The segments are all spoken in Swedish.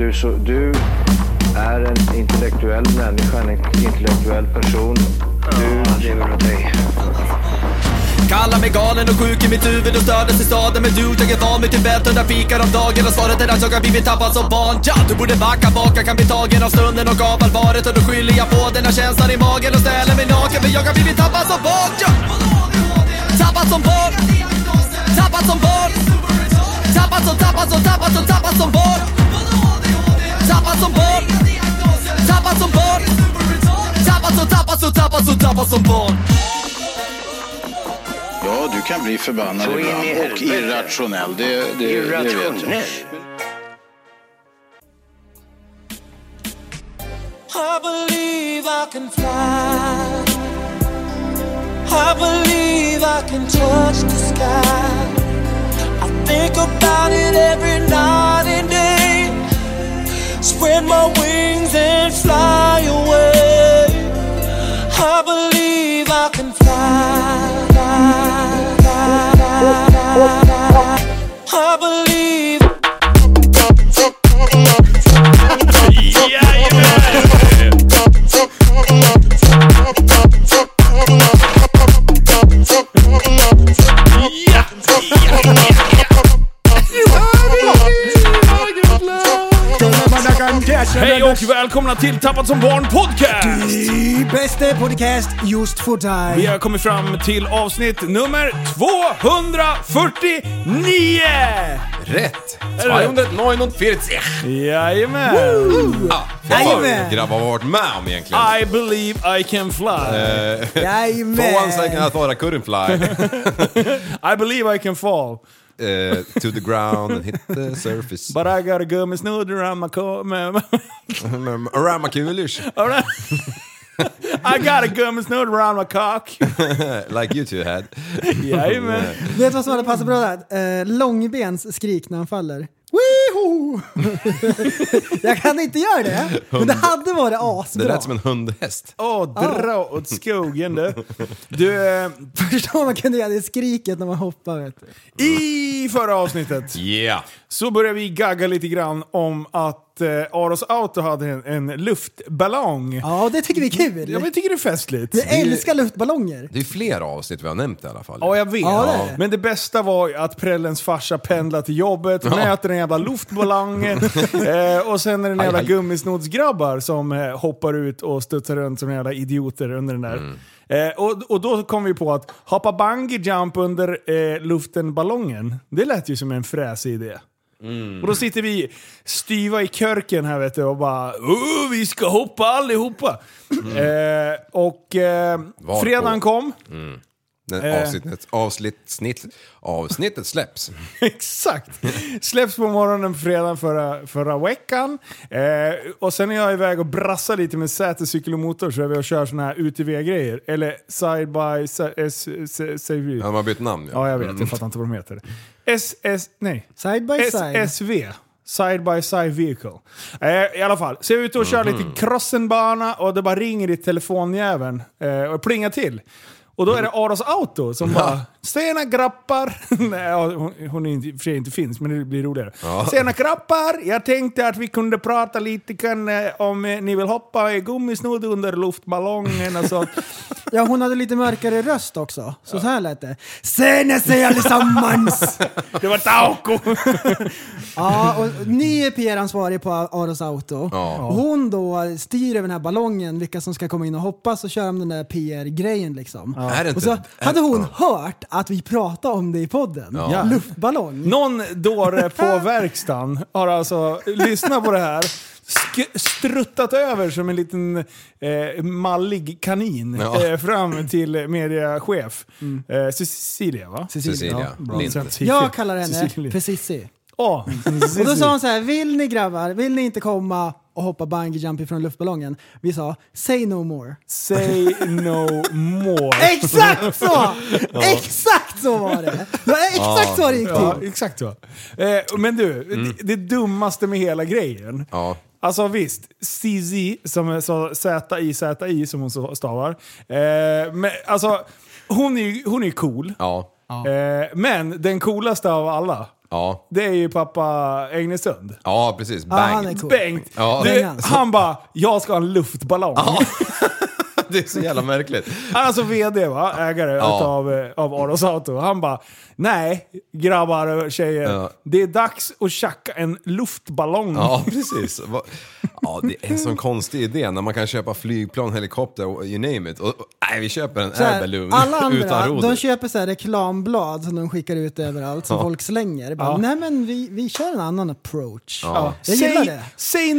du är en intellektuell människa, en intellektuell person. Du lever åt dig. Kallar mig galen och sjuk i mitt huvud och stördes i staden. Men du, jag är van vid Tibet under fikar om dagen. Och svaret är att jag har blivit tappad som barn. Ja, du borde backa bak, jag kan bli tagen av stunden och av allvaret. Och då skyller jag på den här känslan i magen och ställer mig naken. För jag har blivit tappad som barn. Ja. Tappad som barn. Tappad som barn. Tappad som barn. Tappad som barn. Tappad som barn. Tappad som barn. Ja, du kan bli förbannad ibland och irrationell. Det vet jag. I believe I can fly. I believe I can touch the sky. I think about it every night and day. Spread my wings and fly away. I believe I can fly. I believe. Hej och välkomna till Tappad som barn podcast. Bästa podcast just för dig. Vi har kommit fram till avsnitt nummer 249. Rätt. 249. Jajamän. Jajamän. Grabbar har varit med om egentligen. I believe I can fly. Jajamän. For once I thought I couldn't fly. I believe I can fall. To the ground and hit the surface. But I got a gummisnodd around my around my coolish. I got a gummisnodd around my cock. Like you two had. Jajamän. Vet du vad som hade passat bra där? Långbens skrik när han faller. Weehoo! Jag kan inte göra det, men det hade varit asbra. Det lät som en hundhäst. Dra åt skogen du. Förstår man kunde göra det skriket när man hoppar, vet du. I förra avsnittet så började vi gagga lite grann om att Aros Auto hade en luftballong. Ja, det tycker vi är kul. Ja, men jag tycker det är festligt. Vi älskar luftballonger. Det är flera avsnitt vi har nämnt i alla fall. Ja, jag vet. Ja. Men det bästa var ju att Prellens farsa pendlar till jobbet, möter en jävla luftballong och sen är det en jävla gummisnodsgrabbar som hoppar ut och studsar runt som jävla idioter under den där. Och då kom vi på att hoppa bungee jump under luftenballongen. Det lät ju som en fräsig idé. Och då sitter vi styva i körken här, vet du, och bara vi ska hoppa allihopa. Fredagen kom. Avsnittet släpps. Exakt. Släpps på morgonen på fredagen förra veckan. Och sen är jag iväg och brassar lite med sätecykel och motor, så är vi och kör såna här UTV-grejer. Eller side by side. Ja, de har bytt namn. Ja, jag vet. Jag fattar inte vad de heter. Side by side. SSV. Side by side vehicle. I alla fall. Så jag är ute och kör lite crossenbana och det bara ringer i telefonjäveln och plingar till. Och då är det Aros Auto som bara, tjena grappar. Nej, hon är för sig inte finns, men det blir roligare. Tjena grappar, jag tänkte att vi kunde prata lite om ni vill hoppa i gummisnodd under luftballongen och så. Ja, hon hade lite mörkare röst också. Så här lät det. Tjena sig allesammans! Det var Tauko! Ja, och ni är PR-ansvarig på Aros Auto. Och hon då styr över den här ballongen, vilka som ska komma in och hoppas och köra om den där PR-grejen liksom. Och så hade hon hört att vi pratade om det i podden. Luftballong. Någon dåre på verkstaden har alltså lyssnat på det här, struttat över som en liten mallig kanin fram till mediachef Cecilia, va? Cecilia. Jag kallar henne för Cissi. Och då sa hon så här: vill ni grabbar, vill ni inte komma och hoppa bungee jump ifrån luftballongen? Vi sa, say no more. Say no more. Exakt så! Exakt så var det. Det var exakt så det gick till. Ja, exakt så. Men du, det dummaste med hela grejen. Alltså visst, CZ som är så Z-I som hon så stavar. Men alltså hon är cool. Ja. Ja. Men den coolaste av alla, det är ju pappa Engnesund. Ja, precis. Bengt. Han är cool. Bengt. Ja. Han bara, jag ska ha en luftballong. Ja. Det är så jävla märkligt. Han är alltså vd, va? Ägare av Aros Auto. Han bara, nej grabbar och tjejer, det är dags att tjacka en luftballong. Ja, precis. Ja, det är en sån konstig idé när man kan köpa flygplan, helikopter och you name it. Och nej, vi köper en airballoon alla andra, utan roder. De köper så här reklamblad som de skickar ut överallt som folk slänger. Bara, nej men vi kör en annan approach. Ja. Jag gillar det. Säg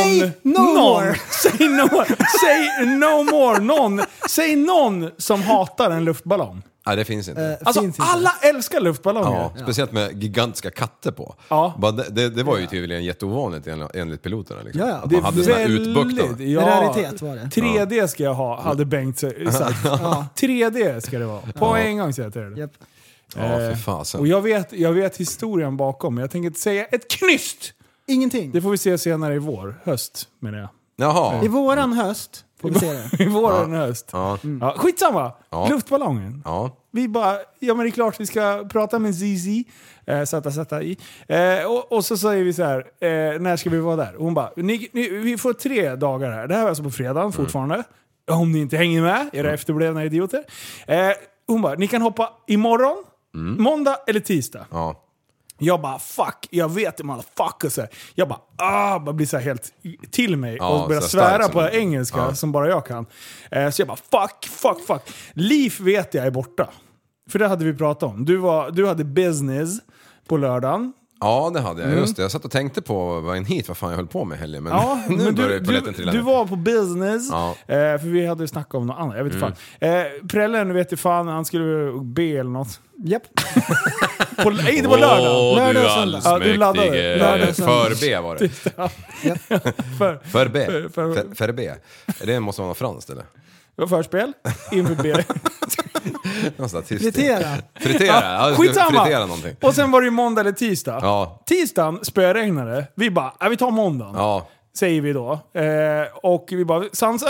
någon som hatar en luftballong. Nej, det finns inte. Alltså, finns inte. Alla älskar luftballonger. Ja, speciellt med gigantiska katter på. Ja. Det var ju tydligen jätteovanligt enligt piloterna. Liksom. Ja. Att man hade såna utbuktade. Ja. Raritet var det. 3D ska jag ha, hade Bengt sagt. 3D ska det vara. På en gång säger jag till det. Yep. Ja, för fasen. Och jag vet historien bakom, men jag tänker inte säga ett knyst. Ingenting. Det får vi se senare i vår. Höst, menar jag. Jaha. I våran höst får vi se det. I våran höst. Ja. Ja, skitsamma. Ja. Luftballongen. Ja. Vi bara, men det är klart vi ska prata med Zizi. Sätta i. Och så säger vi så här, när ska vi vara där? Och hon bara, vi får 3 dagar här. Det här är alltså på fredagen fortfarande. Om ni inte hänger med, era efterblivna idioter. Hon bara, ni kan hoppa imorgon, måndag eller tisdag. Ja. Jag bara, fuck, jag vet det motherfucker. Så jag bara blir så här helt till mig och börjar svära på engelska som bara jag kan. Så jag bara, fuck. Liv vet jag är borta. För det hade vi pratat om. Du hade business på lördagen. Ja, det hade jag. Just det. Jag satt och tänkte på vad fan jag höll på med helgen. Men nu börjar polletten trilla ner. Du var på business. Ja. För vi hade snackat om något annat. Jag vet inte fan. Prellen vet du fan, han skulle be eller något. Japp. Det var lördag. Lördag och söndag. Ja, du laddade. För-B var det. För-B. För För-B. Det måste vara något franskt eller? Det var förspel. Inför B. Fritera. Skitsamma. Fritera någonting. Och sen var det ju måndag eller tisdag. Ja. Tisdagen spöregnade. Vi bara, vi tar måndagen. Ja. Säger vi då. Och vi bara,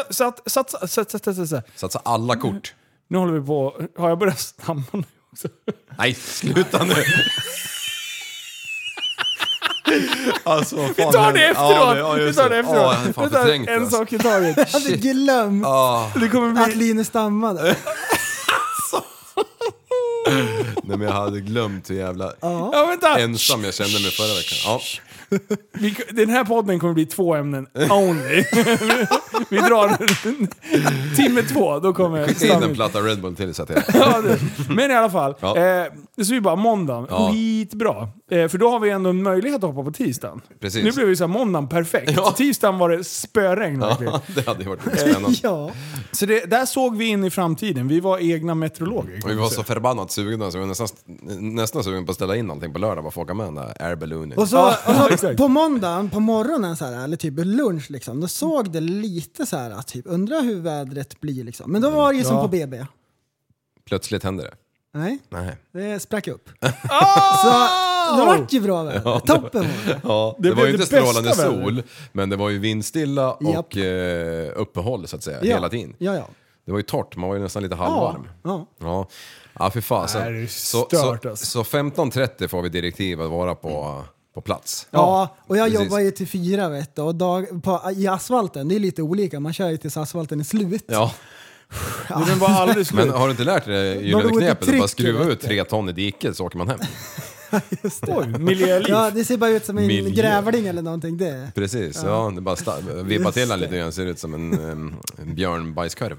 satsa alla kort. Nu håller vi på. Har jag börjat stamma nu också? Nej, sluta nu. Alltså, vi tar det efteråt. Vi tar det efteråt. Vi tar en sak i taget. Jag hade glömt det kommer bli... att Linus stammade. Nej, men jag hade glömt hur jävla ensam jag kände mig förra veckan. Ja. Den här podden kommer bli 2 ämnen only. Vi drar timme 2, då kommer skicka in en platta Red Bull till så att men i alla fall så vi bara måndagen, skitbra. För då har vi ändå en möjlighet att hoppa på tisdagen. Precis. Nu blev vi så här, måndagen perfekt. Så tisdagen var det spöregn. Det hade varit spännande. Så där såg vi in i framtiden. Vi var egna meteorologer. Och vi var så förbannat sugna så vi var nästan sugna på att ställa in någonting på lördag. Bara få åka med den där airballoonen. Och så på måndagen, på morgonen så här, eller typ lunch liksom, då såg det lite så här, typ undrar hur vädret blir liksom. Men då var det ju som på BB. Plötsligt hände det. Nej. Det sprack upp. Så det var ju bra väder. Ja, Toppen var det. Ja, det var ju inte strålande sol, men det var ju vindstilla och uppehåll så att säga hela tiden. Ja. Det var ju torrt, man var ju nästan lite halvvarm. Ja, för fasen. Så 15.30 får vi direktiv att vara på plats. Ja, och jag jobbar ju till 4 vet du, och i asfalten, det är lite olika. Man kör ju tills asfalten är slut. Ja. Den var aldrig slut. Men har du inte lärt dig gyllene knepet att bara skruva ut 3 ton i diket så åker man hem? Just det. Oj, miljöliv. Ja, det ser bara ut som en grävling eller någonting det. Precis, det är bara vibba till den lite grann, ser ut som en björnbajskorv.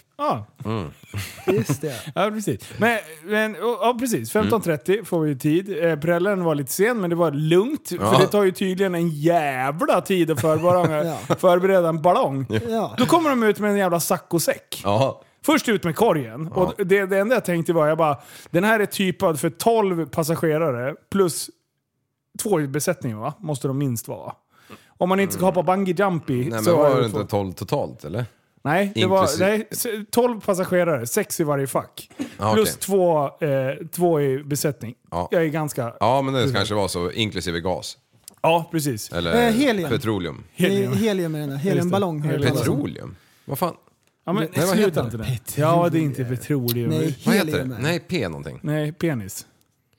Just det. Ja, precis. Men precis. 15.30 får vi tid. Prällen var lite sen, men det var lugnt. För det tar ju tydligen en jävla tid att förbereda en ballong. Då kommer de ut med en jävla saccosäck. Först ut med korgen. Och det enda jag tänkte var, den här är typad för 12 passagerare plus 2 i besättningen, va? Måste de minst vara. Om man inte ska hoppa bungee jumpy. Nej, men var det inte 12 totalt, eller? Nej, det var 12 passagerare, 6 i varje fack. Plus 2 i besättning. Jag är ganska... Ja, men det kanske var så, inklusive gas. Ja, precis. Eller helium. petroleum. Helium är den där. Heliumballong. Petroleum? Vad fan? Ja, men sluta inte det. Ja, det är inte petroleum. Nej, vad heter det? Nej, P någonting. Nej, penis.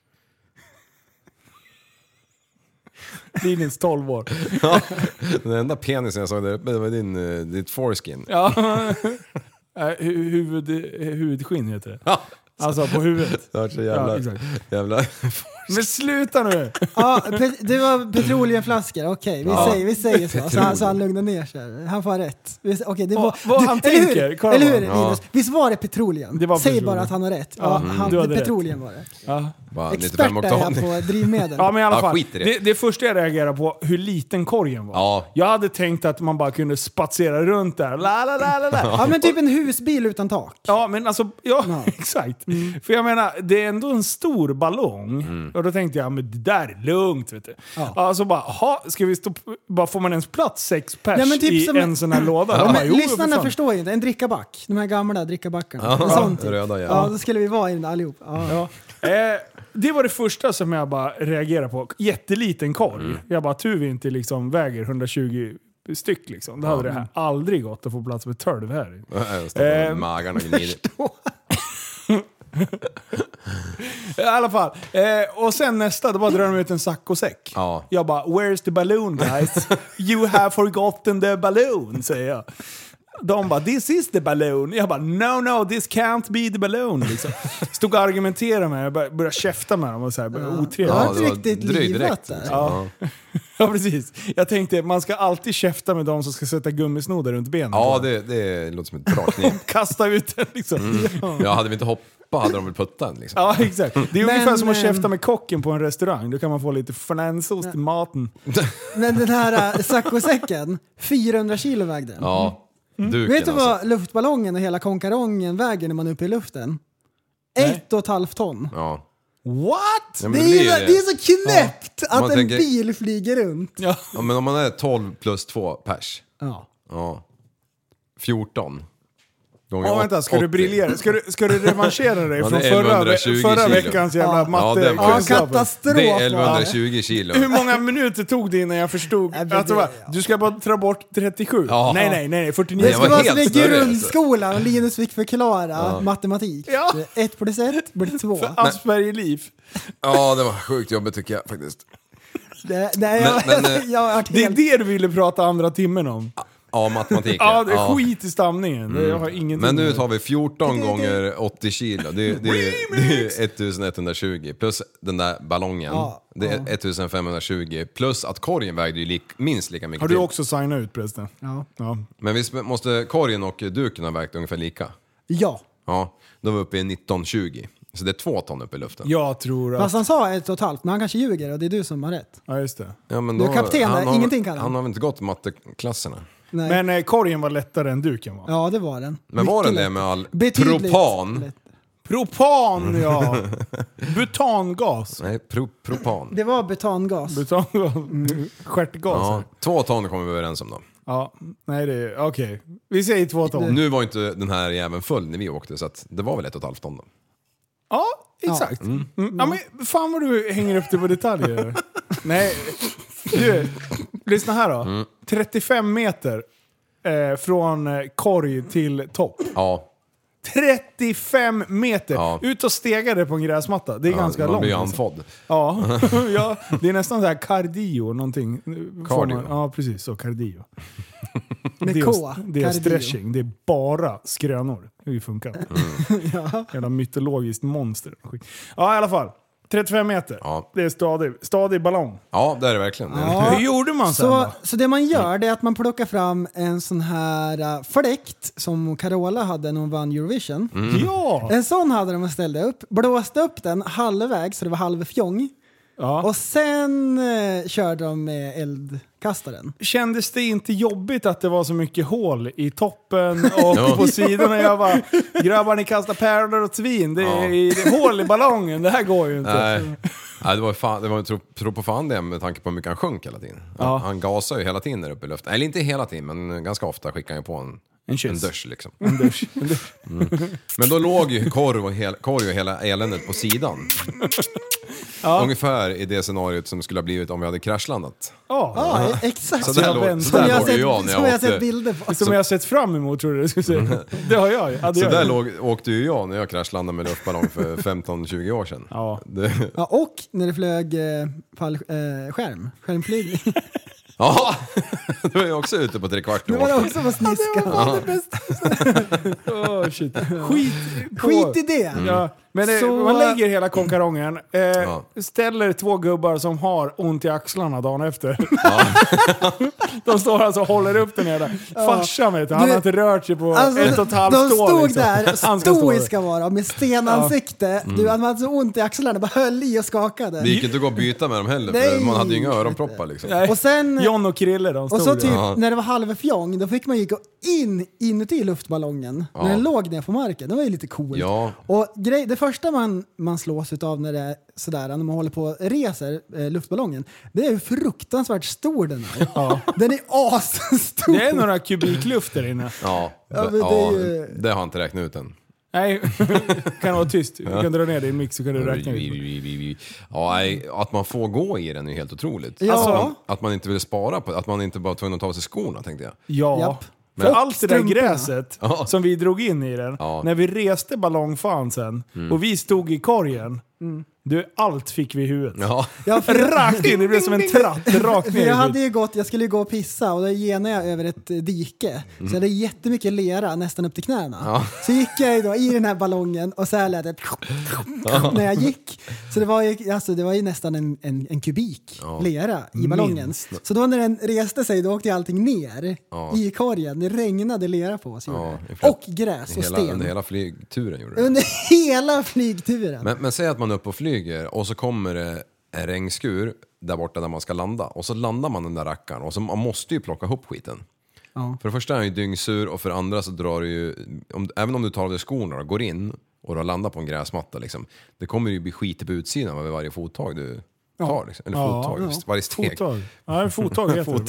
Linus 12 år. Ja, den enda penisen jag såg där uppe, det var ditt foreskin. Ja, huvudskinn heter det. Ja. Alltså på huvudet. Det var så jävla... Men sluta nu! Ja, det var petroleumflaskor, okej. Vi säger så han lugnar ner sig. Han får rätt. Okej, det var... Vad han tänker? Eller hur, Linus? Visst var det petroleum? Säg bara att han har rätt. Ja, petroleum var det. Ja. Expert är jag på drivmedel. Ja, men i alla fall. Det första jag reagerar på, hur liten korgen var. Ja. Jag hade tänkt att man bara kunde spatsera runt där. Ja, men typ en husbil utan tak. Ja, men alltså, exakt. För jag menar, det är ändå en stor ballong. Och då tänkte jag, men det där är lugnt, vet du. Ja. Alltså bara, ska vi stå... Bara får man ens plats 6 pers typ i en sån här låda? Ja, men lyssnarna förstår ju inte. En drickaback. De här gamla drickabackarna. En sån typ. Röda, ja, då skulle vi vara i den allihop. Ja. Det var det första som jag bara reagerade på. Jätteliten korg. Jag bara, tur vi inte liksom väger 120 styck liksom. Då hade det här aldrig gått att få plats med 12 här. Jag står på magen och gnider. I alla fall. Och sen nästa, då bara drar de ut en sack och säck. Ja. Jag bara, where's the balloon guys? You have forgotten the balloon, säger jag. De bara, this is the balloon. Jag bara, no, this can't be the balloon. Liksom. Stod och argumenterade med det. Började käfta med dem och så här, otrevligt. Det var inte riktigt livat där. Ja, precis. Jag tänkte, man ska alltid käfta med de som ska sätta gummisnoddar runt benen. Ja, det låter som ett bra knep. Kasta ut den liksom. Ja, hade vi inte hoppat hade de väl puttat den liksom. Ja, exakt. Det är ungefär som att käfta med kocken på en restaurang. Då kan man få lite fernansost i maten. Men den här saccosäcken, 400 kilo vägde den. Ja. Vet du vad luftballongen och hela konkarongen väger när man är uppe i luften? 1,5 ton. Ja. What? Ja, det är så knäppt att en bil flyger runt. Ja. Ja, men om man är 12 plus 2 pers. Ja. 14. Vänta, ska du briljera? Ska du revanschera dig från förra veckans jävla matte? Ja, katastrof. Det är 1120 kilo. Hur många minuter tog det innan jag förstod? Du ska bara ta bort 37. Ja. Nej, 49. Det ska vara som i grundskolan och Linus fick förklara matematik. 1 plus 1 blir 2. För Asperger-liv. Ja, det var sjukt jobbigt tycker jag faktiskt. Det är det du ville prata andra timmen om. Ja, matematik. Ja, det är skit i stamningen. Jag har ingenting. Men nu tar vi 14 gånger 80 kilo. Det är 1120 plus den där ballongen. Det är 1520 plus att korgen vägde ju minst lika mycket. Har du också signat ut förresten? Ja. Men visst måste korgen och duken ha vägt ungefär lika? Ja. Ja, då var vi uppe i 1920. Så det är 2 ton uppe i luften. Jag tror att... Fast han sa 1,5, men han kanske ljuger och det är du som har rätt. Ja, just det. Ja, men du är kapten där, ingenting kan han har väl inte gått matteklasserna? Nej. Men korgen var lättare än duken, va? Ja, det var den. Men var den det med all propan? Propan, ja. Butangas. Nej, propan. Det var butangas. Stjärtgas. Ja, 2 ton kommer vi överens om då. Ja, nej det är okej. Vi säger 2 ton. Nu var inte den här jäveln full när vi åkte, så att det var väl 1,5 ton då. Ja, exakt. Ja, men fan vad du hänger upp dig på detaljer. Nej, du, lyssna här då. 35 meter från korg till topp. Ja. 35 meter! Ja. Ut och stegade på en gräsmatta. Det är ganska långt. Man blir ju andfådd. Ja. Det är nästan så här cardio någonting. Cardio. Ja, precis. Så cardio. Med K. Det är stretching. Det är bara skrönor. Hur funkar det? Jävla mytologiskt monster. Ja, i alla fall. 35 meter. Ja. Det är stadig ballong. Ja, det är det verkligen. Ja. Hur gjorde man sen så det man gör det är att man plockar fram en sån här fläkt som Carola hade när hon vann Eurovision. Ja! En sån hade de och ställde upp. Blåste upp den halvvägs så det var halvfjång. Ja. Och sen körde de med eldkastaren. Kändes det inte jobbigt att det var så mycket hål i toppen och på sidorna? Jag bara, grabbar ni kastar pärlor och svin. Det är hål i ballongen, det här går ju inte. Nej, det var tro på fan det med tanke på hur mycket han sjönk hela tiden. Han gasade ju hela tiden där uppe i luften. Eller inte hela tiden, men ganska ofta skickade han ju på en En dusch liksom. En dusch. Men då låg ju korv och hela eländet på sidan. Ungefär i det scenariot som skulle ha blivit om vi hade kraschlandat. Ja, exakt. Så där låg ju jag när jag åkte. Sett bilder på. Som jag har sett fram emot, tror du skulle säga. Det har jag. Så där åkte ju jag när jag kraschlandade med luftballong för 15-20 år sedan. Ja. Ja, och när det flög skärmflygning. Ja, då är jag också ute på 3/4 år. Det var också på sniska. Det bästa. Shit. Skit i det. Ja. Men man lägger hela konkarongen, ställer 2 gubbar som har ont i axlarna dagen efter. De står alltså och håller upp den här. Farsan vet du, han har inte rört sig på 1,5 år. De stod liksom. där, stoiska vara, med stenansikte. Du hade så ont i axlarna, bara höll i och skakade. Det gick inte att gå och byta med dem heller, för man hade ju inga öronproppar liksom. Nej. Och sen, John och Krille, de stod och så typ, där. när det var halvfjång, då fick man ju gå inuti luftballongen. När den låg ner på marken. Det var ju lite coolt. Ja. Och det första man slås utav när det är sådär, när man håller på och reser luftballongen, det är ju fruktansvärt stor den här. Ja. Den är asstor. Det är några kubikluft där inne. Ja, det har jag inte räknat ut än. Nej, kan vara tyst. Du kan dra ner din mix så kan du räkna ut. Ja, att man får gå i den är helt otroligt. Ja. Alltså, att man inte vill spara på, att man inte bara tvungen att ta av sig skorna, tänkte jag. Ja. Japp. För allt det där gräset som vi drog in i den, Ja. när vi reste ballongfan sen och vi stod i korgen, allt fick vi i huvudet. Ja, Rakt in, det blev som en tratt rakt ner. Jag skulle ju gå och pissa och då genade jag över ett dike. Så jag hade jättemycket lera nästan upp till knäna. Så gick jag då i den här ballongen och så här lät det när jag gick. Så det var ju nästan en kubik lera i ballongen. Så då när den reste sig, då åkte allting ner i korgen. Det regnade lera på oss. Och gräs och sten. Under hela flygturen gjorde det. Under hela flygturen. Men säg att man är uppe och flyger och så kommer det en regnskur där borta där man ska landa. Och så landar man den där rackaren och så man måste ju plocka ihop skiten. Ja. För det första är han ju dyngsur och för det andra så drar du ju, även om du tar av dig skorna och går in och du landar på en gräsmatta liksom, det kommer ju bli skit på utsidan av varje fottag du tar liksom. Eller fottag, varje steg. Fottag. Ja, fottag heter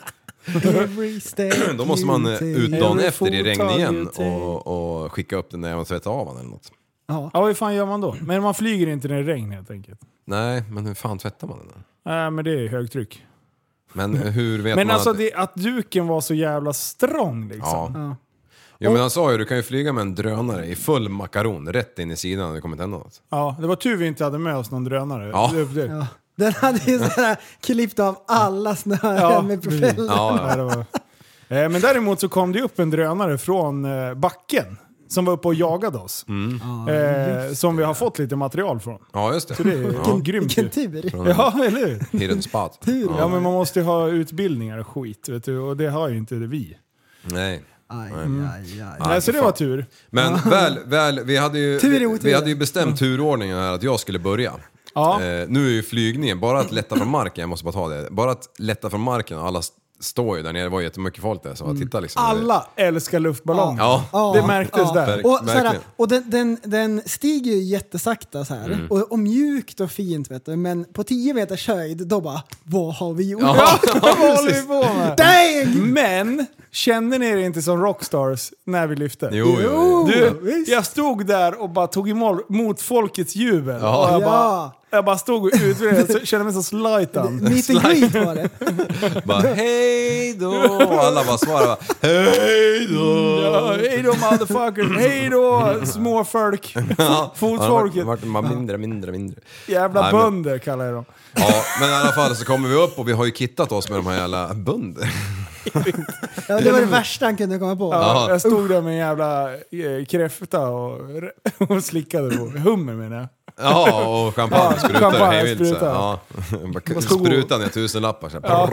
det. Då måste man ut dagen efter i regn igen och skicka upp den när man tvättar av den eller något. Ja, vad fan gör man då? Men man flyger inte när det regnar helt enkelt. Nej, men hur fan tvättar man den då? Nej, men det är högtryck. Men hur vet men man alltså att duken var så jävla strong liksom. Ja. Jo, men han sa ju, du kan ju flyga med en drönare i full makaron rätt in i sidan när det kommer hända något. Ja, det var tur vi inte hade med oss någon drönare. Ja. Ja. Den hade ju sådär klippt av alla snören med propeller. Ja, det var. Men däremot så kom det upp en drönare från backen som var uppe och jagade oss. Som vi har fått lite material från. Ja, just det. Så det är grymt. Vilken tur. Ja, eller hur? Hidden spot. Ja, men man måste ju ha utbildningar och skit, vet du, och det har ju inte vi. Nej. Nej, så det var tur. Men väl vi hade ju bestämt turordningen här att jag skulle börja. Ja. Nu är ju flygningen, bara att lätta från marken, jag måste bara ta det. Bara att lätta från marken och alla står ju där nere, det var jättemycket folk där. Så titta liksom. Alla älskar luftballonger. Ja. Det märktes där. Och, såhär, och den stiger ju jättesakta så här. Och mjukt och fint, vet du. Men på 10 meters höjd, då bara, vad har vi gjort? Ja, vad håller vi på med? Dang! Men kände ni er inte som rockstars när vi lyfte? Jo. Du, jag stod där och bara tog emot folkets jubel. Ja. Och jag bara stod och jag kände mig som Slightan. Mitt i skit var det. Bara hej då. Och alla bara svarade hej då. Ja, hej då motherfucker. Hej då småfolk. Fotfolket. Vart mindre. Jävla bönder kallar jag dem. Ja, men i alla fall så kommer vi upp och vi har ju kittat oss med de här jävla bönder. Ja, det var det värsta han kunde komma på. Ja, jag stod där med en jävla kräfta och slickade på hummer, menar jag. Ja, och champagne sprutar hej vilt. Ja. Sprutar ner 1000-lappar.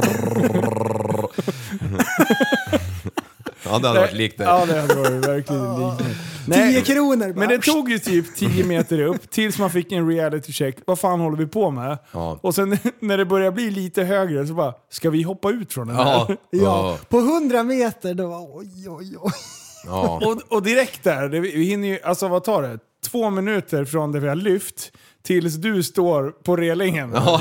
Ja, det hade varit likt det. Ja, det hade varit verkligen likt. 10 kronor bara. Men det tog ju typ 10 meter upp tills man fick en reality check. Vad fan håller vi på med? Ja. Och sen när det börjar bli lite högre så bara, ska vi hoppa ut från den här? Ja, på 100 meter då var oj. Ja. Och direkt där, vi hinner ju, alltså vad tar det? 2 minuter från det vi har lyft tills du står på relingen. Ja.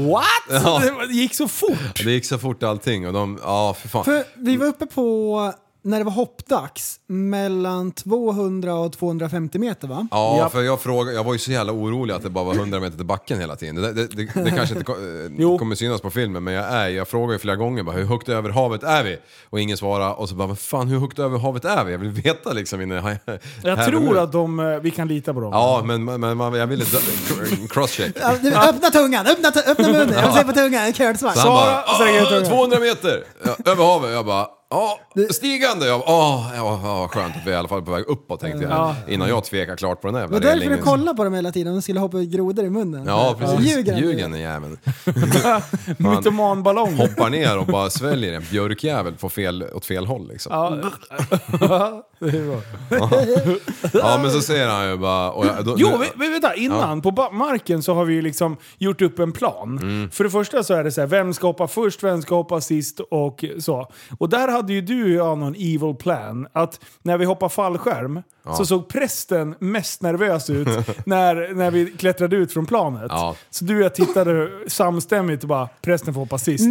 What? Ja. Det gick så fort. Det gick så fort allting och för fan. För vi var uppe på när det var hoppdags mellan 200 och 250 meter, va? Ja, för jag var ju så jävla orolig att det bara var 100 meter till backen hela tiden. Det kanske inte kommer synas på filmen, men jag frågar ju flera gånger bara, hur högt över havet är vi? Och ingen svarar, och så bara, vad fan, hur högt över havet är vi? Jag vill veta liksom innan jag tror att vi kan lita på dem. Ja, men jag ville crosscheck. Öppna tungan, öppna munnen. Jag ser på tungan, en curdsvart. Så han bara, 200 meter över havet. Jag bara, stigande. Jag bara, skönt att vi är i alla fall på väg uppåt, tänkte jag. Innan jag tvekar klart på den här. Men därför du kolla på dem hela tiden, de skulle hoppa grodor i munnen. Ja, precis. Ljugen är jäveln. Mytomanballong. Hoppar ner och bara sväljer en björkjävel åt fel håll liksom. Det är bra. Ja, men så säger han ju bara... vänta, innan på marken så har vi ju liksom gjort upp en plan. För det första så är det så här, vem ska hoppa först, vem ska hoppa sist och så. Och där hade ju du och jag någon evil plan, att när vi hoppar fallskärm så såg prästen mest nervös ut när vi klättrade ut från planet. Ja. Så du och jag tittade samstämmigt och bara, prästen får hoppa sist.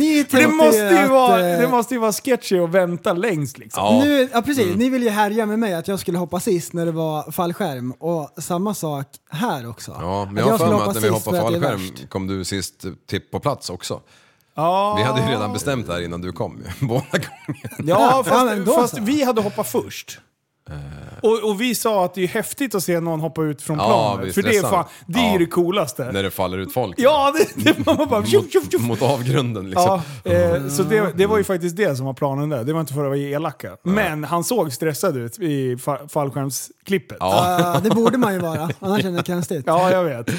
Det måste ju vara sketchy att vänta längst liksom. Ja, precis. Ni vill ju härja med mig att jag skulle hoppa sist när det var fallskärm. Och samma sak här också. Ja, men jag har för mig att när vi hoppade fallskärm kom du sist på plats också. Vi hade ju redan bestämt här innan du kom båda gånger. Ja, fast vi hade hoppat först. Och vi sa att det är häftigt att se någon hoppa ut från planet. För det är det coolaste. När det faller ut folk. Ja, det var bara... mot avgrunden liksom. Så det var ju faktiskt det som var planen där. Det var inte för att vara elaka. Men han såg stressad ut i fallskärmsklippet. Det borde man ju vara. Annars är det konstigt. Ja, jag vet.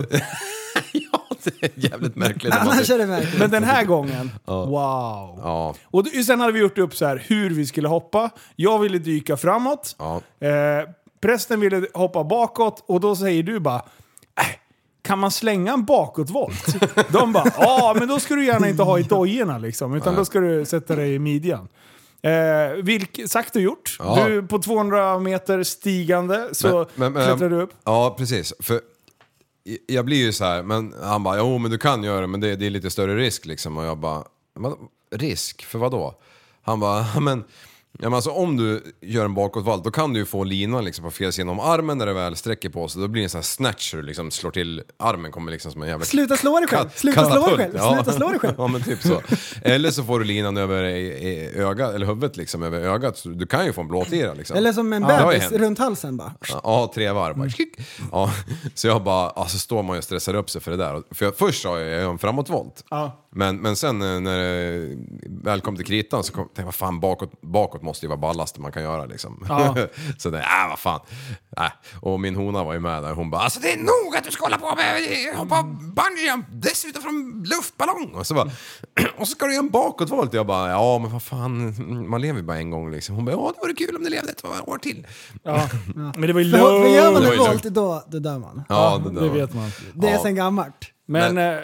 Ja, det är jävligt märkligt. Annars är det märkligt. Men den här gången, wow. Ja. Och sen hade vi gjort upp så här hur vi skulle hoppa. Jag ville dyka framåt. Ja. Prästen ville hoppa bakåt. Och då säger du bara, kan man slänga en bakåtvolt? De bara, men då ska du gärna inte ha i dojorna liksom. Utan då ska du sätta dig i midjan. Sagt och gjort. Du på 200 meter stigande så klättrar du upp. Ja, precis. För jag blir ju så här, men han bara, jo men du kan göra det, men det är lite större risk liksom. Och jag bara, risk? För vad då? Han bara, men alltså, om du gör en bakåtvolt, då kan du ju få linan liksom på fel sida om armen när det väl sträcker på sig. Då blir det en sån här snatcher, liksom slår till, armen kommer liksom som en jävla... Sluta slå dig själv! Sluta slå dig själv! Ja, men typ så. Eller så får du linan över ögat, eller huvudet liksom, över ögat. Så du kan ju få en blåtira liksom. Eller som en bebis runt halsen bara. Ja, 3 varv bara. Ja, så jag bara, alltså står man ju och stressar upp sig för det där. För först sa jag en framåtvolt. Men sen när det väl kom till kritan så tänkte jag, vad fan, bakåt måste ju vara ballaste man kan göra liksom. Så det, vad fan. Och min hona var ju med där. Hon bara, alltså det är nog att du ska hålla på med hoppa bungee, dessutom från luftballong. Och så ska du göra en bakåtvolt. Jag bara, men vad fan, man lever bara en gång liksom. Hon bara, det vore kul om det levde ett år till. Men det var ju lugnt. För gör man en volt, då dör man. Ja, det vet man. Det är sen gammalt. Men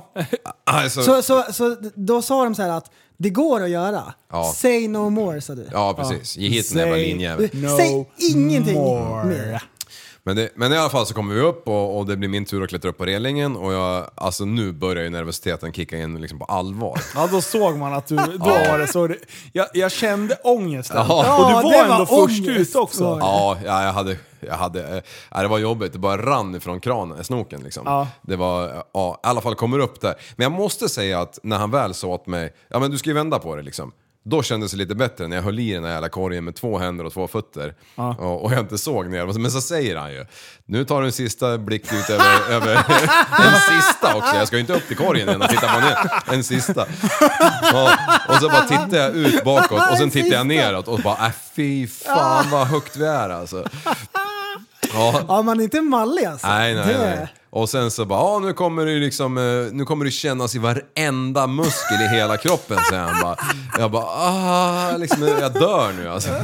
alltså, så då sa de så här att det går att göra. Say no more, sa du. Ja, precis. Ge hit den jävla linjävel. Säg ingenting mer. Men i alla fall så kommer vi upp och det blir min tur att klättra upp på relingen. Och alltså nu börjar ju nervositeten kicka in liksom på allvar. Ja, då såg man att du... Då var det så... Jag kände ångesten. Och du var ändå först ut också. Ja, jag hade det var jobbigt. Det bara rann ifrån snoken liksom. Det var, i alla fall kommer upp där. Men jag måste säga att när han väl sa åt mig, men du ska ju vända på det liksom. Då kändes det lite bättre när jag höll i den här jävla korgen med 2 händer och 2 fötter. Och jag inte såg ner. Men så säger han ju, nu tar du en sista blick ut över en sista också. Jag ska ju inte upp till korgen än och titta på en sista. Och så bara tittar jag ut bakåt och sen tittar jag neråt och bara, fy fan vad högt vi är alltså. Man är inte mallig alltså. Nej. Och sen så bara, nu kommer det kännas i varenda muskel i hela kroppen, så jag bara, liksom, jag dör nu alltså.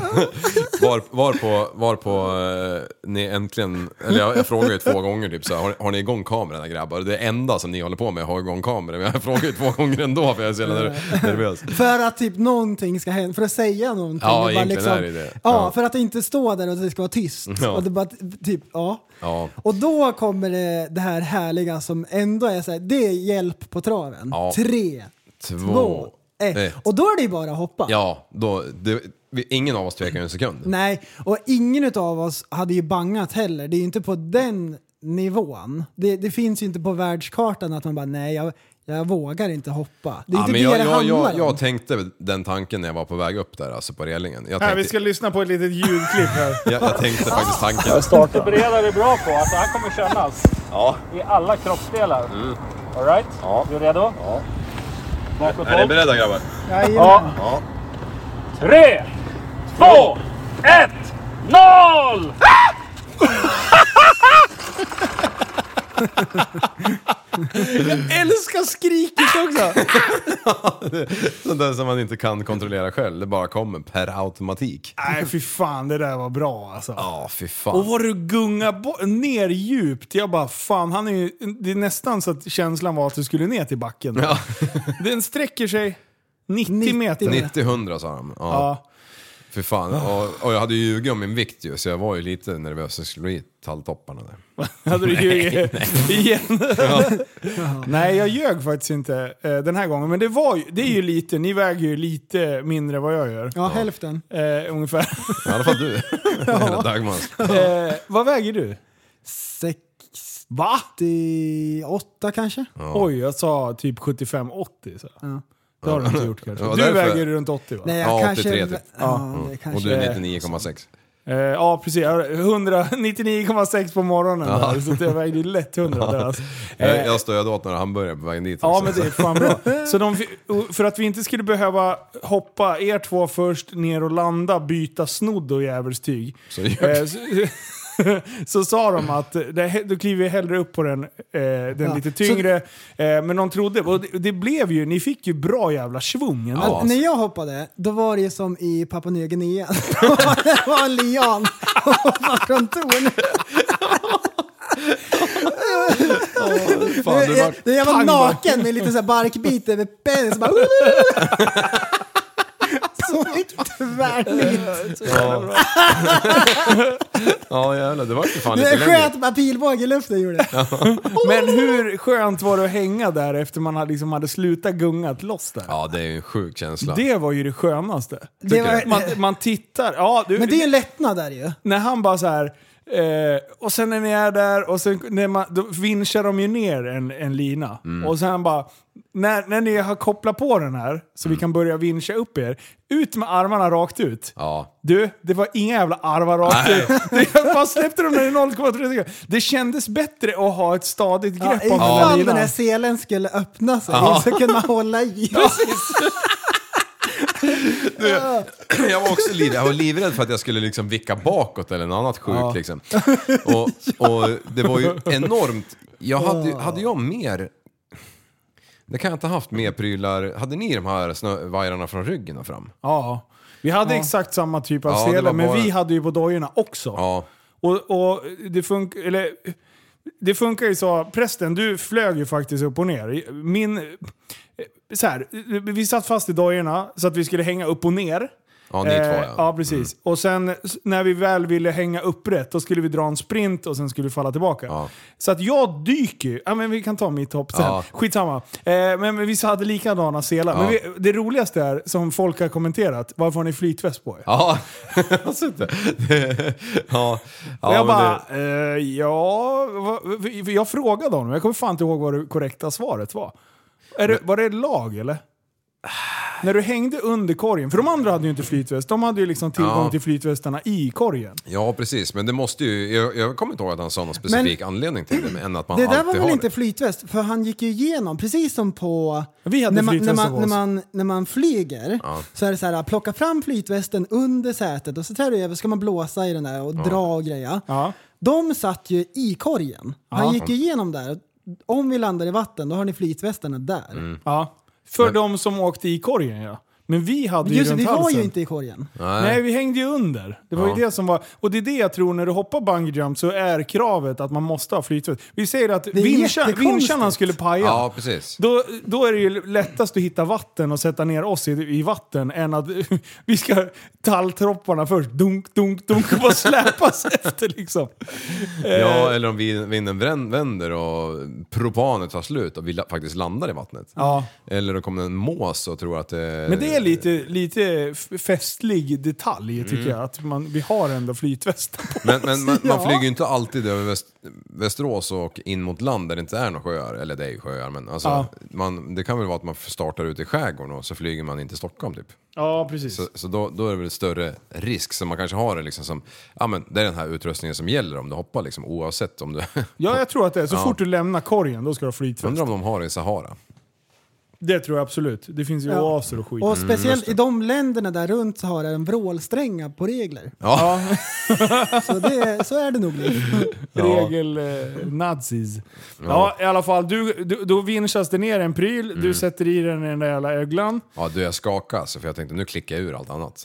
Varpå ni äntligen, eller jag frågar ju 2 gånger typ så här, har ni igång kamerorna grabbar? Det enda som ni håller på med är att ha igång kameror, men jag frågar ju 2 gånger ändå för jag är så jävla nervös. För att typ någonting ska hända, för att säga någonting. Ja, egentligen är det. Ja, för att inte stå där och det ska vara tyst. Och det bara typ, Och då kommer det här härliga som ändå är så här, det är hjälp på traven. 3, 2, 1. Och då är det ju bara att hoppa. Ja, ingen av oss tvekar en sekund. Nej, och ingen av oss hade ju bangat heller. Det är ju inte på den nivån. Det finns ju inte på världskartan att man bara, nej, jag vågar inte hoppa. Det är inte men det handlar om. jag tänkte den tanken när jag var på väg upp där, alltså på relingen. Vi ska lyssna på ett litet ljudklipp här. jag tänkte faktiskt tanken. Startbereda dig bra på att det här kommer kännas i alla kroppsdelar. All right? Ja. Du är redo? Ja. Bakåt. Är ni beredda, grabbar? Ja. 3, 2, 1, 0! Jag älskar skriket också. Sånt där som man inte kan kontrollera själv. Det bara kommer per automatik. Nej, fy fan, det där var bra alltså. Ja, fy fan. Och vad du gungar ner djupt. Jag bara, fan, det är nästan så att känslan var att du skulle ner till backen. Ja. Den sträcker sig 90 meter. 90-100 sa de. Ja. För fan, och jag hade ju ljugit om min vikt ju, så jag var ju lite nervös att skulle i talltopparna där. Hade du ljugit igen? Nej, jag ljög faktiskt inte den här gången, men det är ju lite, ni väger ju lite mindre än vad jag gör. Ja, hälften. Ungefär. I alla fall du. Eller Dagmans. Vad väger du? 68 kanske? Ja. Oj, jag sa typ 75-80 så. Ja. Det har du inte gjort kanske. Du väger runt 80 va? Nej, jag kanske... 83 typ. Kanske... Och du är 99,6. Ja, precis. 199,6 på morgonen där, så jag vägde lätt 100 där. Alltså. Jag stöd åt några hamburgare på vägen dit. Ja, men det är fan bra. Så för att vi inte skulle behöva hoppa er två först ner och landa, byta snodd och jävelstyg. Så sa de att då kliver vi hellre upp på den lite tyngre. Men de trodde, och det blev ju, ni fick ju bra jävla svung. Ja. När jag hoppade, då var det som i Papua Nya Guinea. Det var en lian från torn. Jag var naken med lite så här barkbit över benen. Så bara... Så tvärnigt. Ja, jävlar, det var inte fan lite längre. Det sköt bara pilbåge i luften, gjorde det. Men hur skönt var det att hänga där efter man hade slutat gungat loss där? Ja, det är en sjuk känsla. Det var ju det skönaste. Man tittar. Ja, men det är en lättnad där ju. När han bara så här... och sen när ni är där och sen då vinschar de ju ner en lina. Och sen bara när ni har kopplat på den här så vi kan börja vinscha upp er, ut med armarna rakt ut. Ja. Du, det var inga jävla arvar rakt ut. Jag bara släppte dem när det är 0,3 sekunder. Det kändes bättre att ha ett stadigt grepp om den här linan. Den här selen skulle öppna sig så kunde man hålla i. Precis. Jag var också livrädd för att jag skulle liksom vicka bakåt eller något annat sjukt liksom. Och det var ju enormt. Hade jag mer... Det kan jag inte ha haft mer prylar. Hade ni de här vajrarna från ryggen och fram? Ja. Vi hade exakt samma typ av selar, men vi hade ju på dojorna också. Ja. Och det funkar ju så. Prästen, du flög ju faktiskt upp och ner. Vi satt fast i dojorna så att vi skulle hänga upp och ner. Ja, ni två, ja. Ja, precis. Och sen när vi väl ville hänga upprätt, då skulle vi dra en sprint och sen skulle vi falla tillbaka. Ja. Så att jag dyker. Ja, men vi kan ta mitt hopp sen. Ja. Skitsamma. Men vi hade likadana selar. Ja. Men det roligaste är, som folk har kommenterat, varför har ni flytväst på er? Ja. Och jag bara, jag frågade honom. Jag kommer fan inte ihåg vad det korrekta svaret var. Var det lag eller? När du hängde under korgen. För de andra hade ju inte flytväst. De hade ju liksom tillgång till flytvästarna i korgen. Ja, precis. Men det måste ju... Jag kommer inte ihåg att han sa någon specifik anledning till det. Än att man det där alltid var väl inte flytväst? För han gick ju igenom, precis som på... Vi hade när man flyger så är det så här, plocka fram flytvästen under sätet och så tar du över, ska man blåsa i den där och dra och greja. Ja. De satt ju i korgen. Han gick ju igenom där. Om vi landar i vatten, då har ni flytvästarna där. Ja. För de som åkte i korgen, ja. Men vi hade ju runt vi halsen. var ju inte i korgen. Nej, vi hängde ju under. Det var ju det som var... Och det är det jag tror, när du hoppar bungee jump så är kravet att man måste ha flytväst. Vi säger att vincharna skulle paja. Ja, precis. Då är det ju lättast att hitta vatten och sätta ner oss i vatten än att vi ska talltropparna först. Dunk, dunk, dunk och bara släpas efter liksom. Ja, eller om vinden vänder och propanet tar slut och vi faktiskt landar i vattnet. Ja. Eller då kommer en mås och tror att det... Men det är lite festlig detalj tycker jag. Att vi har ändå flytvästar på Men man flyger ju inte alltid över Västerås och in mot land där det inte är några sjöar. Eller det är ju sjöar, men alltså, det kan väl vara att man startar ut i skärgården och så flyger man in till Stockholm typ. Ja, precis. Så då är det väl större risk, så man kanske har det liksom som, ja men det är den här utrustningen som gäller om du hoppar liksom, oavsett om du... Ja, jag tror att det är. Så fort du lämnar korgen, då ska du ha flytväst. Undrar om de har det i Sahara. Det tror jag absolut. Det finns ju oaser och skit. Och speciellt i de länderna där runt har en vrålstränga på regler. Ja. Så är det nog lite. Regel nazis. Ja, i alla fall. Då vinschas det ner en pryl. Du sätter i den i den där jävla öglan. Ja, jag skakade så för jag tänkte nu klickar jag ur allt annat.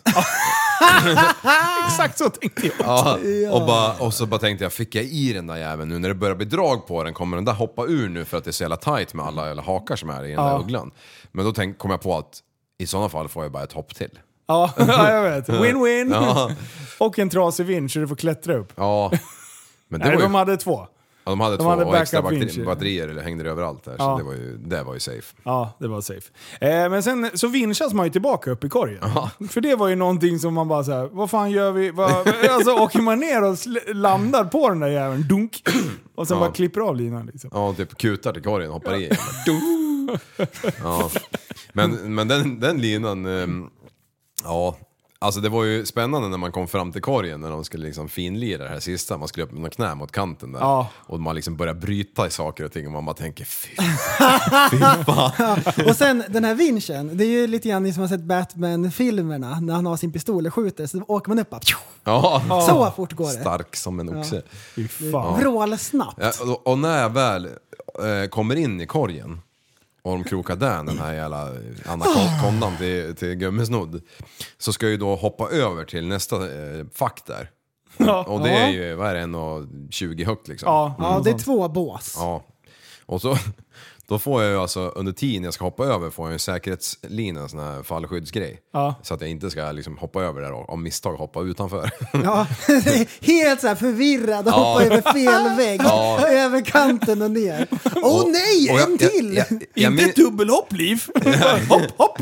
Exakt så tänkte jag. Ja. Och så bara tänkte jag, fick jag i den där jäveln nu när det börjar bli drag på den, kommer den där hoppa ur nu för att det är så jävla tight med alla hakar som är i den där ugglan. Men då kom jag på att i sådana fall får jag bara ett hopp till. Ja, jag vet. Win-win. Ja. Och en trasig vinsch så du får klättra upp. Ja. Men det var ju... De hade 2. Ja, de hade 2 och extra batterier eller hängde överallt där, så det var ju safe. Ja, det var safe. Men sen så vinschas man ju tillbaka upp i korgen. För det var ju någonting som man bara såhär, vad fan gör vi? Alltså åker man ner och landar på den där jäveln, dunk, och sen bara klipper av linan liksom. Ja, typ kutar till korgen och hoppar i. Ja. Men den linan, ja... Alltså det var ju spännande när man kom fram till korgen när de skulle liksom finlira det här sista. Man skulle upp med knä mot kanten där. Ja. Och man liksom börjar bryta i saker och ting och man bara tänker fy fan. Och sen den här vinschen, det är ju lite grann ni som har sett Batman-filmerna när han har sin pistol och skjuter så åker man upp bara, så fort går det. Stark som en oxe. Fy fan. Vrålsnabbt. Ja, och när jag väl kommer in i korgen och de krokar den här jävla anakondan till gummisnodd, så ska jag ju då hoppa över till nästa fack där. Och det är ju, vad är det, 1,20 högt liksom. Ja, det är 2 bås. Ja, och så då får jag ju alltså, under tiden jag ska hoppa över får jag en säkerhetslina, en sån här fallskyddsgrej. Så att jag inte ska liksom hoppa över där och om misstag hoppa utanför. Ja, helt så här förvirrad och hoppa över fel vägg. Över kanten och ner. Nej, en till! Inte dubbelhoppliv. Hopp.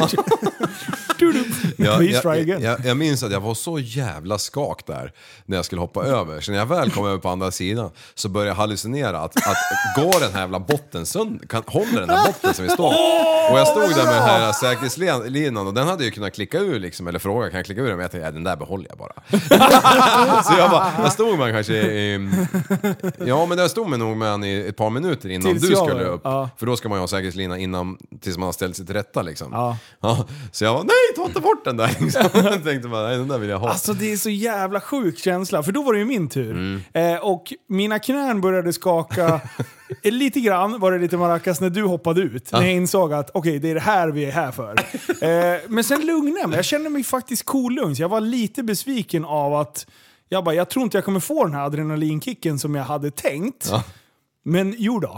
Jag minns att jag var så jävla skak där när jag skulle hoppa över. Så när jag väl kom över på andra sidan så började jag hallucinera att går den här jävla botten sönder, håller den här botten som vi står. Och jag stod där med den här säkerhetslinan och den hade ju kunnat klicka ur liksom, eller fråga, kan jag klicka ur den? Men jag tänkte, den där behåller jag bara. Så jag stod man kanske men jag stod nog med han i ett par minuter innan tills du skulle upp. För då ska man ju ha säkerhetslina tills man har ställt sig till rätta liksom. Så jag var, nej, ta inte bort den där liksom. Jag tänkte bara, nej, den där vill jag ha. Alltså det är så jävla sjuk känsla, för då var det ju min tur. Och mina knän började skaka lite grann, var det lite maracas när du hoppade ut. När jag insåg att okej, det är det här vi är här för. Men sen lugnade jag mig. Jag kände mig faktiskt cool-lugn. Jag var lite besviken av att jag tror inte jag kommer få den här adrenalinkicken som jag hade tänkt. Men jo då.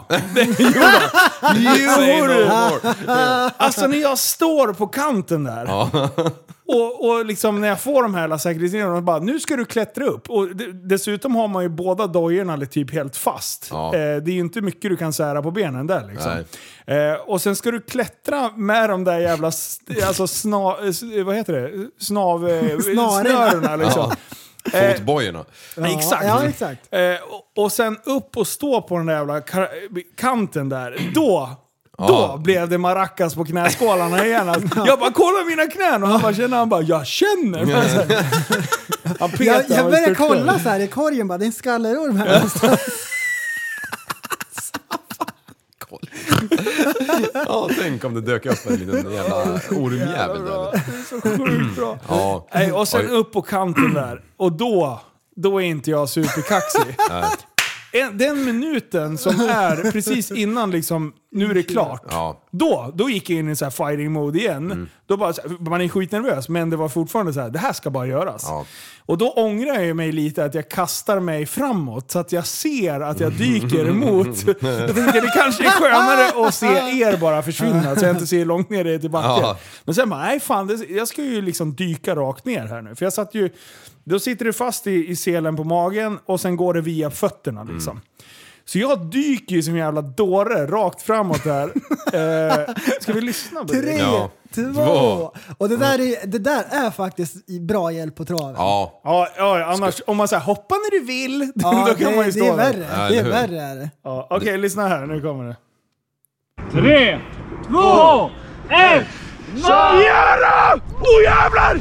Alltså när jag står på kanten där och liksom när jag får de här säkerhetslinjerna bara, nu ska du klättra upp. Och dessutom har man ju båda dojorna typ helt fast. Det är ju inte mycket du kan sära på benen där liksom. Och sen ska du klättra med de där jävla vad heter det? Snörena liksom. Fotbojorna. Exakt. Och sen upp och stå på den där jävla kanten där. Då blev det maracas på knäskålarna igen. Alltså, jag bara, kolla mina knän. Och han bara, jag känner. Jag började kolla så här i korgen. Bara, det är en skallerorm här någonstans. Ja, tänk om det dök upp en liten jävla ormjävel där. Det är så sjukt bra. Och sen upp på kanten där. Och då är inte jag superkaxig. Den minuten som är precis innan liksom, nu är det klart. Då gick jag in i så här fighting mode igen. Då bara, man är skitnervös, men det var fortfarande så här, det här ska bara göras. Och då ångrar jag mig lite att jag kastar mig framåt så att jag ser att jag dyker emot. Jag tänker det kanske är skönare att se er bara försvinna så jag inte ser långt ner till backen. Men sen bara, nej fan, jag ska ju liksom dyka rakt ner här nu. För jag satt ju, då sitter du fast i selen på magen och sen går det via fötterna liksom. Så jag dyker ju som jävla dåre rakt framåt där. Ska vi lyssna på det? 3, 2. Och det där är faktiskt bra hjälp på traven. Ja, annars om man säger hoppa när du vill, då kan man ju stå det är där. värre. Det är värre är det. Ja, okej, lyssna här, nu kommer det. 3, 2, 1. Jävlar! Oh jävlar!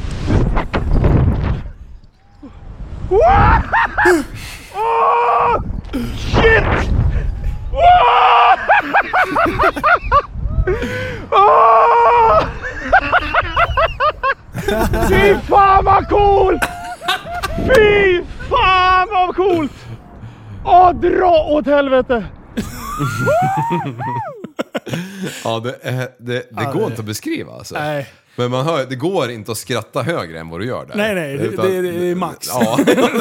Oh! Shit! Oh! Oh! Fy fan vad coolt! Fy fan vad coolt! Dra åt helvete! Ja, det går inte att beskriva alltså. Nej. Men man hör, det går inte att skratta högre än vad du gör där. Nej, det är max. Ja.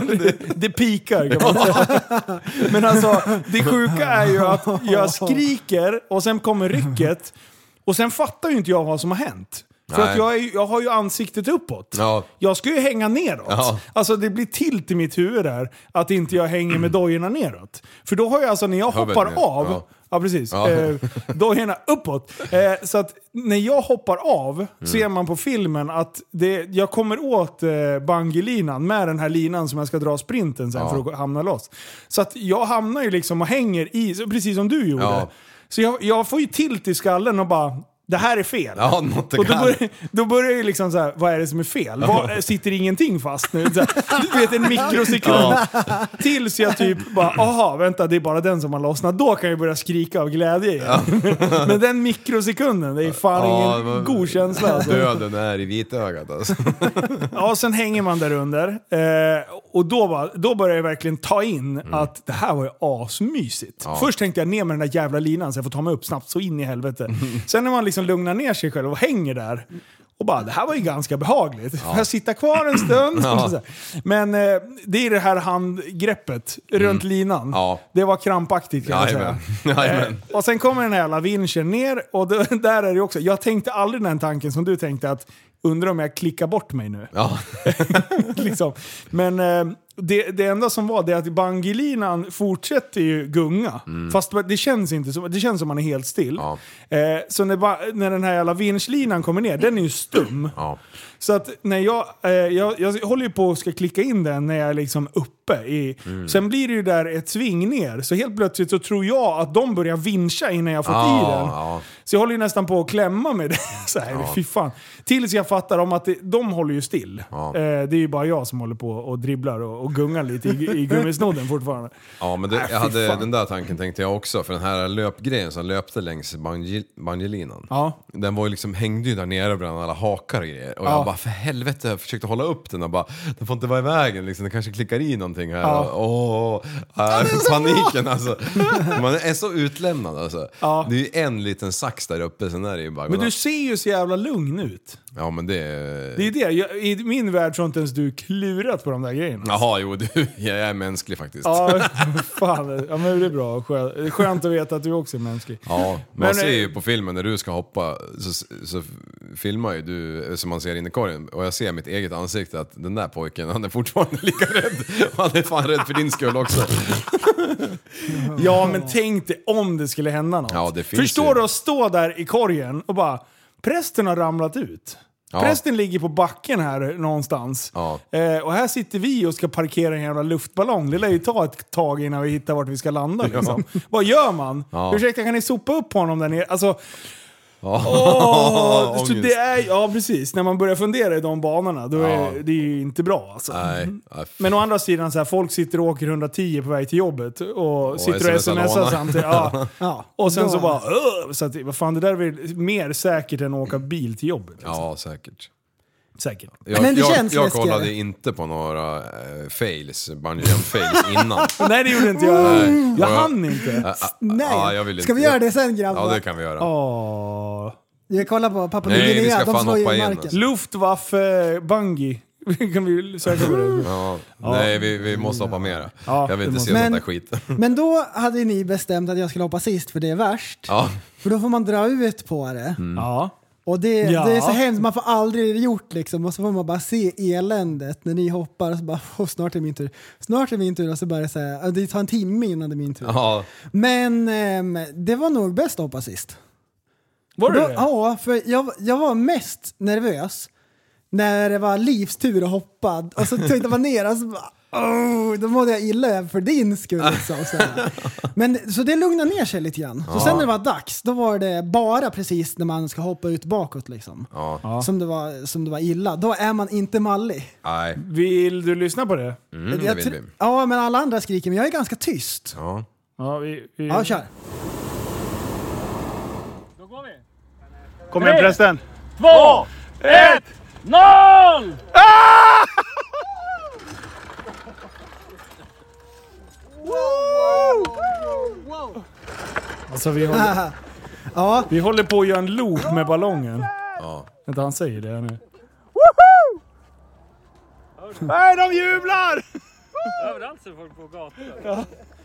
det pikar kan man säga. Men alltså, det sjuka är ju att jag skriker och sen kommer rycket och sen fattar ju inte jag vad som har hänt. För att jag har ju ansiktet uppåt. Ja. Jag ska ju hänga neråt. Ja. Alltså det blir till mitt huvud där att inte jag hänger med dojorna neråt. För då har jag alltså när jag hoppar av... Ja, precis. Ja. Dojorna uppåt. Så att när jag hoppar av ser man på filmen att jag kommer åt bungee-linan med den här linan som jag ska dra sprinten sen för att hamna loss. Så att jag hamnar ju liksom och hänger i, precis som du gjorde. Ja. Så jag får ju tilt i skallen och bara... Det här är fel. Ja, och då börjar jag liksom så här, vad är det som är fel? Sitter ingenting fast nu? Så här, du vet, en mikrosekund. Tills jag typ bara, aha, vänta, det är bara den som har lossnat. Då kan jag börja skrika av glädje igen. Men den mikrosekunden, det är fan ingen god känsla. Alltså. Döden är i vitögat alltså. Ja, sen hänger man där under. Och då börjar jag verkligen ta in att det här var ju asmysigt. Ja. Först tänkte jag ner med den där jävla linan så jag får ta mig upp snabbt så in i helvete. Sen när man liksom lugnar ner sig själv och hänger där och bara, det här var ju ganska behagligt. Ja. Jag sitter kvar en stund. Ja. Men det är det här handgreppet runt linan. Ja. Det var krampaktigt kan jag säga. Och sen kommer den här jävla vinschen ner och där är det också. Jag tänkte aldrig den tanken som du tänkte att undrar om jag klickar bort mig nu. Ja. Liksom. Men det enda som var det att bungee-linan fortsätter ju gunga. Fast det känns inte som, det känns som man är helt still. Ja. Så när den här jävla vinschlinan kommer ner, den är ju stum. Ja. Så att när jag håller ju på och ska klicka in den när jag är liksom uppe i. Sen blir det ju där ett sving ner. Så helt plötsligt så tror jag att de börjar vinscha innan jag fått i den. Ja. Så jag håller ju nästan på att klämma med det. Så här, fy fan. Tills jag fattar om att de håller ju still. Ja. Det är ju bara jag som håller på och dribblar och gungar lite i gummisnodden fortfarande. Ja, men jag hade den där tanken tänkte jag också. För den här löpgrejen som löpte längs bungee-linan. Ja. Den var ju liksom, hängde ju där nere bland alla hakar och grejer. Och jag bara, för helvete, jag försökte hålla upp den och bara, den får inte vara i vägen liksom, den kanske klickar i någonting här. Ja. Paniken alltså. Man är så utlämnad alltså. Ja. Det är ju en liten sax där uppe, sen är det ju bara... Men du ser ju så jävla lugn ut. Ja, men det är det. I min värld så har inte ens du klurat på de där grejerna. Jaha, jo, jag är mänsklig faktiskt. Ja, fan. Ja, men det är bra. Skönt att veta att du också är mänsklig. Ja, man ser ju på filmen när du ska hoppa så filmar ju du som man ser in i korgen. Och jag ser mitt eget ansikte att den där pojken, han är fortfarande lika rädd. Han är fan rädd för din skull också. Ja, men tänk dig om det skulle hända något. Ja, det finns Förstår du att stå där i korgen och bara, prästen har ramlat ut. Ja. Prästen ligger på backen här någonstans. Ja. Och här sitter vi och ska parkera en jävla luftballong. Det lär ju ta ett tag innan vi hittar vart vi ska landa. Liksom. Ja. Vad gör man? Ja. Ursäkta, kan ni sopa upp på honom där nere? Alltså... så det är, ja, precis. När man börjar fundera i de banorna, då är det ju inte bra alltså. Nej. Men å andra sidan så här, folk sitter och åker 110 på väg till jobbet och sitter och smsar samtidigt. Ja. Och sen så bara så att, vad fan, det där är väl mer säkert än att åka bil till jobbet liksom. Ja, säkert. Men det känns jag kollade inte på några fails, bungee fails innan. Nej, det gjorde inte jag. Jag hann inte. Nej. Jag vill inte. Ska vi göra det sen, grabbar? Ja, det kan vi göra. Jag kollar på Papua Nya Guinea. Vi ska fan hoppa igen. Luftwaffe bungee. Kan vi söka på det? Nej, vi måste hoppa mer. Jag vill inte se sånt där skit. Men då hade ni bestämt att jag skulle hoppa sist, för det är värst. Ja. För då får man dra ut på det. Ja. Och det är så hemskt, man får aldrig det gjort liksom. Och så får man bara se eländet när ni hoppar och så bara, snart är min tur. Snart är min tur och så bara så här, det tar en timme innan det är min tur. Ja. Men det var nog bäst att hoppa sist. Var det? Ja, för jag var mest nervös när det var Livs tur att hoppa. Och så tänkte man ner och så bara, då mådde jag illa för din skull. Liksom, men så det lugnade ner sig lite grann. Så sen när det var dags, då var det bara precis när man ska hoppa ut bakåt liksom. Som det var illa. Då är man inte mallig. Nej. Vill du lyssna på det? Det vill vi. Ja, men alla andra skriker, men jag är ganska tyst. Ja, vi... Ja, kör. Då går vi. Kom igen prästen. 2, 1, 0! Alltså vi håller på att göra en loop med ballongen. Vänta, han säger det nu. Nej, de jublar! Överallt så folk på gatan. Ja.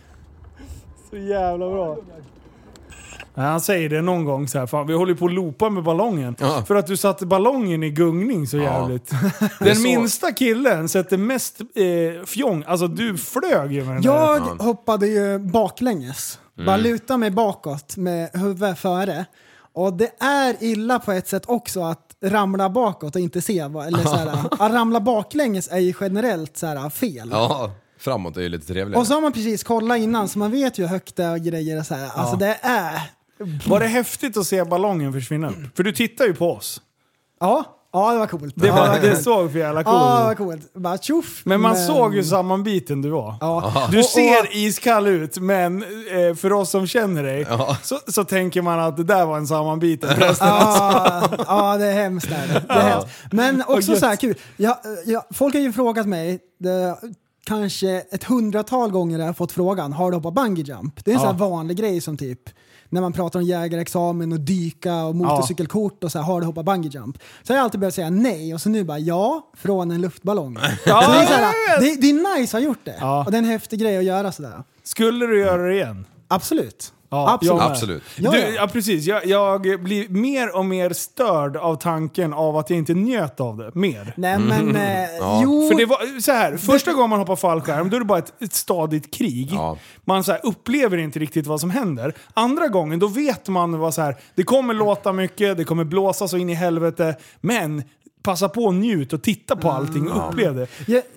Så jävla bra. Nej, han säger det någon gång så här, fan, vi håller på att loopa med ballongen. För att du satte ballongen i gungning så jävligt. Den minsta killen sätter mest fjong. Alltså du flög ju med den Jag hoppade ju baklänges. Bara luta mig bakåt med huvudet före. Och det är illa på ett sätt också att ramla bakåt och inte se. Eller så här, att ramla baklänges är ju generellt så här, fel. Ja, framåt är ju lite trevligt. Och så har man precis kollat innan så man vet ju hur högt det är och grejer och så här. Alltså det är... Var det häftigt att se ballongen försvinna? För du tittar ju på oss. Ja, det var coolt. Det såg för jävla coolt. Ja, det var coolt. Bara tjoff. Men man såg ju sammanbiten du var. Ja. Du ser iskall ut, men för oss som känner dig så tänker man att det där var en sammanbiten. Ja, det är hemskt där. Det är hemskt. Men också så här kul. Folk har ju frågat mig, kanske 100-tal gånger har jag fått frågan, har du hoppat bungee jump? Det är en sån här vanlig grej som typ när man pratar om jägarexamen och dyka och motorcykelkort och så här, har du hoppat bungee jump? Så har jag alltid börjat säga nej och så nu bara från en luftballong. Så det är så här, det är nice att ha gjort det. Ja. Och det är en häftig grej att göra sådär. Skulle du göra det igen? Absolut. Ja, absolut. Ja, precis. Jag blir mer och mer störd av tanken av att jag inte njöt av det. Mer. Nej, men jo. För det var så här, första gången man hoppar fallskärm, då är det bara ett stadigt krig. Ja. Man så här, upplever inte riktigt vad som händer. Andra gången, då vet man vad så här, det kommer låta mycket, det kommer blåsa så in i helvete, men passa på och njut och titta på allting och upplev det.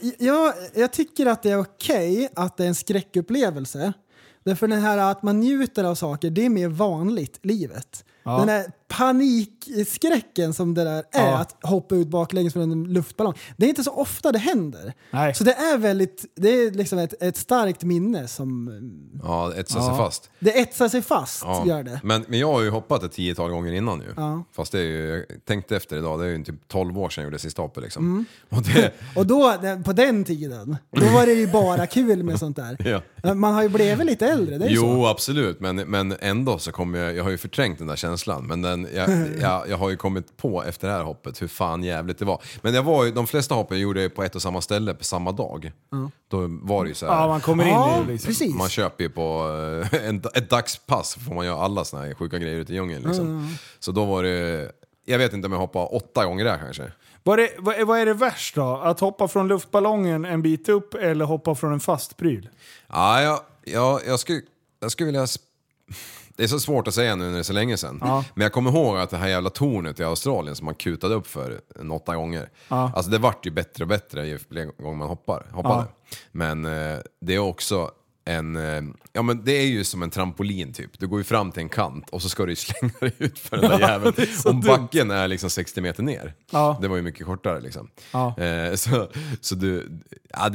Jag tycker att det är okej att det är en skräckupplevelse. Därför den här att man njuter av saker, det är mer vanligt i livet. Ja. Den här panikskräcken som det där är att hoppa ut baklänges från en luftballong. Det är inte så ofta det händer. Nej. Så det är liksom ett starkt minne som... Ja, det etsar sig fast. Det etsar sig fast, gör det. Men jag har ju hoppat ett 10-tal gånger innan ju. Ja. Fast det är ju, jag tänkte efter idag, det är ju typ 12 år sedan jag gjorde sista hoppet liksom. Och då, på den tiden, då var det ju bara kul med sånt där. Ja. Man har ju blivit lite äldre, det är jo, så. Absolut, men ändå så kommer jag har ju förträngt den där känslan. Men jag har ju kommit på efter det här hoppet hur fan jävligt det var. Men de flesta hoppen gjorde jag på ett och samma ställe på samma dag. Då var det ju så här. Ja, man kommer in i det liksom. Precis. Man köper ju på ett dagspass, får man göra alla såna här sjuka grejer ute i djungeln liksom. Så då var det, jag vet inte om jag hoppade 8 gånger där kanske. Vad är det värst då? Att hoppa från luftballongen en bit upp eller hoppa från en fast pryl? Ja, jag skulle vilja... Det är så svårt att säga nu när det är så länge sedan. Ja. Men jag kommer ihåg att det här jävla tornet i Australien som man kutade upp för 8 gånger. Ja. Alltså det vart ju bättre och bättre ju fler gånger man hoppade. Ja. Men det är också ja men det är ju som en trampolin typ. Du går ju fram till en kant och så ska du slänga dig ut för den där jäveln. Om backen är liksom 60 meter ner. Ja. Det var ju mycket kortare liksom. Ja. Så du... Ja,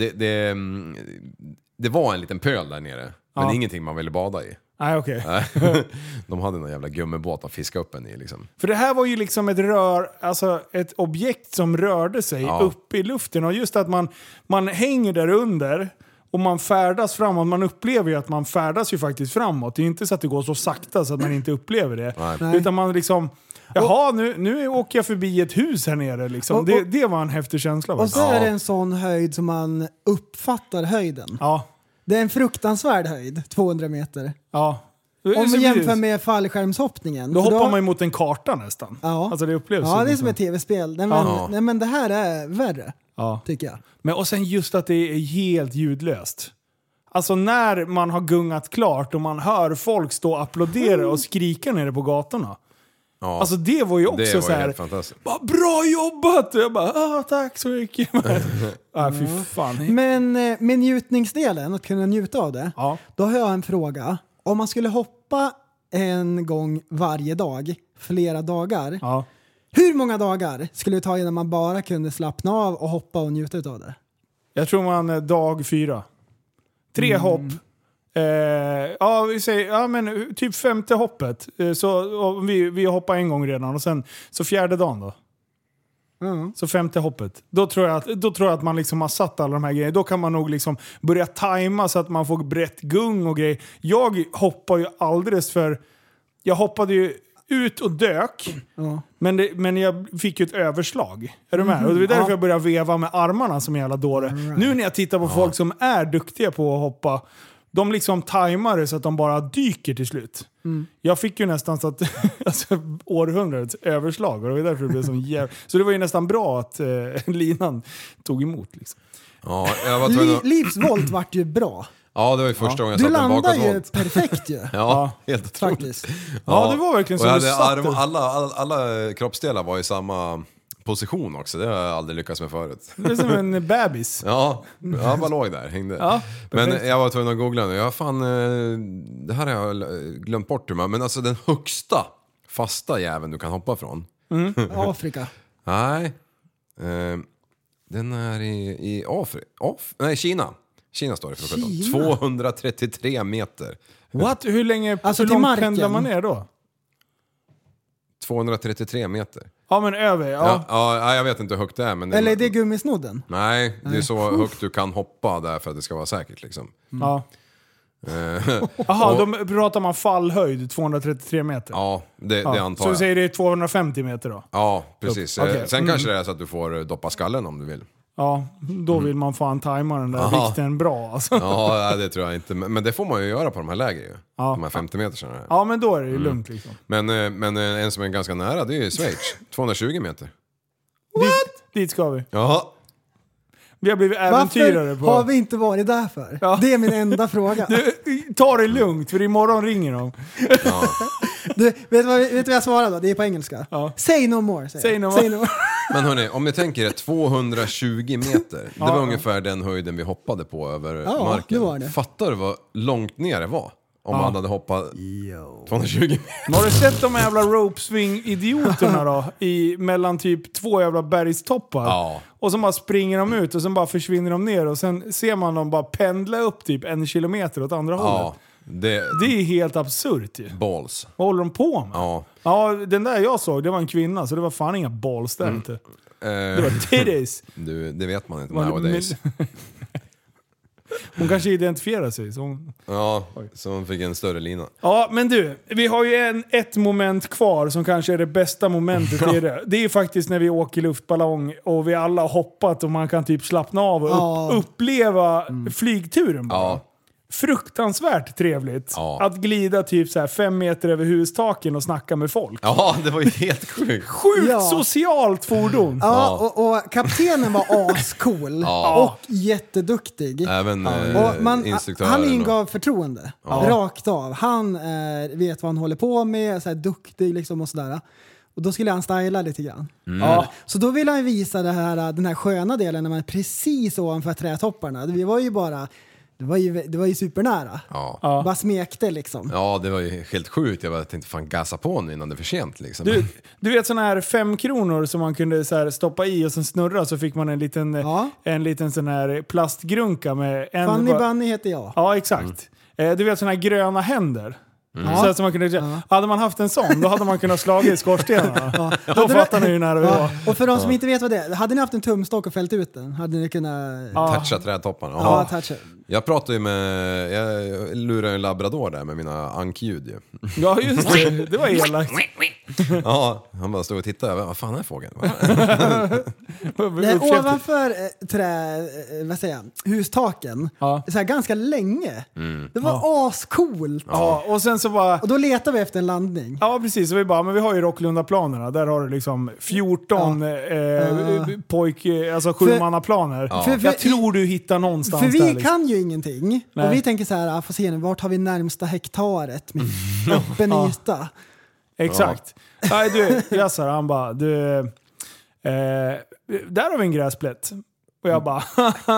det var en liten pöl där nere. Men ingenting man ville bada i. Nej, okej. De hade någon jävla gummibåt att fiska upp en i liksom. För det här var ju liksom ett objekt som rörde sig upp i luften. Och just att man hänger där under och man färdas framåt. Man upplever ju att man färdas ju faktiskt framåt. Det är ju inte så att det går så sakta så att man inte upplever det. Nej. Utan man liksom... Jaha, nu åker jag förbi ett hus här nere liksom. Det var en häftig känsla. Och så är det en sån höjd som man uppfattar höjden. Ja. Det är en fruktansvärd höjd, 200 meter. Ja. Om vi jämför med fallskärmshoppningen. Då hoppar man ju mot en karta nästan. Ja, alltså det upplevs det är som ett tv-spel. Nej, men det här är värre, tycker jag. Men och sen just att det är helt ljudlöst. Alltså när man har gungat klart och man hör folk stå och applådera och skrika nere på gatorna. Ja. Alltså det var ju också så här. Bra jobbat! Och jag bara, tack så mycket. Fy fan. Men med njutningsdelen, att kunna njuta av det. Ja. Då har jag en fråga. Om man skulle hoppa en gång varje dag, flera dagar. Ja. Hur många dagar skulle det ta innan man bara kunde slappna av och hoppa och njuta av det? Jag tror man dag 4. 3 hopp. Vi säger, men typ 5:e hoppet. Så vi hoppar en gång redan och sen så 4:e dagen då. Så 5:e hoppet. Då tror jag att man liksom har satt alla de här grejerna. Då kan man nog liksom börja tajma så att man får brett gung och grejer. Jag hoppar ju alldeles för... Jag hoppade ju ut och dök. Men jag fick ju ett överslag. Är du med? Och det är därför jag börjar veva med armarna som en jävla dåre. Nu när jag tittar på folk som är duktiga på att hoppa, de liksom tajmar det så att de bara dyker till slut. Jag fick ju nästan så att århundradets överslag. Och det var därför det blev som så det var ju nästan bra att linan tog emot liksom. Ja, jag var Livsvolt vart ju bra. Ja, det var ju första gången jag satt en bakåtvolt. Du landade ju perfekt ju. Ja, helt otroligt. Faktiskt. Ja, det var verkligen så. Alla kroppsdelar var i samma position också. Det har jag aldrig lyckats med förut. Det är som en bebis. Ja, jag bara låg där, hängde. Ja, men jag var tvungen att googla nu. Det här har jag glömt bort. Men alltså den högsta fasta jäveln du kan hoppa från. Afrika. Nej. Den är i Afrika. Nej, Kina. Kina står det för 233 meter. What? Hur långt pendlar man ner då? 233 meter. Ja, men över. Ja, jag vet inte hur högt det är. Men eller är det gummisnodden? Nej, det är så högt du kan hoppa där för att det ska vara säkert liksom. Ja. Jaha, då pratar man fallhöjd 233 meter. Ja, det antar så jag. Så säger det 250 meter då? Ja, precis. Okay. Sen kanske det är så att du får doppa skallen om du vill. Ja, då vill man fan tajma den där vikten bra alltså. Ja, det tror jag inte. Men det får man ju göra på de här lägre ju. De här 50 meter sedan. Ja, men då är det ju lugnt liksom. Men en som är ganska nära, det är ju Schweiz. 220 meter. Dit ska vi. Ja. Vi har blivit äventyrare på... Varför har vi inte varit där för? Ja. Det är min enda fråga. Ta det lugnt, för imorgon ringer de. Ja. Vet du vad jag svarade då? Det är på engelska. Ja. Say no more. Say no more. Men hörni, om ni tänker er 220 meter. Det var ungefär den höjden vi hoppade på över marken. Det var det. Fattar du vad långt ner det var? Om man hade hoppat 220 meter. Har du sett de jävla ropeswing-idioterna då? Mellan typ 2 jävla bergstoppar. Ja. Och så bara springer de ut och sen bara försvinner de ner. Och sen ser man dem bara pendla upp typ 1 kilometer åt andra hållet. Det är helt absurt ju. Balls. Vad håller de på med? Ja, den där jag såg, det var en kvinna. Så det var fan inga balls där inte. Det var titties. Det vet man inte nowadays. Hon kanske identifierar sig. Så hon fick en större lina. Ja, men du, vi har ju ett moment kvar som kanske är det bästa momentet i det. Det är faktiskt när vi åker luftballong och vi alla har hoppat och man kan typ slappna av och uppleva flygturen bara. Ja. Fruktansvärt trevligt att glida typ så här 5 meter över hustaken och snacka med folk. Ja, det var ju helt sjukt. Sjukt socialt fordon. Ja, och kaptenen var ascool och jätteduktig. Även instruktören. Han ingav förtroende. Rakt av. Han vet vad han håller på med, så här duktig liksom och sådär. Och då skulle han styla lite grann. Så då ville han visa den här sköna delen när man är precis ovanför trädtopparna. Vi var ju bara... Det var ju supernära. Bara smekte liksom. Ja, det var ju helt sjukt. Jag tänkte fan gasa på nu innan det är för sent liksom. Du vet såna här 5 kronor som man kunde så här stoppa i och sen snurra, så fick man en liten sån här plastgrunka med en... Funny Bunny heter jag. Ja, exakt. Du vet såna här gröna händer. Så att man kunde, hade man haft en sån, då hade man kunnat slaga i skorstenarna. Då fattar ni ju när det var. Och för de som inte vet vad det är, hade ni haft en tumstock och fällt ut den, hade ni kunnat toucha trädtopparna. Ja, toucha. Jag pratade ju jag lurade en labrador där med mina ankljud ju. Ja, just det. Det var elakt. Ja, han bara stod och tittade över. Vad fan är fågeln? Ovanför hustaken. Ja. Så här, ganska länge. Det var ascoolt. Ja, och sen så bara... Och då letar vi efter en landning. Ja, precis. Så vi bara, men vi har ju Rocklunda-planerna. Där har du liksom 14 alltså 7-mannaplaner. Ja. Jag tror du hittar någonstans. För vi där, liksom. kan ju ingenting. Nej. Och vi tänker så här, får se nu, vart har vi närmsta hektaret med öppen yta? Exakt. Nej, du, Jassar, han bara, där har vi en gräsplätt. Och jag bara,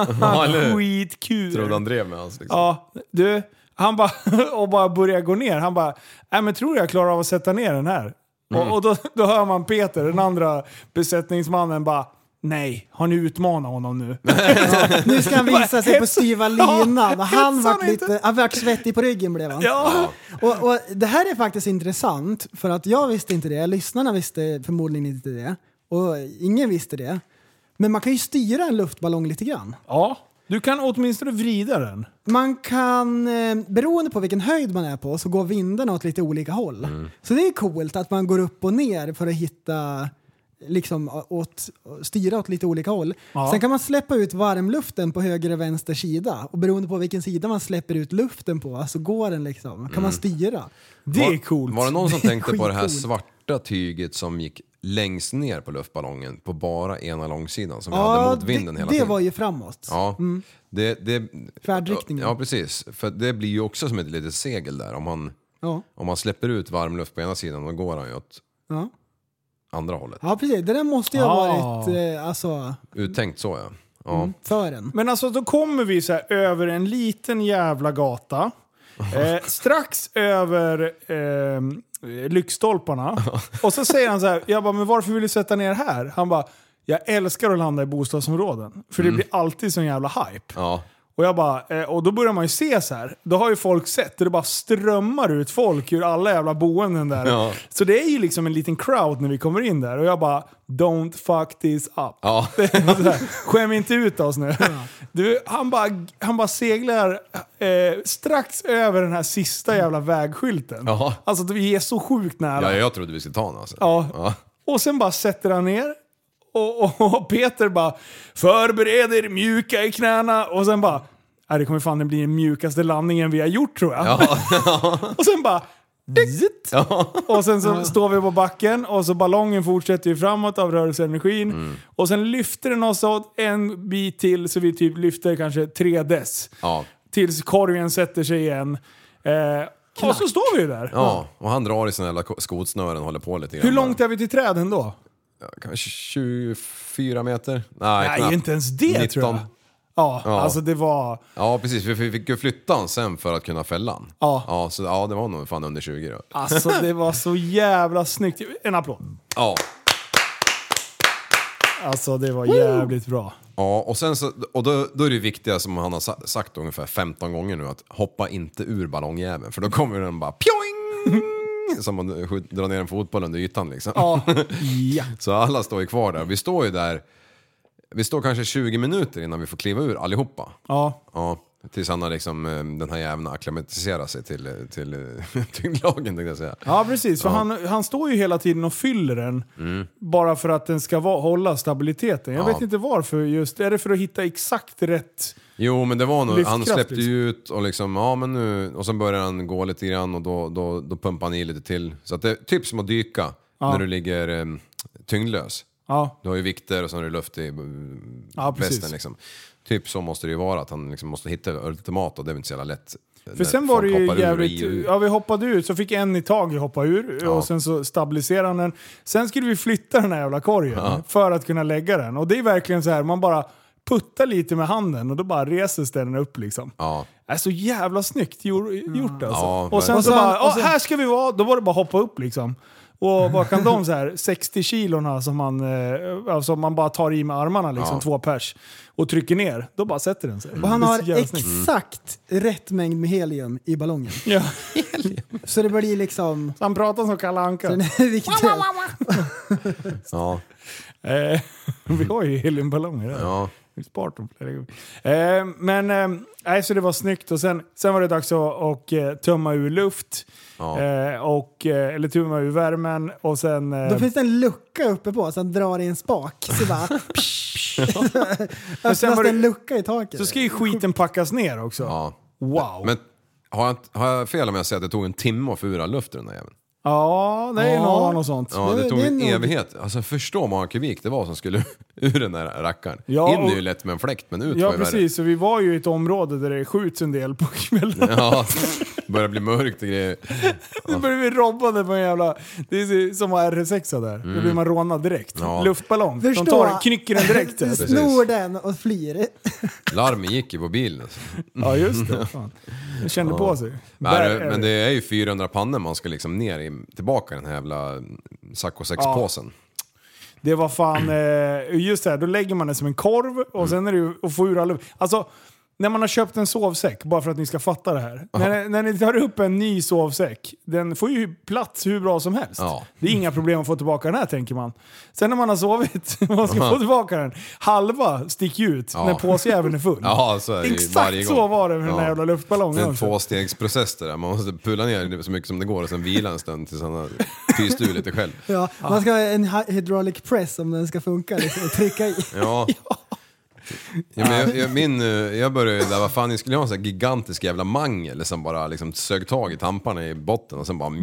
skitkul. Trodde han drev med hans liksom. Ja, du, han bara, och bara börjar gå ner. Han bara, men tror jag klarar av att sätta ner den här? Och då hör man Peter, den andra besättningsmannen, bara, nej, har ni utmanat honom nu? Nu ska han visa sig på styva linan. Han var svettig på ryggen blev han. Ja. Och det här är faktiskt intressant, för att jag visste inte det. Lyssnarna visste förmodligen inte det. Och ingen visste det. Men man kan ju styra en luftballong lite grann. Ja, du kan åtminstone vrida den. Man kan, beroende på vilken höjd man är på, så går vindarna åt lite olika håll. Så det är coolt att man går upp och ner för att hitta... liksom styra åt lite olika håll. Ja. Sen kan man släppa ut varmluften på höger och vänster sida. Och beroende på vilken sida man släpper ut luften på så går den liksom. Kan man styra. Det är coolt. Var det någon som tänkte på det här svarta tyget som gick längst ner på luftballongen på bara ena långsidan som hade mot vinden hela tiden? Det var ju framåt. Ja. Färdriktningen. Ja, precis. För det blir ju också som ett litet segel där. Om man släpper ut varmluft på ena sidan, då går han ju åt andra hållet. Ja, precis. Det där måste ju ha varit uttänkt så, ja. För en. Men alltså, då kommer vi så här över en liten jävla gata. Strax över lyktstolparna. Och så säger han så här, jag bara, men varför vill du sätta ner här? Han bara, jag älskar att landa i bostadsområden. För det blir alltid sån jävla hype. Ja. Och jag bara, och då börjar man ju se så här. Då har ju folk sett det bara strömmar ut folk ur alla jävla boenden där. Ja. Så det är ju liksom en liten crowd när vi kommer in där. Och jag bara, don't fuck this up. Ja. Skäm inte ut oss nu. Ja. Du, han bara seglar strax över den här sista jävla vägskylten. Ja. Alltså vi är så sjukt nära. Ja, jag trodde vi skulle ta den alltså. Ja. Och sen bara sätter han ner. Och Peter bara, förbered er mjuka i knäna. Och sen bara, det kommer fan bli den mjukaste landningen vi har gjort, tror jag. Ja. Och sen bara, och sen så står vi på backen. Och så ballongen fortsätter ju framåt av rörelseenergin. Och sen lyfter den oss åt en bit till. Så vi typ lyfter kanske 3 dess. Ja. Tills korgen sätter sig igen. Och så står vi ju där. Ja, och han drar i sina jävla skotsnören och håller på lite grann. Hur långt är vi till träden då? Kanske 24 meter. Nej, inte ens det 19. Tror jag. Ja, alltså det var... Ja, precis. Vi fick ju flytta han sen för att kunna fälla han. Ja, så det var nog fan under 20 då. Alltså det var så jävla snyggt. En applåd. Ja. Alltså det var jävligt bra. Ja, och sen så, och då är det viktiga som han har sagt ungefär 15 gånger nu, att hoppa inte ur ballongjäveln, för då kommer den bara pjoing! Som man drar ner en fotboll under ytan liksom. Ja. Så alla står ju kvar där. Vi står ju där. Vi står kanske 20 minuter innan vi får kliva ur allihopa. Ja. Tills han har liksom den här jäveln akklimatiserar sig till tyngdlagen, tänkte jag säga. Ja, precis. För han står ju hela tiden och fyller den. Bara för att den ska hålla stabiliteten. Jag vet inte varför just. Är det för att hitta exakt rätt... Jo, men det var nog, han släppte ju ut och liksom, men nu, och sen börjar han gå lite grann och då pumpar han i lite till. Så att det är typ som att dyka när du ligger tyngdlös. Ja. Du har ju vikter och så har du luft i västen liksom. Typ så måste det ju vara, att han liksom måste hitta ultimat, och det är inte så jävla lätt. För sen var det ju jävligt, vi hoppade ut, så fick en i taget hoppa ur och sen så stabiliserade han den. Sen skulle vi flytta den här jävla korgen för att kunna lägga den. Och det är verkligen så här, man bara puttar lite med handen och då bara reser den upp liksom. Ja. Det är så jävla snyggt gjort alltså. Ja, och sen så bara, här ska vi vara, då var det bara hoppa upp liksom. Och vad kan de så här 60 kilorna som man bara tar i med armarna liksom, 2 pers och trycker ner, då bara sätter den sig. Och han har exakt rätt mängd med helium i ballongen. Ja. Så det blir liksom... Så han pratar som Kalle Anka. Så det är viktigt. Ja. Vi har ju heliumballonger där. Ja. Vi sparat dem flera gånger. Så det var snyggt. Och sen var det dags att tömma ur luft. Ja. Eller tömma ur värmen. Och sen... Då finns det en lucka uppe på, så han drar i en spak. Så bara... sen var det en lucka i taket. Så ska ju skiten packas ner också. Ja. Wow. Men har jag fel om jag säger att det tog en timme att få ur all luft i den där jäveln? Ja, det är något sånt. Ja, det tog en evighet. Alltså förstå många kubik det var som skulle ur den där rackaren. Ja, in är ju lätt med en fläkt, men ut ja, var ju precis. Så vi var ju i ett område där det skjuts en del på kvällen. Ja, det börjar bli mörkt och grejer. Nu börjar vi robbade på en jävla... Det är som var R6 där. Då blir man rånad direkt. Ja. Luftballong. Förstå. De tar den, knycker den direkt. Du snor den och flyr. Larmen gick ju på bilen. Ja, just det. Fan. Det kände på sig. Men det är ju 400 pannor man ska liksom ner tillbaka den här jävla Sacco 6-påsen. Det var fan... just det här, då lägger man det som en korv och sen är det ju att få ur all... Alltså, när man har köpt en sovsäck, bara för att ni ska fatta det här. När ni tar upp en ny sovsäck, den får ju plats hur bra som helst. Ja. Det är inga problem att få tillbaka den här, tänker man. Sen när man har sovit, man ska få tillbaka den. Halva sticker ut när påsjäveln är full. Ja, så är det exakt varje gång. Så var det med den här jävla luftballongen. Det är en tvåstegsprocess där. Man måste pulla ner så mycket som det går och sen vila en stund tills han har pyst ur lite själv. Ja, man ska ha en hydraulic press om den ska funka liksom, och trycka i. Ja. Ja, men jag började ju där, vad fan, jag skulle ha en sån här gigantisk jävla mangel som bara liksom sög tag i tamparna i botten och sen bara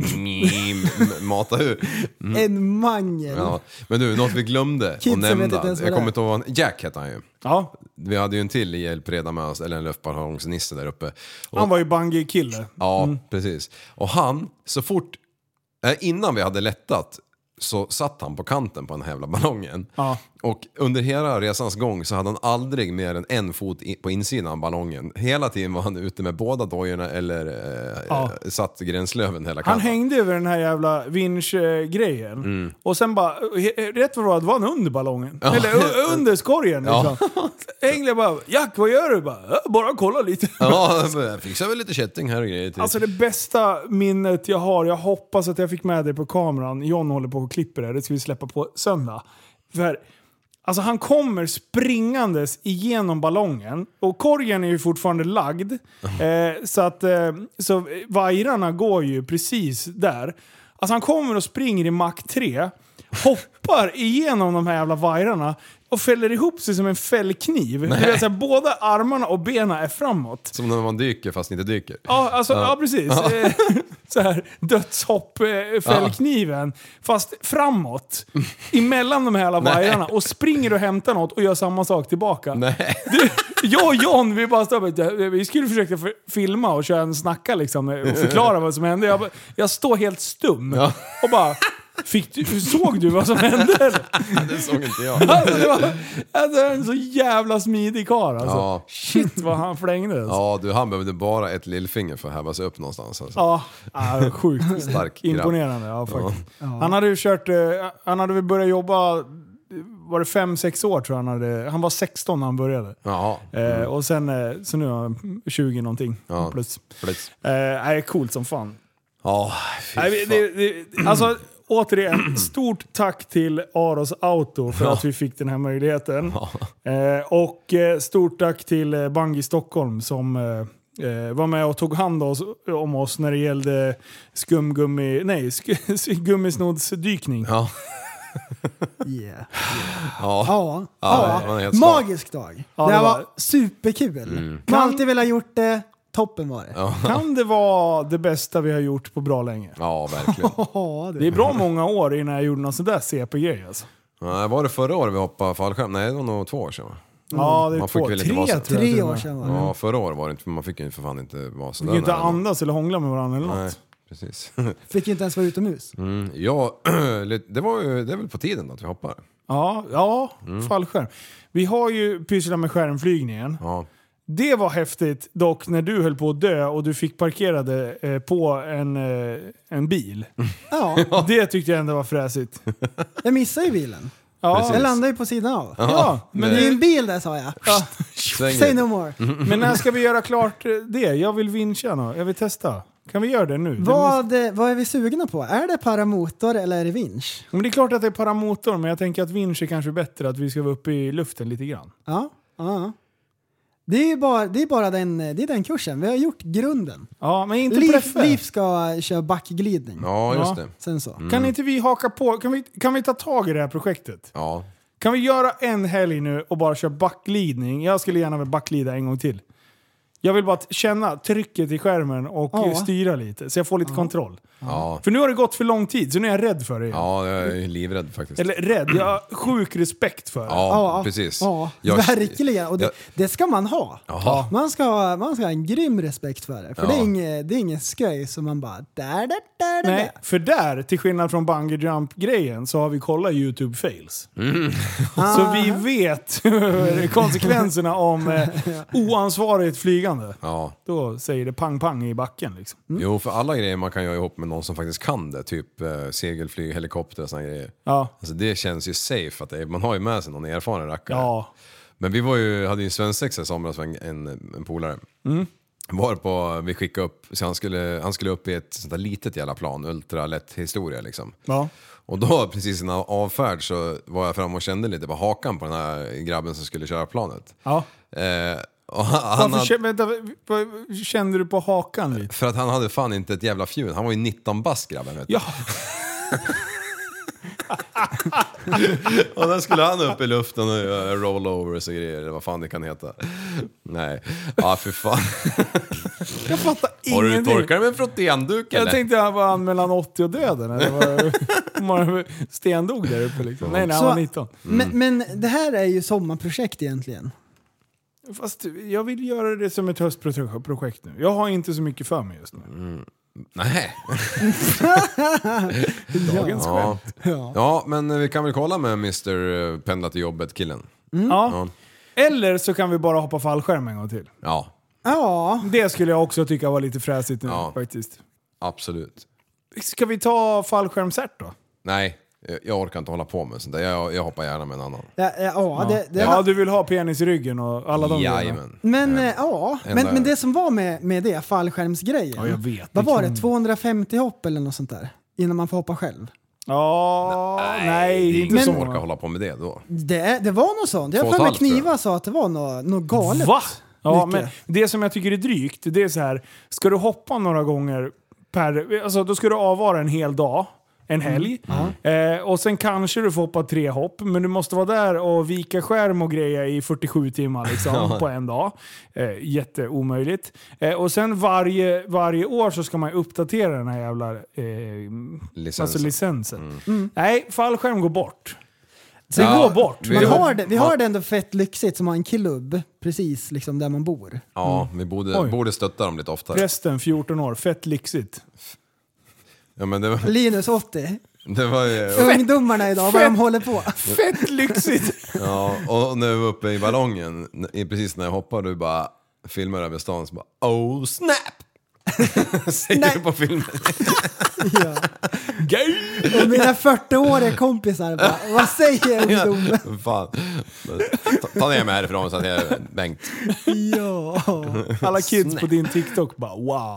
mata ur. En mangel. Ja. Men du, något vi glömde att nämna. Jag kommer inte ihåg, Jack hette han ju. Ja. Vi hade ju en till hjälpreda med oss, eller en luftballongsnisse där uppe. Och, han var ju bungee-kille. Ja, precis. Och han, så fort, innan vi hade lättat, så satt han på kanten på den här jävla ballongen. Ja. Och under hela resans gång så hade han aldrig mer än en fot på insidan av ballongen. Hela tiden var han ute med båda dojorna eller satt gränslöven hela kanten. Han hängde över den här jävla vinsch-grejen. Och sen bara, rätt vad det var han under ballongen. Ja. Eller under skorgen. Liksom. Hängde bara, Jack, vad gör du? Bara kolla lite. Ja, jag fixar väl lite kätting här och grejer till. Alltså det bästa minnet jag har, jag hoppas att jag fick med det på kameran. John håller på och klipper det ska vi släppa på söndag. För alltså han kommer springandes igenom ballongen och korgen är ju fortfarande lagd. Så vajrarna går ju precis där. Alltså han kommer och springer i Mach 3, hoppar igenom de här jävla vajrarna och fäller ihop sig som en fällkniv. Det är så här, båda armarna och benen är framåt. Som när man dyker fast inte dyker. Ja, alltså, ja precis. Så här, dödshopp, fällkniven. Fast framåt. Emellan de här alla vajrarna. Och springer och hämtar något och gör samma sak tillbaka. Nej. Jag och John, vi skulle försöka filma och köra en snacka liksom, och förklara vad som hände. Jag står helt stum. Ja. Och bara... såg du vad som hände? Det såg inte jag. Alltså en så jävla smidig karl alltså. Ja. Shit vad han flängde. Alltså. Ja, du, han behövde bara ett lillfinger för att häva sig upp någonstans. Alltså. Ja, sjukt. Stark imponerande, ja faktiskt. Ja. Han hade ju han hade väl börjat jobba, var det 5-6 år tror jag han var 16 när han började. Och sen, så nu är han 20 någonting. Ja. Plus. Coolt som fan. Ja, alltså återigen, stort tack till Aros Auto för att vi fick den här möjligheten. Och stort tack till Bungee Stockholm som var med och tog hand om oss när det gällde gummisnodsdykning. Ja. Magisk dag. Det var superkul. Man alltid velat gjort det. Toppen var det. Ja. Kan det vara det bästa vi har gjort på bra länge? Ja, verkligen. Det är bra många år innan jag gjorde någon sån där CP-grej alltså. Ja, var det förra året vi hoppade fallskärm? Nej, det var nog 2 år sedan. Ja, det är 3 år sedan. Ja, förra året var det inte, för man fick ju för fan inte vara så där. Fick inte andas eller hångla med varandra eller något. Nej, precis. Fick inte ens vara utomhus. Ja, det är väl på tiden att vi hoppar. Ja, fallskärm. Vi har ju pysslat med skärmflygningen. Ja. Det var häftigt dock när du höll på att dö och du fick parkerade på en bil. Ja. Det tyckte jag ändå var fräsigt. Jag missade ju bilen. Ja. Jag landade ju på sidan av. Ja, men det är en bil där, sa jag. Say no more. Men när ska vi göra klart det? Jag vill vincha nu. Jag vill testa. Kan vi göra det nu? Vad är vi sugna på? Är det paramotor eller är det vinsch? Men det är klart att det är paramotor, men jag tänker att vinsch är kanske bättre, att vi ska vara uppe i luften lite grann. Ja. Det är bara den kursen. Vi har gjort grunden. Ja, men inte Liv ska köra backglidning. Ja, just det. Sen så. Kan inte vi haka på? Kan vi ta tag i det här projektet? Ja. Kan vi göra en helg nu och bara köra backglidning? Jag skulle gärna vilja backlida en gång till. Jag vill bara känna trycket i skärmen och styra lite, så jag får lite kontroll. Ja. För nu har det gått för lång tid, så nu är jag rädd för det. Ja, jag är livrädd faktiskt. Eller rädd, jag har sjuk respekt för det. Ja, precis. Ja, verkligen. Och det ska man ha. Jaha. Man ska ha en grym respekt för det. För det är ingen skoj som man bara... Nej, för där, till skillnad från bungee jump-grejen, så har vi kollat YouTube fails. Så vi vet konsekvenserna om oansvarigt flygande. Ja. Då säger det pang-pang i backen. Liksom. Jo, för alla grejer man kan göra ihop med någon som faktiskt kan det. Typ segelflyg, helikopter och såna grejer. Ja. Alltså, det känns ju safe att man har ju med sig någon erfaren rackare. Ja. Men vi hade ju en svensexa i somras med en polare. Vi skickade upp, så han skulle upp i ett sånt där litet jävla plan, ultralätt historia liksom. Ja. Och då precis innan avfärd så var jag fram och kände lite på hakan på den här grabben som skulle köra planet. Ja. Och Varför kände du på hakan lite? För att han hade fan inte ett jävla fjun. Han var ju 19 bast grabben, vet du. Ja. Och då skulle han upp i luften och göra rollovers och grejer, eller vad fan det kan heta. Nej, för fan. Jag fattar Har du ingenting. torkat med en frottenduk eller? Jag tänkte att var han mellan 80 och döden. Eller man stendog där uppe liksom. Nej, han var 19. Men det här är ju sommarprojekt egentligen. Fast jag vill göra det som ett höstprojekt nu. Jag har inte så mycket för mig just nu. Nej. Dagens skämt. Ja, men vi kan väl kolla med Mr. Pendla till jobbet-killen. Ja. Eller så kan vi bara hoppa fallskärm en gång till. Ja. Det skulle jag också tycka var lite fräsigt nu faktiskt. Absolut. Ska vi ta fallskärmsärt då? Nej, jag orkar inte hålla på med sånt där. Jag hoppar gärna med en annan. Ja, du vill ha penis i ryggen och alla de grejerna. Men det som var med det fallskärmsgrejen. Ja, jag vet. Vad var det? 250 hopp eller något sånt där? Innan man får hoppa själv. Nej, inte så. Orkar hålla på med det då. Det var något sånt. Jag för mig Kniva sa att det var något galet. Va? Ja, men det som jag tycker är drygt, det är så här: ska du hoppa några gånger alltså då ska du avvara en hel dag, en helg. Och sen kanske du får hoppa 3 hopp, men du måste vara där och vika skärm och grejer i 47 timmar liksom, på en dag. Jätteomöjligt. Och sen varje år så ska man uppdatera den här jävla licensen. Nej, fallskärm går bort. Det går bort. Vi har det ändå fett lyxigt som har en klubb precis liksom där man bor. Ja, vi borde stötta dem lite oftare. Prästen, 14 år, fett lyxigt. Ja, men det var... Linus 80. Det var ju... Ungdomarna idag, vad de håller på. Fett lyxigt. Ja, och när vi var uppe i ballongen, precis när jag hoppade, du bara filmade över stan, så bara oh snap! Säger du på filmen. Ja. Och mina 40-åriga kompisar bara, vad säger ungdomen? Fan. Ta ner mig härifrån så att jag är Bengt. Ja. Alla kids på din TikTok bara wow.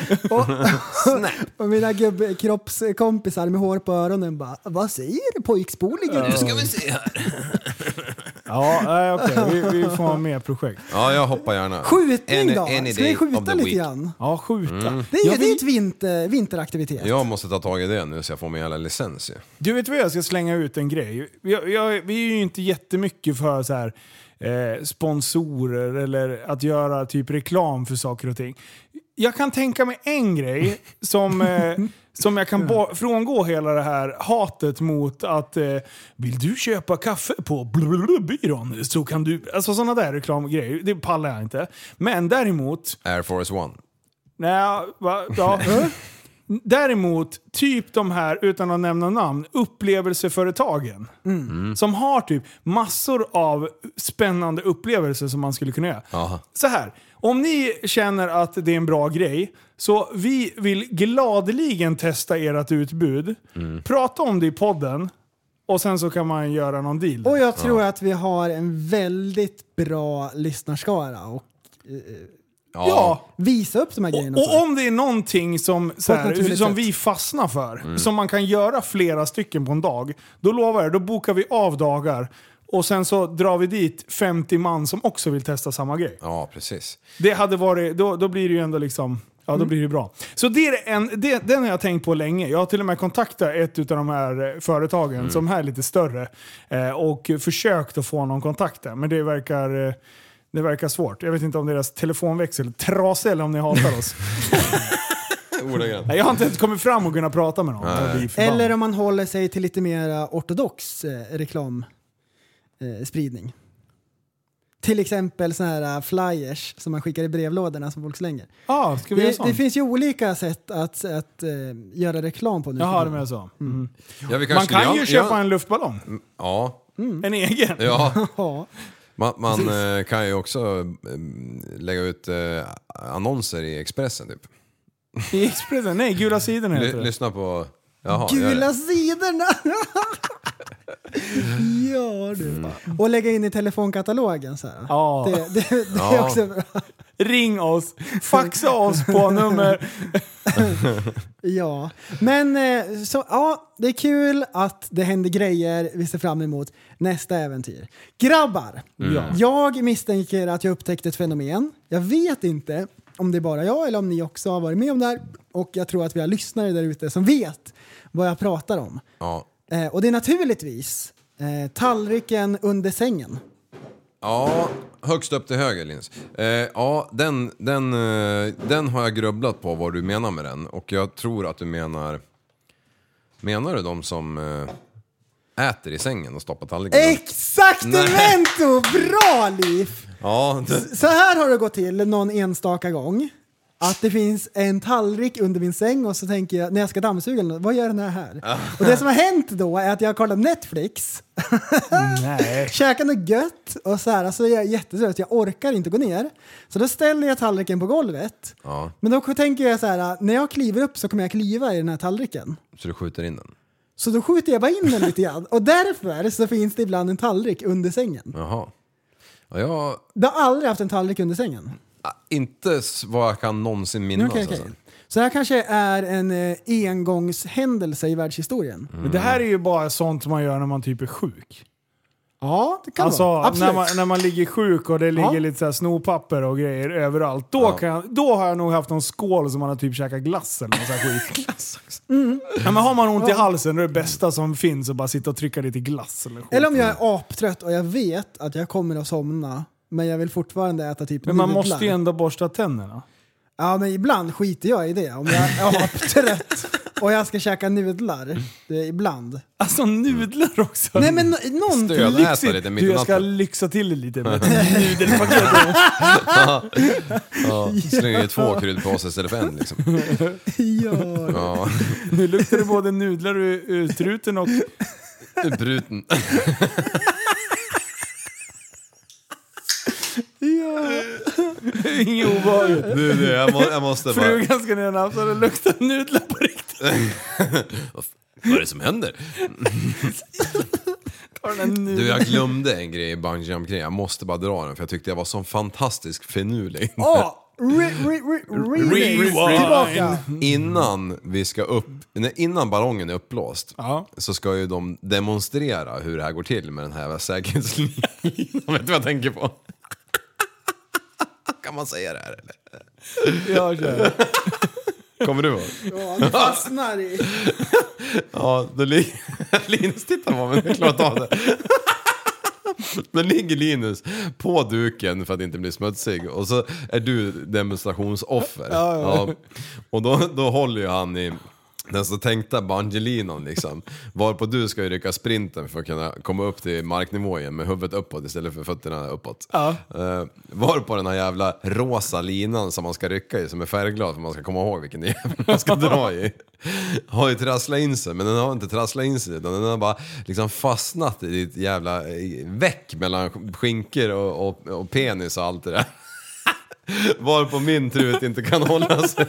Och mina kroppskompisar med hår på öronen bara, vad säger du pojkspoligen? Nu ska vi se här. Ja, okej. Vi får ha mer projekt. Ja, jag hoppar gärna. Skjutning då? Ska vi skjuta lite grann? Ja, skjuta. Det är ett vinteraktivitet. Jag måste ta tag i det nu så jag får min hela licens. Du vet vad, jag ska slänga ut en grej. Vi är ju inte jättemycket för så här sponsorer eller att göra typ reklam för saker och ting. Jag kan tänka mig en grej som jag kan frångå hela det här hatet mot att vill du köpa kaffe på byrån så kan du, alltså sådana där reklamgrejer, det pallar jag inte. Men däremot Air Force One. Nej, ja. Däremot typ de här, utan att nämna namn, upplevelseföretagen som har typ massor av spännande upplevelser som man skulle kunna göra. Aha. Så här, om ni känner att det är en bra grej, så vi vill gladeligen testa ert utbud. Prata om det i podden och sen så kan man göra någon deal. Och jag tror att vi har en väldigt bra lyssnarskara och visa upp de här grejerna. Och om det är någonting som vi fastnar för, som man kan göra flera stycken på en dag, då lovar jag, då bokar vi av dagar. Och sen så drar vi dit 50 man som också vill testa samma grej. Ja, precis. Det hade varit, då blir det ju ändå liksom... Ja, då blir det bra. Så den har jag tänkt på länge. Jag har till och med kontaktat ett av de här företagen som är lite större och försökt att få någon kontakt där. Men det verkar svårt. Jag vet inte om deras telefonväxel trasig eller om ni hatar oss. Jag har inte ens kommit fram och kunnat prata med någon. Eller om man håller sig till lite mer ortodox reklamspridning. Till exempel såna här flyers som man skickar i brevlådorna som folk slänger. Ska vi det finns ju olika sätt att göra reklam på nu. Jaha, det menar så. Ja, man kan ju köpa en luftballong. Ja. En egen. Ja. Man kan ju också lägga ut annonser i Expressen typ. I Expressen? Nej, Gula sidorna heter det. Lyssna på... Gula sidorna! Ja, du. Och lägga in i telefonkatalogen så här. Ja. Det är också bra. Ring oss, faxa oss på nummer. Ja, men så det är kul att det händer grejer. Vi ser fram emot nästa äventyr. Grabbar, jag misstänker att jag upptäckte ett fenomen. Jag vet inte om det är bara jag eller om ni också har varit med om det här. Och jag tror att vi har lyssnare där ute som vet vad jag pratar om. Ja. Och det är naturligtvis tallriken under sängen. Ja, högst upp till höger, Linus. Den har jag grubblat på vad du menar med den. Och jag tror att du menar du de som äter i sängen och stoppar tallriken? Exaktemento! Bra, Liv! Ja, Så här har det gått till någon enstaka gång. Att det finns en tallrik under min säng och så tänker jag, när jag ska dammsuga, vad gör den här? Och det som har hänt då är att jag har kollat Netflix. Nej. Käkar något gött och så här, alltså jag är jättesvårt, jag orkar inte gå ner. Så då ställer jag tallriken på golvet. Ja. Men då tänker jag så här, när jag kliver upp så kommer jag kliva i den här tallriken. Så du skjuter in den? Så då skjuter jag bara in den lite grann. Och därför så finns det ibland en tallrik under sängen. Jaha. Ja, du har aldrig haft en tallrik under sängen? Inte vad jag kan någonsin minnas. Okay. Alltså. Så det här kanske är en engångshändelse i världshistorien. Men det här är ju bara sånt man gör när man typ är sjuk. Ja, det kan vara. Absolut. När man ligger sjuk och det ligger lite så här snopapper och grejer överallt. Då har jag nog haft någon skål som man har typ käkat glass eller något så här skit. Ja, men har man ont i halsen, det är det bästa som finns att bara sitta och trycka lite glass. Eller om jag är aptrött och jag vet att jag kommer att somna. Men jag vill fortfarande äta typ men man måste ju ändå borsta tänderna. Ja, men ibland skiter jag i det. Om jag är trött och jag ska käka nudlar. Det är ibland. Alltså nudlar också? Nej, men någonting lyxigt. Jag ska lyxa till det lite med nudelpaket. Slänger 2 kryddpåsar istället för en liksom. Ja. Nu luktar det både nudlar ur truten och... ur bruten. Ja. Inget obehagligt. Jag måste bara... Frugan ska ner och så det luktar nudlar på riktigt. Vad är det som händer? Du, jag glömde en grej i bungee jump grejen. Jag måste bara dra den för jag tyckte jag var sån fantastisk finurlig. Innan vi ska upp, innan ballongen är upplåst, så ska ju de demonstrera hur det här går till med den här säkerhetslinan. Vet du vad jag tänker på? Kan man säga det här eller? Ja, kör. Kommer du ihåg? Ja, du fastnar i. Ja, då Linus tittar på mig, jag klarat av det. Då ligger Linus på duken för att inte bli smutsig. Och så är du demonstrationsoffer. Ja. Och då håller ju han i den så tänkta bungee-linan liksom. Varpå du ska ju rycka sprinten för att kunna komma upp till marknivå igen med huvudet uppåt istället för fötterna uppåt. Varpå den här jävla rosa linan som man ska rycka i, som är färgglad för man ska komma ihåg vilken jävla man ska dra i, har ju trasslat in sig. Men den har inte trasslat in sig, utan den har bara liksom fastnat i ditt jävla väck mellan skinkor och penis och allt det där. Varpå min trut inte kan hålla sig.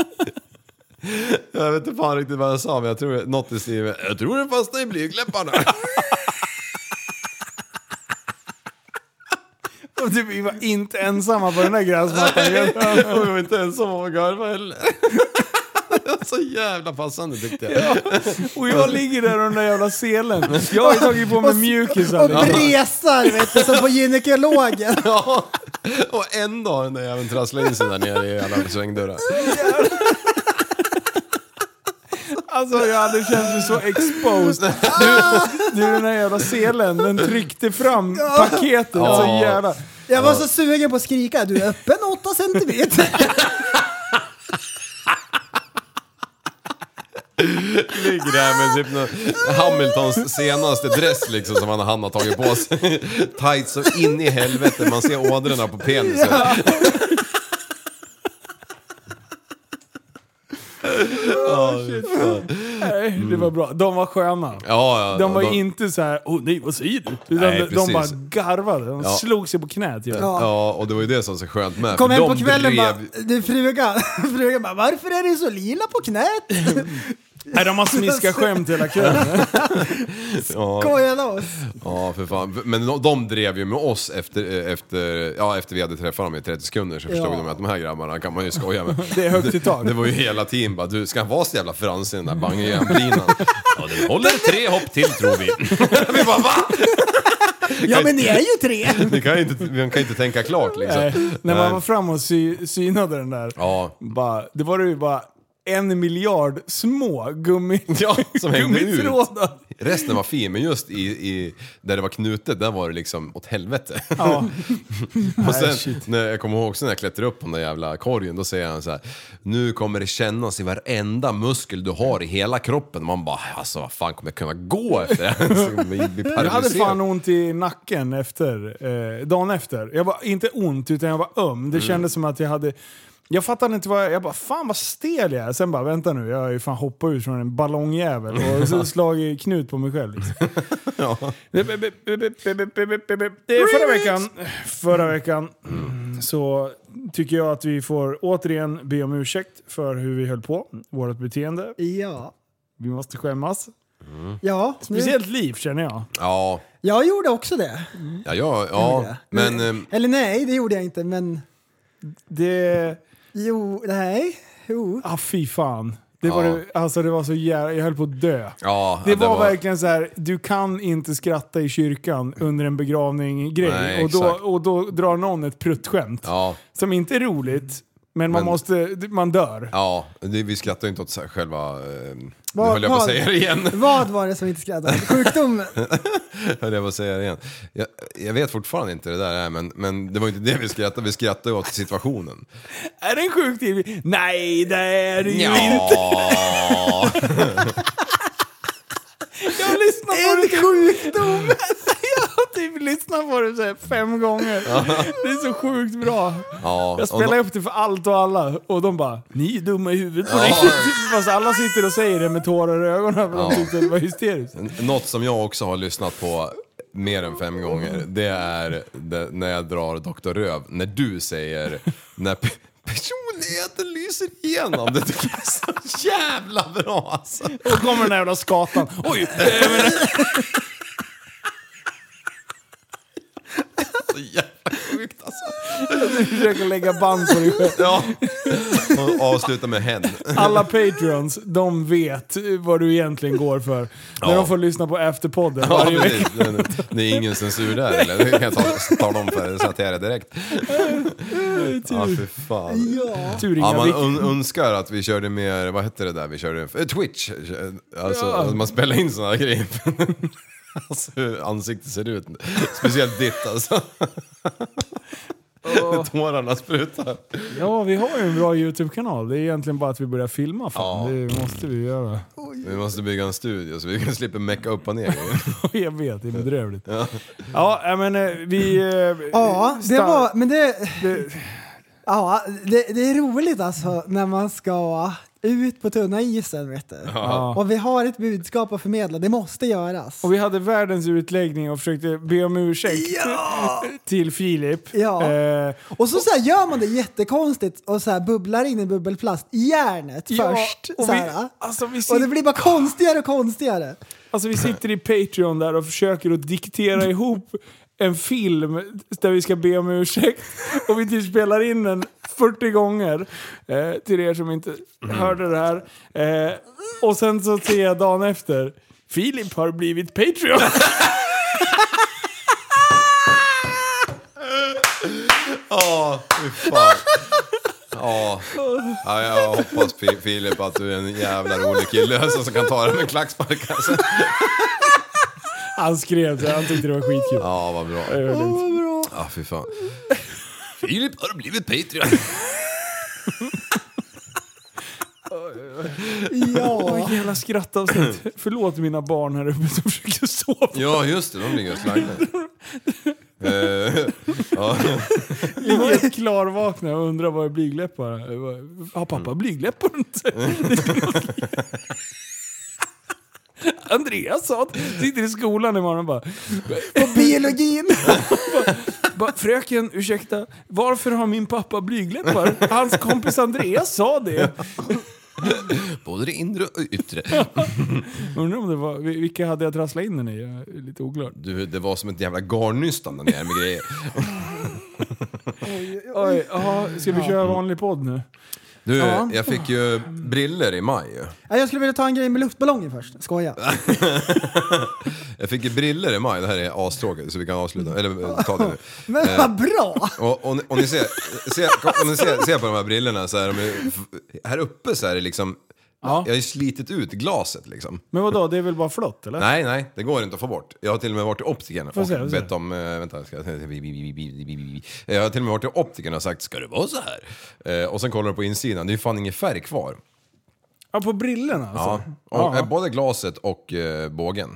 Jag vet inte fan riktigt vad jag sa, men jag tror något i stil. Jag tror det fastnar i blygläpparna. Vi var inte ensamma på den där gräsmattan. Vi var inte ensamma på garva heller. Så jävla passande tyckte jag. Och jag ligger där under den där jävla selen. Jag har tagit på mig mjukisar. Och bresar, vet du, som på gynekologen. Ja, och ändå har den där jäveln trasslat in sig där nere i alla svängdörrar. Alltså jag hade känt mig så exposed. Du den här jävla selen, den tryckte fram paketet så jävla. Jag var så sugen på att skrika, du är öppen 8 centimeter. Ligger där med typ Hamiltons senaste dress liksom som han har tagit på sig. Tight så in i helvete, man ser ådrorna på penisen. Nej, det var bra. De var sköna. De var inte så här, nej, vad säger du? De bara garvade. De slog sig på knät. Ja, och det var ju det som var så skönt med. Kom hem på kvällen bara, frugan bara, varför är det så lila på knät? Nej, de har smiskat skämt hela kvällen. Skoja loss. Ja, för fan. Men de drev ju med oss efter vi hade träffat dem i 30 sekunder. Så förstod de att de här grabbarna kan man ju skoja med. Det är högt i tak. Det var ju hela tiden bara, du ska vara så jävla frans i den där bangjärnblinan. Ja, det håller 3 hopp till tror vi. Vi bara, va? Ja, men ni är ju 3. Vi kan inte tänka klart liksom. När man var fram och synade den där. Det var ju bara 1 miljard små som hängde ut. Gummitrådar. Resten var fin, men just i där det var knutet, där var det liksom åt helvete. Ja. Och sen, när jag kommer ihåg också när jag klättrar upp på den där jävla korgen, då säger han så här: nu kommer det kännas i varenda muskel du har i hela kroppen. Man bara, alltså vad fan kommer jag kunna gå efter det? Jag hade fan ont i nacken dagen efter. Jag var inte ont, utan jag var öm. Det kändes som att jag fattade inte jag bara, fan vad stel jag är. Sen bara, vänta nu, jag har ju fan hoppat ut från en ballongjävel och så slagit knut på mig själv liksom. Förra veckan så tycker jag att vi får återigen be om ursäkt för hur vi höll på, vårt beteende. Ja. Vi måste skämmas. Ja. Speciellt Liv, känner jag. Ja. Jag gjorde också det. Ja. Men... Eller nej, det gjorde jag inte, men... Jo. Fy fan. Det var så jävla... Jag höll på att dö. Ja, det var verkligen så här, du kan inte skratta i kyrkan under en begravning-grej. Nej, och då drar någon ett pruttskämt. Ja. Som inte är roligt. Men man dör. Ja, vi skrattar ju inte åt själva... nu höll jag på att säga det igen. Vad var det som inte skrattade? Sjukdom? Höll jag på att säga det igen. Jag vet fortfarande inte det där är, men det var inte det vi skrattade. Vi skrattade åt situationen. Är det en sjukdom? Nej, det är det ju inte. Jag lyssnar på en sjukdom. Jag lyssnar på det så här 5 gånger. Det är så sjukt bra. Jag spelar upp det för allt och alla. Och de bara, ni är dumma i huvudet. Fast alla sitter och säger det med tårar i ögonen. För de tyckte det var hysteriskt. Något som jag också har lyssnat på mer än 5 gånger, det är när jag drar Dr. Röv. När du säger, när personligheten lyser igenom. Det tycker jag är så jävla bra alltså. Och kommer den här jävla skatan. Oj! Så jävla sjukt alltså. Du försöker lägga band på dig själv. Ja. Och avsluta med hen. Alla Patreons, de vet vad du egentligen går för. När de får lyssna på Afterpodden varje vecka. Det är ingen censur där, eller? Det kan jag ta dem för, så att jag är det direkt. Ja, för fan. Man önskar att vi körde mer, vad hette det där? Vi körde Twitch. Alltså, man spelar in såna här grejer. Alltså hur ansiktet ser ut. Speciellt ditt alltså. Tårarna sprutar. Ja, vi har ju en bra YouTube-kanal. Det är egentligen bara att vi börjar filma. Fan. Det måste vi göra. Vi måste bygga en studio så vi kan slippa mecka upp och ner. Jag vet, det är bedrövligt. Ja, men vi... det är roligt alltså när man ska ut på tunna isen, vet du. Och vi har ett budskap att förmedla. Det måste göras. Och vi hade världens utläggning och försökte be om ursäkt till Filip. Och så här gör man det jättekonstigt och så här bubblar in i bubbelplast i järnet först. Och, och det blir bara konstigare och konstigare. Alltså vi sitter i Patreon där och försöker att diktera ihop en film där vi ska be om ursäkt och vi typ spelar in den 40 gånger till er som inte hörde det här. Och sen så ser jag dagen efter Filip har blivit Patreon. Fy fan. Ja, jag hoppas Filip att du är en jävla rolig kille som kan ta det med klackspark alltså. Han skrev det, han tyckte det var skitkul. Ja, vad bra. Ja, fy fan. Filip har blivit Patreon. Ja, jävla skrattavsnitt. Förlåt mina barn här uppe som försöker sova. Ja, just det, de ligger och slaggar. Ligger klarvakna och undrar vad är blygläppar. Har pappa blygläppar inte? Andreas sa att sitter i skolan imorgon och bara på biologin. Fröken, ursäkta, varför har min pappa blygläppar? Hans kompis Andreas sa det. Både det inre och yttre. Undrar om det var, vilka hade jag trasslat in den i? Jag är lite oklart. Du, det var som ett jävla garnnystan där nere med grejer. Oj, ska vi köra vanlig podd nu? Du, jag fick ju briller i maj. Jag skulle vilja ta en grej med luftballongen först. Skoja. Jag fick ju briller i maj. Det här är astråkigt så vi kan avsluta. Eller ta det nu. Men vad bra! Och ni ser på de här brillorna så är de här uppe så är det liksom... Ja. Jag har ju slitit ut glaset liksom. Men vadå, det är väl bara flott eller? Nej, det går inte att få bort. Jag har till och med varit till optiken och bett om... jag har till och med varit till optiken och sagt, ska det vara så här? Och sen kollar du på insidan, det är ju fan ingen färg kvar. Ja, på brillerna alltså? Ja, och både glaset och bågen.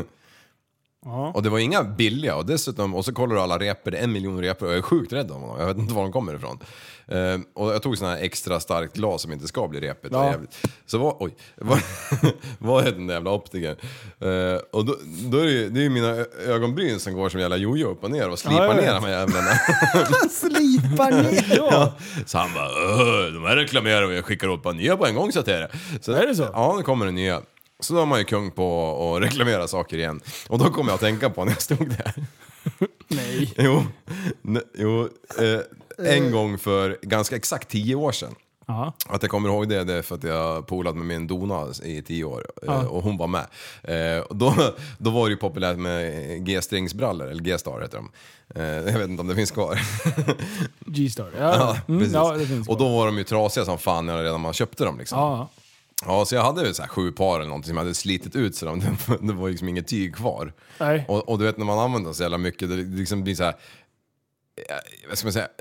Ja. Och det var inga billiga och dessutom, och så kollar du alla repor, det är 1 miljon repor och jag är sjukt rädd om dem. Jag vet inte var de kommer ifrån. Och jag tog sån här extra starkt glas som inte ska bli repet. Ja. Så vad är den jävla optiken? Och då är det ju mina ögonbryn som går som jävla jojo upp och ner och slipar ner de här jävlarna. Slipar ner? Ja. Så han bara, de här reklamerar och jag skickar upp på nya på en gång så att det är det. Så, är det så? Ja, det kommer en nya. Så då har man ju kung på att reklamera saker igen. Och då kommer jag att tänka på när jag stod där. Nej. Jo, en gång för ganska exakt 10 år sedan. Aha. Att jag kommer ihåg det är för att jag polat med min dona i 10 år. Och hon var med. Och då var det ju populärt med G-stringsbrallor, eller G-star heter de. Jag vet inte om det finns kvar. G-star, ja. Precis. Ja, det finns kvar. Och då var de ju trasiga som fan när redan man köpte dem liksom. Ja. Ja, så jag hade så här 7 par eller någonting som jag hade slitit ut så det var liksom inget tyg kvar. Nej. Och du vet när man använder så jävla mycket det liksom blir så här, vad ska man säga,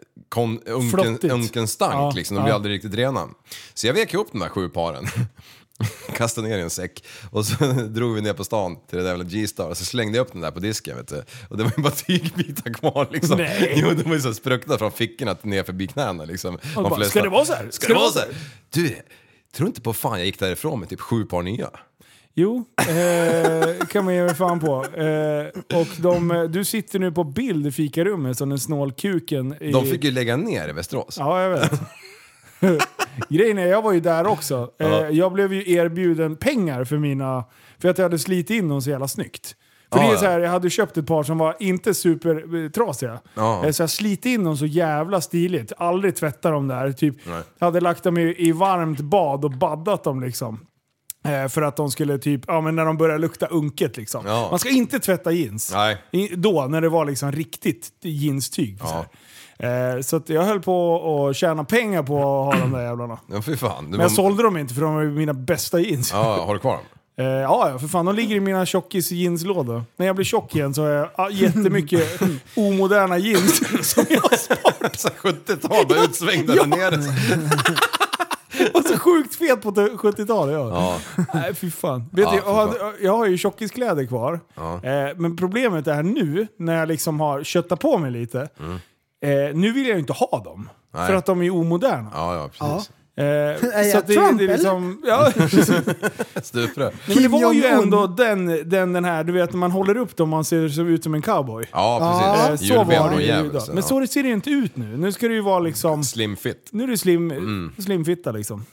unkenstank liksom, de blir aldrig riktigt rena. Så jag vek upp de där 7 paren. Kastade ner i en säck och så drog vi ner på stan till det där jävla G-star och så slängde jag upp den där på disken, vet du. Och det var ju bara tygbitar kvar liksom. Nej. Jo, det var ju så spruckna från fickorna ner förbi knäna liksom. Bara, ska det vara så här? Ska det vara så här? Du, tror inte på fan jag gick därifrån med typ 7 par nya. Jo, kan man ge fan på. Och du sitter nu på bild i fikarummet som den snålkuken. De fick ju lägga ner i Västerås. Ja, jag vet. Grejen är, jag var ju där också. Jag blev ju erbjuden pengar för att jag hade slitit in dem så jävla snyggt. För det är så här, jag hade köpt ett par som var inte supertrasiga. Så jag slit in dem så jävla stiligt. Aldrig tvättat dem där. Typ, jag hade lagt dem i varmt bad och baddat dem liksom. För att de skulle typ, men när de börjar lukta unket liksom. Ja. Man ska inte tvätta jeans. Nej. Då, när det var liksom riktigt jeanstyg. Ja. Så att jag höll på att tjäna pengar på att ha de där jävlarna. Ja, fy fan. Men jag sålde dem inte för de var mina bästa jeans. Ja, har du kvar dem? Ja, för fan. De ligger i mina tjockis jeanslådor. När jag blir tjock igen så har jag jättemycket omoderna jeans som jag har sparat. 70-tal, bara utsvängda där nere. Och så sjukt fet på 70-talet. Ja. Nej, fy fan. Vet du, jag har ju tjockiskläder kvar. Ja. Men problemet är nu, när jag liksom har köttat på mig lite. Nu vill jag ju inte ha dem. Nej. För att de är omoderna. Ja, precis. Så att det är liksom, ja. Stuprör. Men det var ju ändå den här, du vet, när man håller upp dem man ser ut som en cowboy. Ja, precis. Så var det ju idag. Men så ser det inte ut nu. Nu ska det ju vara liksom slim fit. Nu är det slimfitta liksom.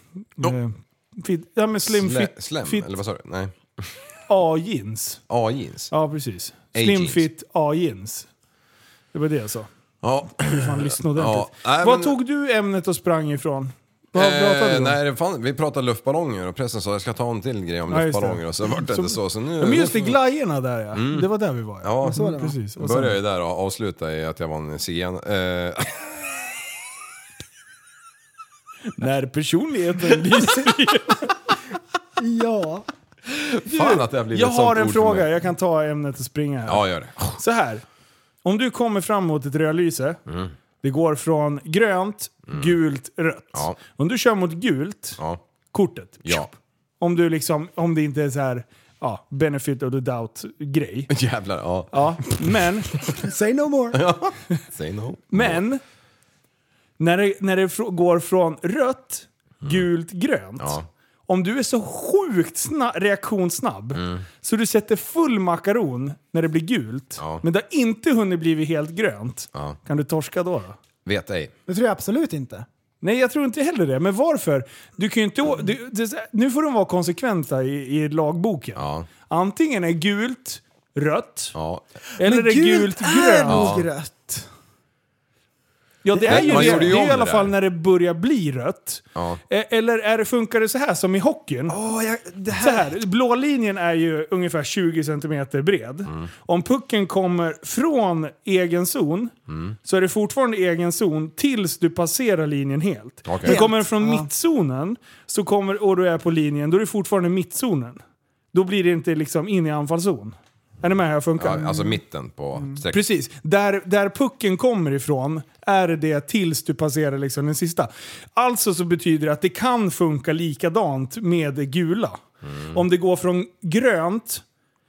Slim fit. Eller vad sa du? Nej. A-jeans. A-jeans. Ja, precis. Slim fit A-jeans. Det var det jag sa. Ja. Du fan lyssnade Ja. Vad tog du ämnet och sprang ifrån? Vad pratade du om? Nej, vi pratade luftballonger och pressen sa jag ska ta en till grej om luftballonger och så var det inte så nu... Men just det, glajjorna där ja. Det var där vi var. Ja, så var det, precis. Jag började ju där och avslutade i att jag var en scen. När personligheten lyser Ja. Fan att det har blivit jag ett sånt har en ord fråga, för mig. jag kan ta ämnet och springa här. Ja, gör det. Så här. Om du kommer fram mot ett rödlyse, det går från grönt, gult, rött. Ja. Om du kör mot gult, kortet. Ja. Om det inte är så här, benefit of the doubt grej. Jävlar, Ja, men Say no more. Say no. Men när det går från rött, gult, grönt. Ja. Om du är så sjukt reaktionssnabb så du sätter full makaron när det blir gult, men det har inte hunnit bli helt grönt. Kan du torska då? Vet ej. Det tror jag absolut inte. Nej, jag tror inte heller det. Men varför? Du kan ju inte... nu får de vara konsekventa i lagboken. Ja. Antingen är gult rött, Men eller är gult grönt. nog rött. Ja, det är ju Man det. gjorde ju Det är om i alla det fall där. när det börjar bli rött. Eller funkar det så här som i hockeyn? Så här, blå linjen är ju ungefär 20 cm bred. Om pucken kommer från egen zon så är det fortfarande egen zon tills du passerar linjen helt. Men kommer den från mittzonen så och du är på linjen, då är det fortfarande mittzonen. Då blir det inte liksom in i anfallszon. Är ni med hur det funkar? Ja, alltså mitten på streck. Precis. Där pucken kommer ifrån är det tills du passerar liksom den sista. Alltså så betyder det att det kan funka likadant med det gula. Om det går från grönt...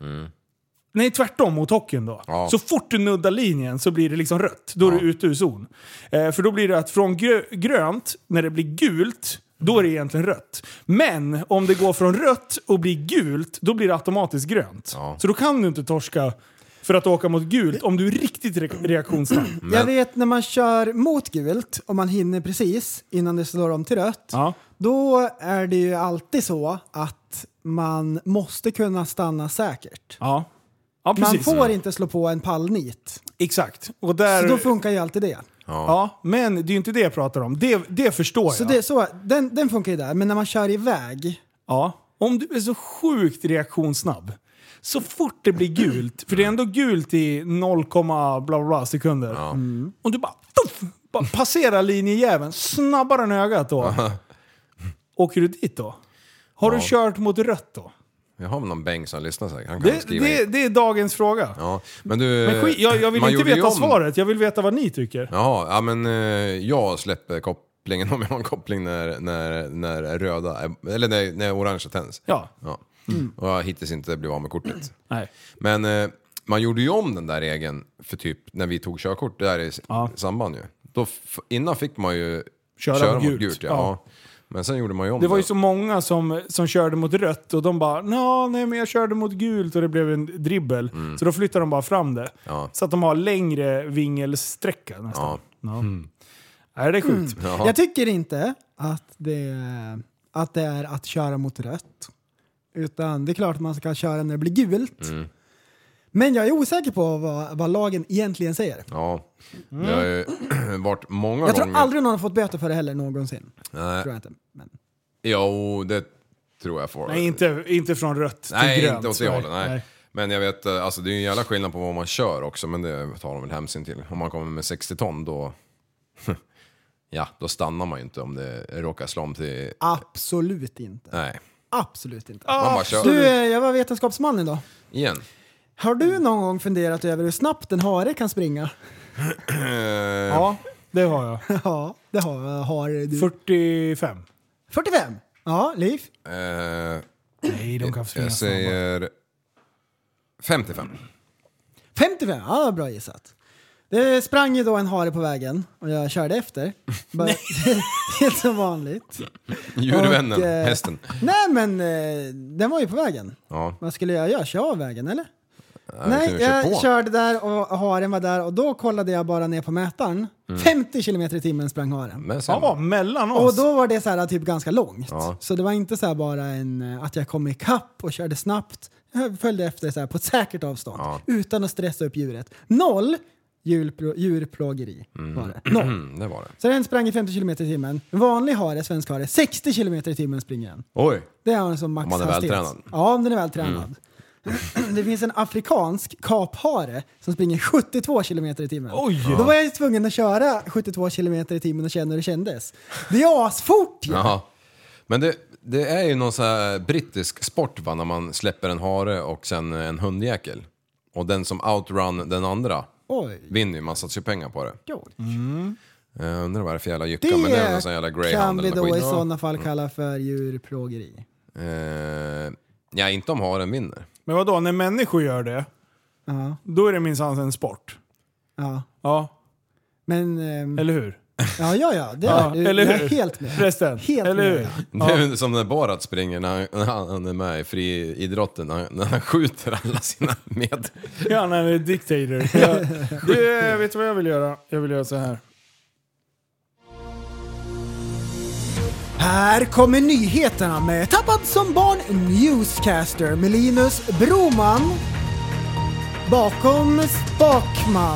Nej, tvärtom mot hockeyn då. Ja. Så fort du nuddar linjen så blir det liksom rött. Då är du ute ur zon. För då blir det att från grönt, när det blir gult... Då är det egentligen rött. Men om det går från rött och blir gult, då blir det automatiskt grönt. Ja. Så då kan du inte torska för att åka mot gult om du är riktigt reaktionssnabb. Jag vet när man kör mot gult, om man hinner precis innan det slår om till rött, då är det ju alltid så att man måste kunna stanna säkert. Ja, Man precis. får inte slå på en pallnit. Exakt. Och där... Så då funkar ju alltid det. Ja, men det är ju inte det jag pratar om. Det förstår jag. Så den funkar ju där. Men när man kör iväg... Ja, om du är så sjukt reaktionssnabb. Så fort det blir gult, för det är ändå gult i 0, bla bla bla sekunder. Om du bara passerar linjejäveln snabbare än ögat då. Åker du dit då? Har du kört mot rött då? Jag har någon bänk som lyssnar så här. Han kan skriva in. Det är dagens fråga. Ja, men du... Men jag vill inte veta svaret, jag vill veta vad ni tycker. Jaha, ja men jag släpper kopplingen om jag har en koppling när röda, eller när orange tänds. Ja. Och jag hittills inte blev av med kortet. Nej. Men man gjorde ju om den där regeln för typ när vi tog körkort där i samband ju. Då innan fick man ju köra mot gult. Ja. Men sen gjorde man ju om det. Var ju så många som körde mot rött och de bara, nej men jag körde mot gult och det blev en dribbel. Så då flyttar de bara fram det. Så att de har längre vingelsträcka nästan. Är det sjukt? Jag tycker inte att det är att köra mot rött. Utan det är klart att man ska köra när det blir gult. Men jag är osäker på vad lagen egentligen säger. Ja, det har ju varit många gånger. Jag tror aldrig någon har fått böter för det heller någonsin. Nej. Tror jag inte. Men. Jo, det tror jag får. Nej, inte från rött till nej, grönt. Inte åt det hållet, nej. Men jag vet, alltså det är ju en jävla skillnad på vad man kör också, men det tar de väl hänsyn till. Om man kommer med 60 ton då... ja, då stannar man ju inte om det råkar slå om till... Absolut inte. Nej. Absolut inte. Man bara kör. Du, jag var vetenskapsman idag. Igen. Har du någon gång funderat över hur snabbt en hare kan springa? Ja, det har jag. Ja, det har du. 45. 45? Ja, Liv? Nej, de kan springa jag säger 55. 55? Ja, bra gissat. Det sprang ju då en hare på vägen och jag körde efter. Helt som vanligt. Djurvännen, hästen. Nej, men den var ju på vägen. Ja. Vad skulle jag göra? Kör av vägen, eller? Ja, nej, jag körde där och haren var där och då kollade jag bara ner på mätaren. 50 km i timmen sprang haren. Ja, mellan oss. Och då var det så här typ ganska långt. Ja. Så det var inte så här bara att jag kom ikapp och körde snabbt. Jag följde efter så här på ett säkert avstånd. Ja. Utan att stressa upp djuret. 0 Djurplågeri var det. 0. Det var det. Så den sprang i 50 km i timmen. En vanlig hare, svensk hare, 60 km i timmen springer den. Oj. Det har den som maxhastighet. Om man är vältränad. Ja, om den är vältränad. Det finns en afrikansk kaphare som springer 72 km i timmen. Oj. Då var jag tvungen att köra 72 km i timmen och känna hur det kändes. Det är asfort ju! Ja. Men det är ju någon så här brittisk sport, va, när man släpper en hare och sen en hundjäkel. Och den som outrun den andra vinner ju, man satsar ju pengar på det. Jag undrar vad det är för jävla jycka, men det är någon sån jävla greyhound. Det kan vi då i sådana fall kalla för djurplågeri. Ja, inte om haren vinner. Men vadå, när människor gör det, då är det minsann en sport. Ja. Men, eller hur? Ja. Det är, eller hur? Jag är helt med. Resten. Helt eller hur? med. Det är som när Borat springer när han är med i friidrotten, när han skjuter alla sina med. Ja, när han är dictator. Du, vet du vad jag vill göra? Jag vill göra så här. Här kommer nyheterna med Tappad som barn newscaster med Linus Broman bakom Spakman.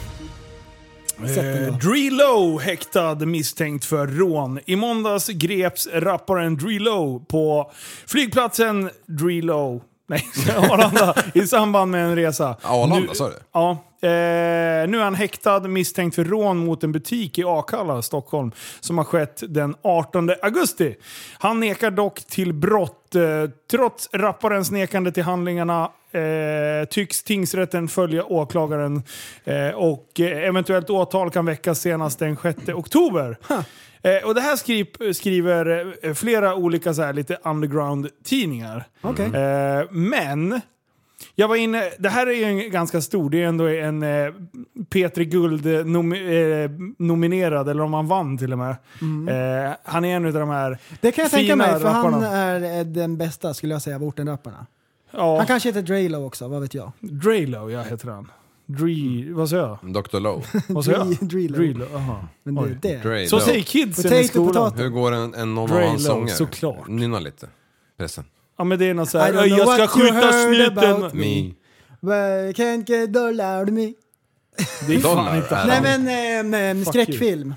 Drilo häktad misstänkt för rån. I måndags greps rapparen Drilo på flygplatsen Drilo. Nej, Arlanda. I samband med en resa. Arlanda, sa du? Ja. Nu är han häktad misstänkt för rån mot en butik i Akalla, Stockholm, som har skett den 18 augusti. Han nekar dock till brott. Trots rapparens nekande till handlingarna tycks tingsrätten följa åklagaren och eventuellt åtal kan väckas senast den 6 oktober. Och det här skriver flera olika så här, lite underground-tidningar. Okay. Men jag var inne, det här är ju en ganska stor, det är ändå en P3 Guld nominerad, eller om han vann till och med. Han är en av de här. Det kan jag tänka mig, för rapparna. Han är den bästa, skulle jag säga, av ortenrapparna. Ja. Han kanske heter Drelo också, vad vet jag. Drelo, ja, heter han. Vad säger jag? Dr. Low. Vad säger jag? Drelo. Men det. Så säger kidsen i skolan. Hur går någon av hans sånger? Såklart. Nynna lite. Pressen. Ja, men det är något så här. Jag ska skjuta snuten. Me. But can't get dollar out of me. Det är fan inte. Nej, men skräckfilm.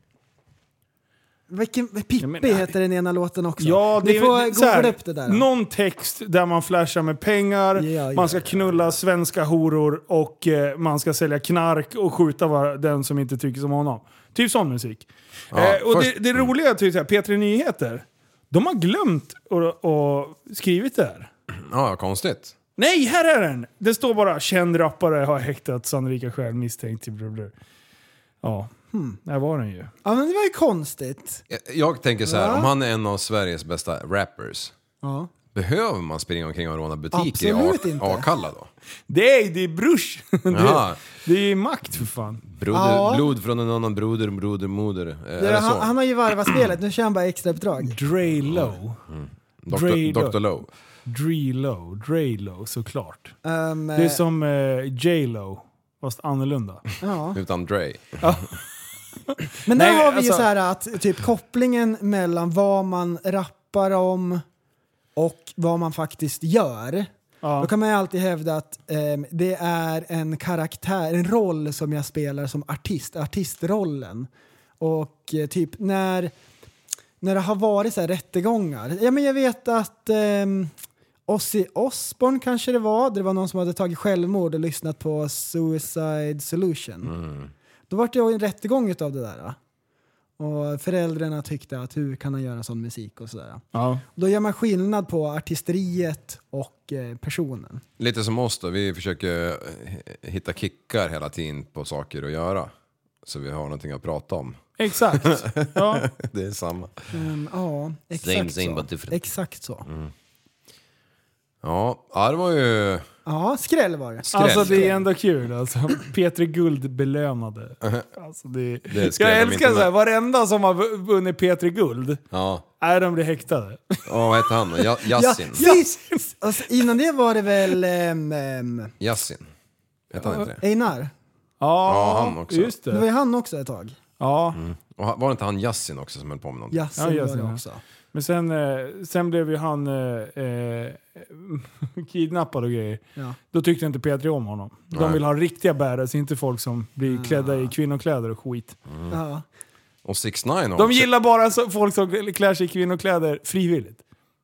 Vilken Pippi heter den ena låten också. Ja, det ni får googla upp det där. Någon text där man flashar med pengar, man ska knulla svenska horor och man ska sälja knark och skjuta den som inte tycker som honom. Typ sån musik. Och det roliga tycker jag, P3 Nyheter, de har glömt och skrivit det här. Ja, konstigt. Nej, här är den! Det står bara, känd rappare har häktat sannolika skäl misstänkt till blablabla. Ja, där var den ju. Ja, men det var ju konstigt. Jag tänker så här, om han är en av Sveriges bästa rappers, behöver man springa omkring och råna butiker i Akalla då? Det är brush. Det är makt för fan. Blod från en annan moder. Han har ju varvat spelet, nu kör han bara extra uppdrag. Drelo. Dr. Low. Drelo, såklart. Det är som J-Lo, fast annorlunda. Utan Dre. Men där har vi ju så här att typ kopplingen mellan vad man rappar om och vad man faktiskt gör. Då kan man ju alltid hävda att det är en karaktär, en roll som jag spelar som artistrollen. Och typ när det har varit så här rättegångar. Ja, men jag vet att Ozzy Osbourne kanske det var någon som hade tagit självmord och lyssnat på Suicide Solution. Då var det ju en rättegång utav det där. Och föräldrarna tyckte att hur kan han göra sån musik och sådär. Då gör man skillnad på artisteriet och personen. Lite som oss då, vi försöker hitta kickar hela tiden på saker att göra. Så vi har någonting att prata om. Exakt. Ja. Det är samma. Ja, exakt så. Exakt så. Ja, det var ju... Ja, skräll var det. Alltså det är ändå kul. Alltså, P3 Guld belönade. Alltså, jag älskar så här, varenda som har vunnit P3 Guld är de häktade. Vad heter han? Yassin. Alltså, innan det var det väl... Yassin. Heter han inte det? Einar. Ja, han också. Just det. Det var ju han också ett tag. Ja. Och var det inte han Yassin också som höll på med någonting? Yassin var det också. Men sen blev ju han kidnappad och grejer. Ja. Då tyckte inte P3 om honom. De vill ha riktiga bäres, inte folk som blir klädda i kvinnokläder och skit. Ja. Och 6ix9ine också. De gillar bara folk som klär sig i kvinnokläder frivilligt.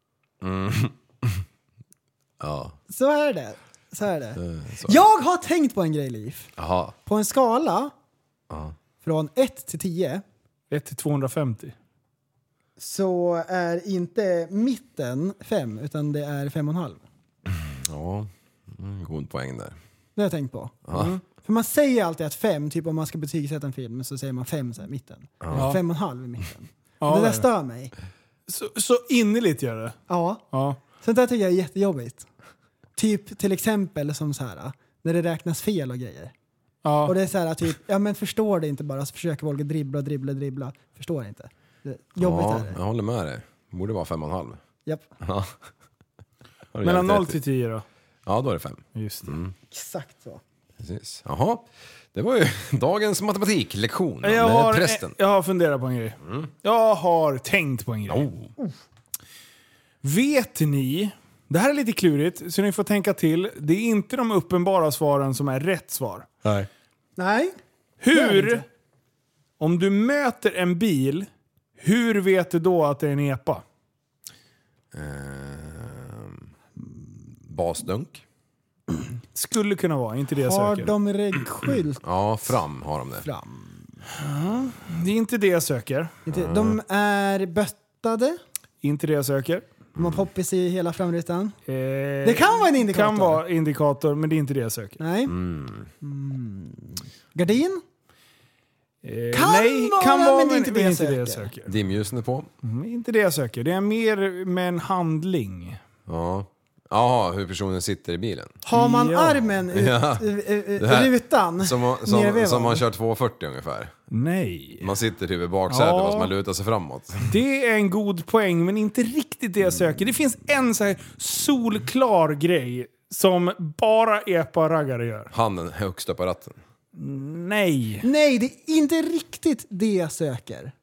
Ja. Så är det. Jag har tänkt på en grej, Liv. Aha. På en skala från 1 till 10. 1 till 250. Så är inte mitten 5, utan det är 5,5. Ja, god poäng där. Det har jag tänkt på. För man säger alltid att 5, typ om man ska betygsätta en film, så säger man 5 så här, mitten. 5,5 i mitten. Det där stör mig. Så innerligt gör det. Ja. Sånt där tycker jag är jättejobbigt. Typ till exempel som så här, när det räknas fel och grejer. Ja. Och det är så här typ, men förstår det inte bara, så försöker folk dribbla. Förstår inte. Jobbigt är det. Jag håller med dig. Borde vara 5,5. Japp. Ja. Mellan 0 till 10 då? Ja, då är det 5. Just det. Exakt så. Precis. Jaha. Det var ju dagens matematiklektion med prästen. Jag har funderat på en grej. Jag har tänkt på en grej. Vet ni, det här är lite klurigt så ni får tänka till. Det är inte de uppenbara svaren som är rätt svar. Nej. Hur, om du möter en bil, hur vet du då att det är en epa? Basdunk. Skulle kunna vara, inte det jag söker. Har de reggskylt? Ja, fram har de det. Fram. Ja, det är inte det jag söker. De är böttade. Inte det jag söker. De har poppis i hela framrutan. Det kan vara en indikator. Kan vara indikator, men det är inte det jag söker. Nej. Gardin? Kan vara, men inte det jag söker. Dimljusen är på. Inte det jag söker. Det är mer med en handling. Ja. Jaha, hur personen sitter i bilen. Har man armen ut rutan? Som man kör 240 ungefär. Nej. Man sitter typ i baksätet fast man lutar sig framåt. Det är en god poäng, men inte riktigt det jag söker. Det finns en så här solklar grej som bara epa-raggare gör. Handen högst upp på ratten. Nej. Nej, det är inte riktigt det jag söker.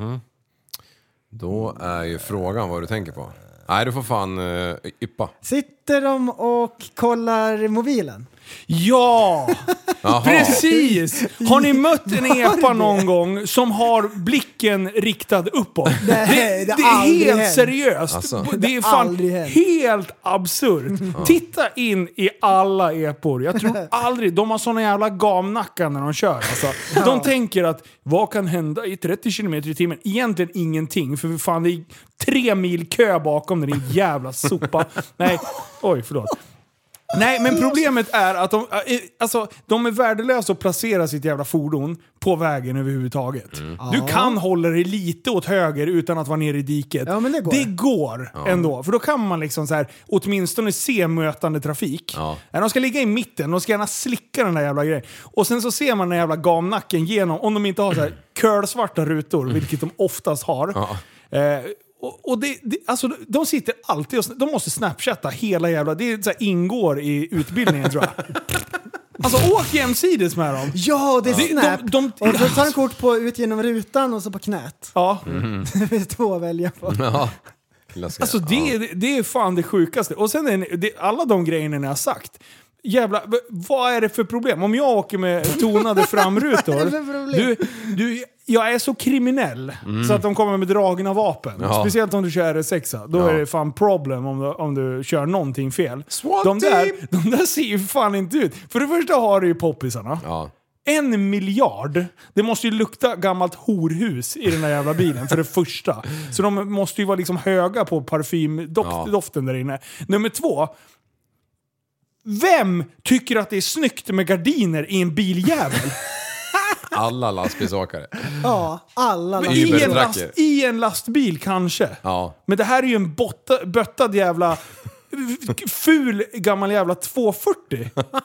Då är ju frågan vad du tänker på. Nej, du får fan yppa. Sitter de och kollar mobilen? Ja! Precis! Har ni mött en epa någon gång som har blicken riktad uppåt? Det är helt seriöst. Alltså. Det är fan helt absurt. Titta in i alla epor. Jag tror aldrig, de har såna jävla gamnackar när de kör. Alltså. De tänker att vad kan hända i 30 km i timmen? Egentligen ingenting. För fan, det är 3 mil kö bakom den jävla sopa. Nej, oj förlåt. Nej, men problemet är att de är värdelösa att placera sitt jävla fordon på vägen överhuvudtaget. Du kan hålla dig lite åt höger utan att vara nere i diket. Ja, men det går ändå. För då kan man liksom så här, åtminstone se mötande trafik. De ska ligga i mitten, de ska gärna slicka den där jävla grejen. Och sen så ser man den jävla gamnacken genom, om de inte har så här curlsvarta rutor, vilket de oftast har. Och alltså, de sitter alltid och de måste snapchatta hela jävla... Det så här, ingår i utbildningen, tror jag. Alltså, åk jämsides med dem. Ja, det är snap. Och så tar de kort på ut genom rutan och så på knät. Ja. Det finns 2 att välja på. Ja. Alltså, det är fan det sjukaste. Och sen alla de grejerna jag har sagt... Jävla, vad är det för problem? Om jag åker med tonade framrutor, jag är så kriminell så att de kommer med dragna vapen. Speciellt om du kör R6, då är det fan problem om du kör någonting fel. De där ser ju fan inte ut. För det första har du ju poppisarna. 1 miljard. Det måste ju lukta gammalt horhus i den här jävla bilen för det första. Så de måste ju vara liksom höga på parfymdoften där inne. Nummer 2. Vem tycker att det är snyggt med gardiner i en biljävel? Alla lastbilsåkare. Ja, alla lastbilsåkare. I en lastbil kanske. Ja. Men det här är ju en böttad jävla ful gammal jävla 240.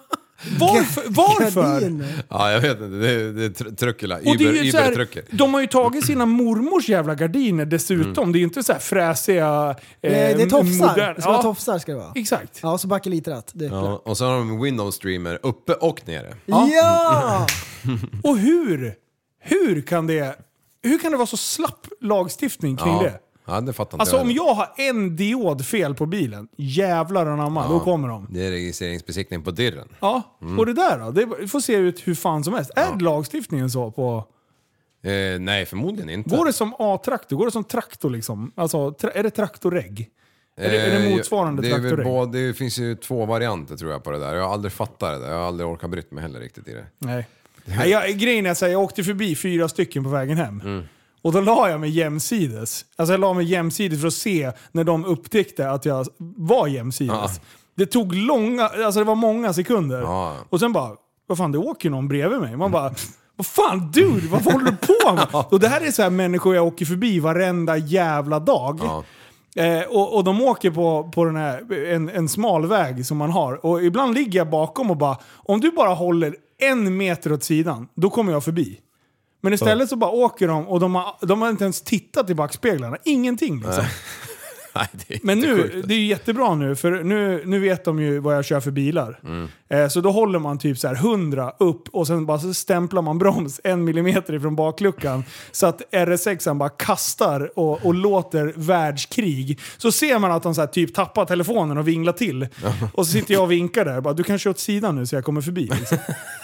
Varför? Ja, jag vet inte. Det är truckela. Uber-trucker. De har ju tagit sina mormors jävla gardiner dessutom. Det är ju inte så här fräsiga... det är tofsar. Det ska vara tofsar ska det vara. Exakt. Ja, så bakelitrat. Och så har de Windows Streamer uppe och nere. Ja! Och hur kan det vara så slapp lagstiftning kring det? Ja, det fattar inte Alltså jag. om jag har en diod fel på bilen, jävlar anamma, då kommer de. Det är registreringsbesiktning på dirren. Ja, och det där då? Det får se ut hur fan som helst. Är lagstiftningen så på... Nej, förmodligen inte. Går det som A-traktor? Går det som traktor liksom? Alltså, är det traktorregg? Är det motsvarande traktorregg? Det finns ju 2 varianter tror jag på det där. Jag har aldrig fattat det. Jag har aldrig orkat bryta mig heller riktigt i det. Nej. Grejen är att jag åkte förbi 4 stycken på vägen hem. Och då la jag mig jämsides. Alltså jag la mig jämsides för att se när de upptäckte att jag var jämsides. Ja. Det tog det var många sekunder. Ja. Och sen bara, vad fan, det åker någon bredvid mig. Man bara, vad fan dude, vad håller du på med? Och det här är så här människor jag åker förbi varenda jävla dag. Ja. Och de åker på den här, en smal väg som man har. Och ibland ligger jag bakom och bara, om du bara håller 1 meter åt sidan, då kommer jag förbi. Men istället så bara åker de och de har inte ens tittat i backspeglarna. Ingenting liksom. Nej, men nu, det är ju jättebra nu, för nu vet de ju vad jag kör för bilar. Så då håller man typ så här 100 upp och sen bara så stämplar man broms 1 millimeter ifrån bakluckan så att RS6 bara kastar och låter världskrig. Så ser man att de så här typ tappar telefonen och vinglar till. Och så sitter jag och vinkar där. Bara, du kan köra åt sidan nu så jag kommer förbi. Liksom.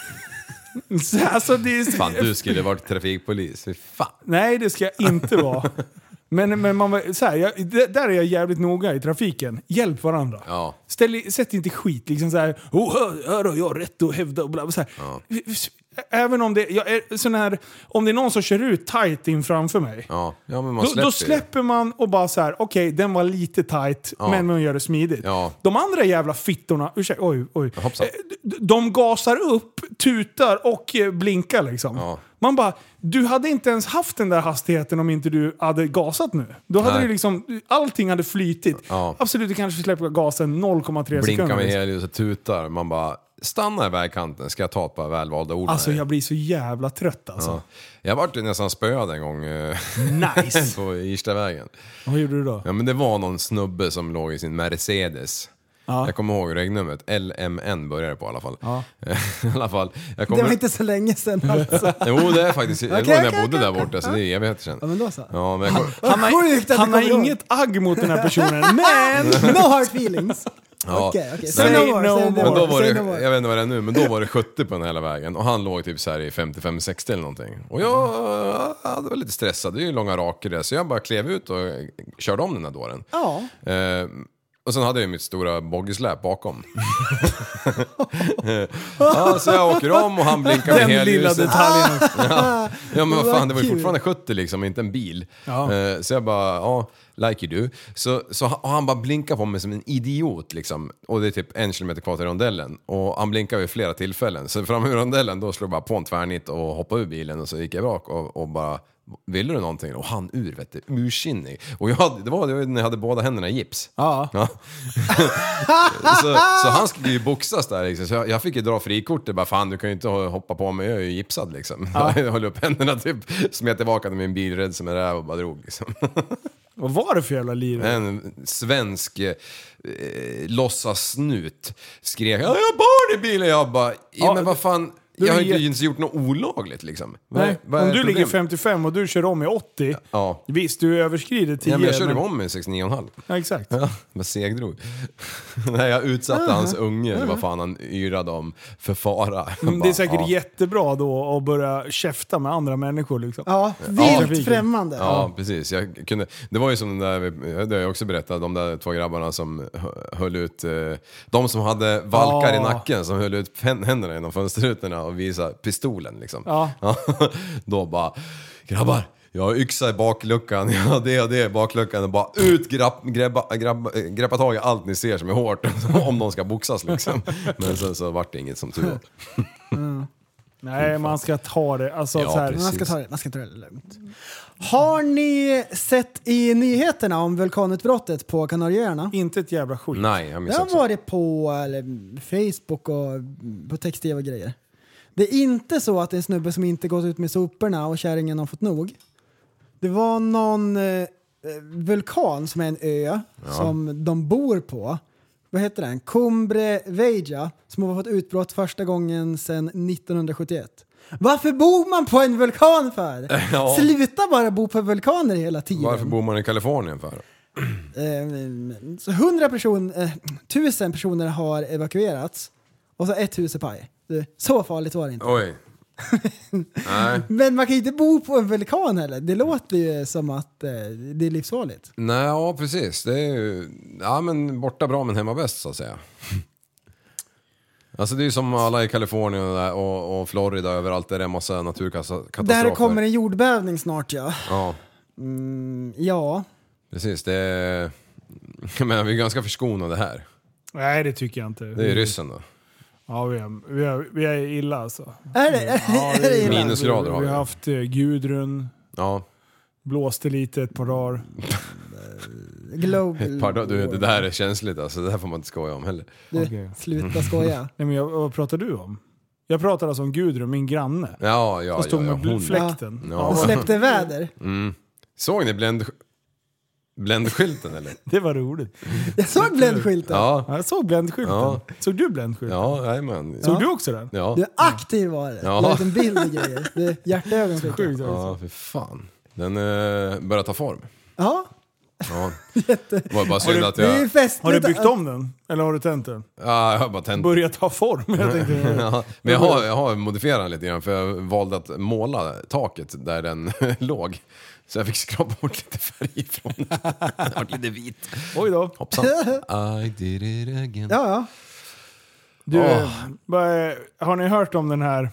Så, alltså, det är... Fan, du skulle varit trafikpolis. Fan. Nej, det ska jag inte vara. Men man, så här, där är jag jävligt noga i trafiken. Hjälp varandra. Ja. Sätt inte skit liksom så här. Hör jag rätt att hävda och bla, så här. Ja. Även om det är sån här, om det är någon som kör ut tight in framför mig. Ja, men då släpper man och bara så här, okej, den var lite tight, men man gör det smidigt. Ja. De andra jävla fittorna, oj. De gasar upp, tutar och blinkar liksom. Ja. Man bara, du hade inte ens haft den där hastigheten om inte du hade gasat nu. Då hade du liksom, allting hade flytit. Ja. Absolut, du kanske släpper gasen 0,3 sekunder. Blinkar med helljus och tutar, man bara... Stanna i vägkanten, ska jag ta ett par välvalda ord. Alltså jag blir så jävla trött alltså. Ja. Jag var nästan spöad en gång nice. på Irstavägen. Vad gjorde du då? Ja, men det var någon snubbe som låg i sin Mercedes. Ja. Jag kommer ihåg regnumret, LMN började på i alla fall. Ja. I alla fall. Det var inte så länge sedan alltså. Jo, det är faktiskt, det var när jag bodde där borta, så det är evigheter sedan. Ja, men då så. Ja, men han har inget agg mot den här personen, men... No hard feelings. Ja. Okej. Say no more. Men då var det, jag vet inte vad det är nu, men då var det 70 på den hela vägen. Och han låg typ så här i 55-60 eller någonting. Och jag var lite stressad, det är ju långa raker där. Så jag bara klev ut och körde om den här dåren. Ja. Och sen hade jag mitt stora boggysläp bakom. Ja, så jag åker om och han blinkar med den lilla detaljen. Ja, men vad fan, det var ju fortfarande 70 liksom, inte en bil. Ja. Så jag bara, like you do. Så han bara blinkar på mig som en idiot liksom. Och det är typ 1 kilometer kvar till rondellen. Och han blinkar vid flera tillfällen. Så fram ur rondellen då slog jag bara på en tvärnit och hoppade ur bilen. Och så gick jag bak och bara... Ville du någonting? Och han ursinnig. Och det var när jag hade båda händerna i gips. Ja. så han skulle ju boxas där liksom. Så jag fick ju dra frikortet. Bara fan, du kan ju inte hoppa på mig. Jag är ju gipsad liksom. Ja. Jag höll upp händerna typ. Smet tillbaka till min bil rädd som är där och bara drog liksom. Vad var det för jävla liv? En svensk låtsassnut skrek, jag har barn i bilen. Jag bara, men vad fan... Jag har inte ens gjort något olagligt liksom. Nej, om du ligger 55 och du kör om i 80, visst, du överskrider 10. Ja, men jag körde om i 69,5. Ja, exakt. Ja, vad segdrog. Nej, jag utsatte hans unge, vad fan han yrade om för fara. Det är säkert jättebra då att börja käfta med andra människor liksom. Ja, vilt främmande. Ja, precis. Det var ju som den där, det har jag också berättat, de där 2 grabbarna som höll ut, de som hade valkar i nacken, som höll ut händerna genom fönsterrutorna och visa pistolen liksom. Ja. Då bara, grabbar, jag har yxa i bakluckan, jag har det i bakluckan och bara ut, greppa tag i allt ni ser som är hårt om de ska boxas liksom. Men så vart det inget som tur. Nej, man ska ta det. Alltså, ja, så här, man ska ta det lugnt. Har ni sett i nyheterna om vulkanutbrottet på Kanarieöarna? Inte ett jävla skit. Nej, jag missade. Det har varit på Facebook och på text-tv och grejer. Det är inte så att det är en snubbe som inte gått ut med soporna och kärringen har fått nog. Det var någon vulkan som är en ö som de bor på. Vad heter den? Cumbre Vieja, som har fått utbrott första gången sedan 1971. Varför bor man på en vulkan för? Ja. Sluta bara bo på vulkaner hela tiden. Varför bor man i Kalifornien för? Så 1000 personer har evakuerats och så 1 hus är paj. Så farligt var det inte. Oj. Nej. Men man kan ju inte bo på en vulkan heller. Det låter ju som att det är livsfarligt. Nej, ja precis. Det är ju, ja men borta bra men hemma bäst så att säga. Alltså det är ju som alla i Kalifornien och Florida överallt där det är en massa naturkatastrofer. Där kommer en jordbävning snart, ja. Ja. Ja. Precis, det är... Men vi är ganska förskonade här. Nej, det tycker jag inte. Det är ryssen då. Ja, vi är illa alltså. Är det? Ja, är det illa? Minusgrader har vi. Vi har haft Gudrun. Ja. Blåste lite ett par dagar. Global. Det där är känsligt alltså. Det här får man inte skoja om heller. Du, sluta skoja. Nej, men vad pratar du om? Jag pratar alltså om Gudrun, min granne. Ja. Och stod med fläkten. Ja. Och släppte väder. Såg ni bländskylten eller? Det var roligt. Jag såg bländskylten. Ja. Jag såg bländskylten. Ja. Såg du bländskylten? Ja, nej men. Såg du också den? Ja. Du är aktiv var det. Ja. Du har en bild och grejer. Det är hjärtögon. Sjukt. Ja, för fan. Den börjar ta form. Ja. Ja. Det var bara synd att Det är jag... ju festligt. Har du byggt om den? Eller har du tänt den? Ja, jag har bara tänt. Börjat ta form. Jag tänkte, Ja, men jag har modifierat den lite grann för jag valde att måla taket där den låg. Så jag fick skrapa bort lite färg ifrån. Det var lite vit. Oj då. Hoppsan. I did it again. Ja. Du, har ni hört om den här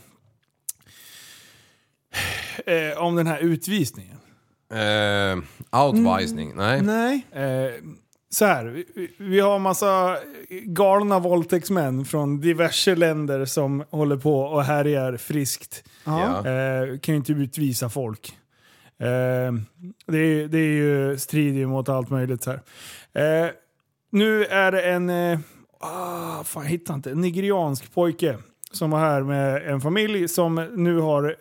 utvisningen? Outvisning, nej. Nej. Så här, vi har massa galna våldtäktsmän från diverse länder som håller på och härjar friskt. Ja. Kan ju inte utvisa folk. Det är ju strider mot allt möjligt så här. Nu är det en hittar inte, en nigeriansk pojke som var här med en familj som nu har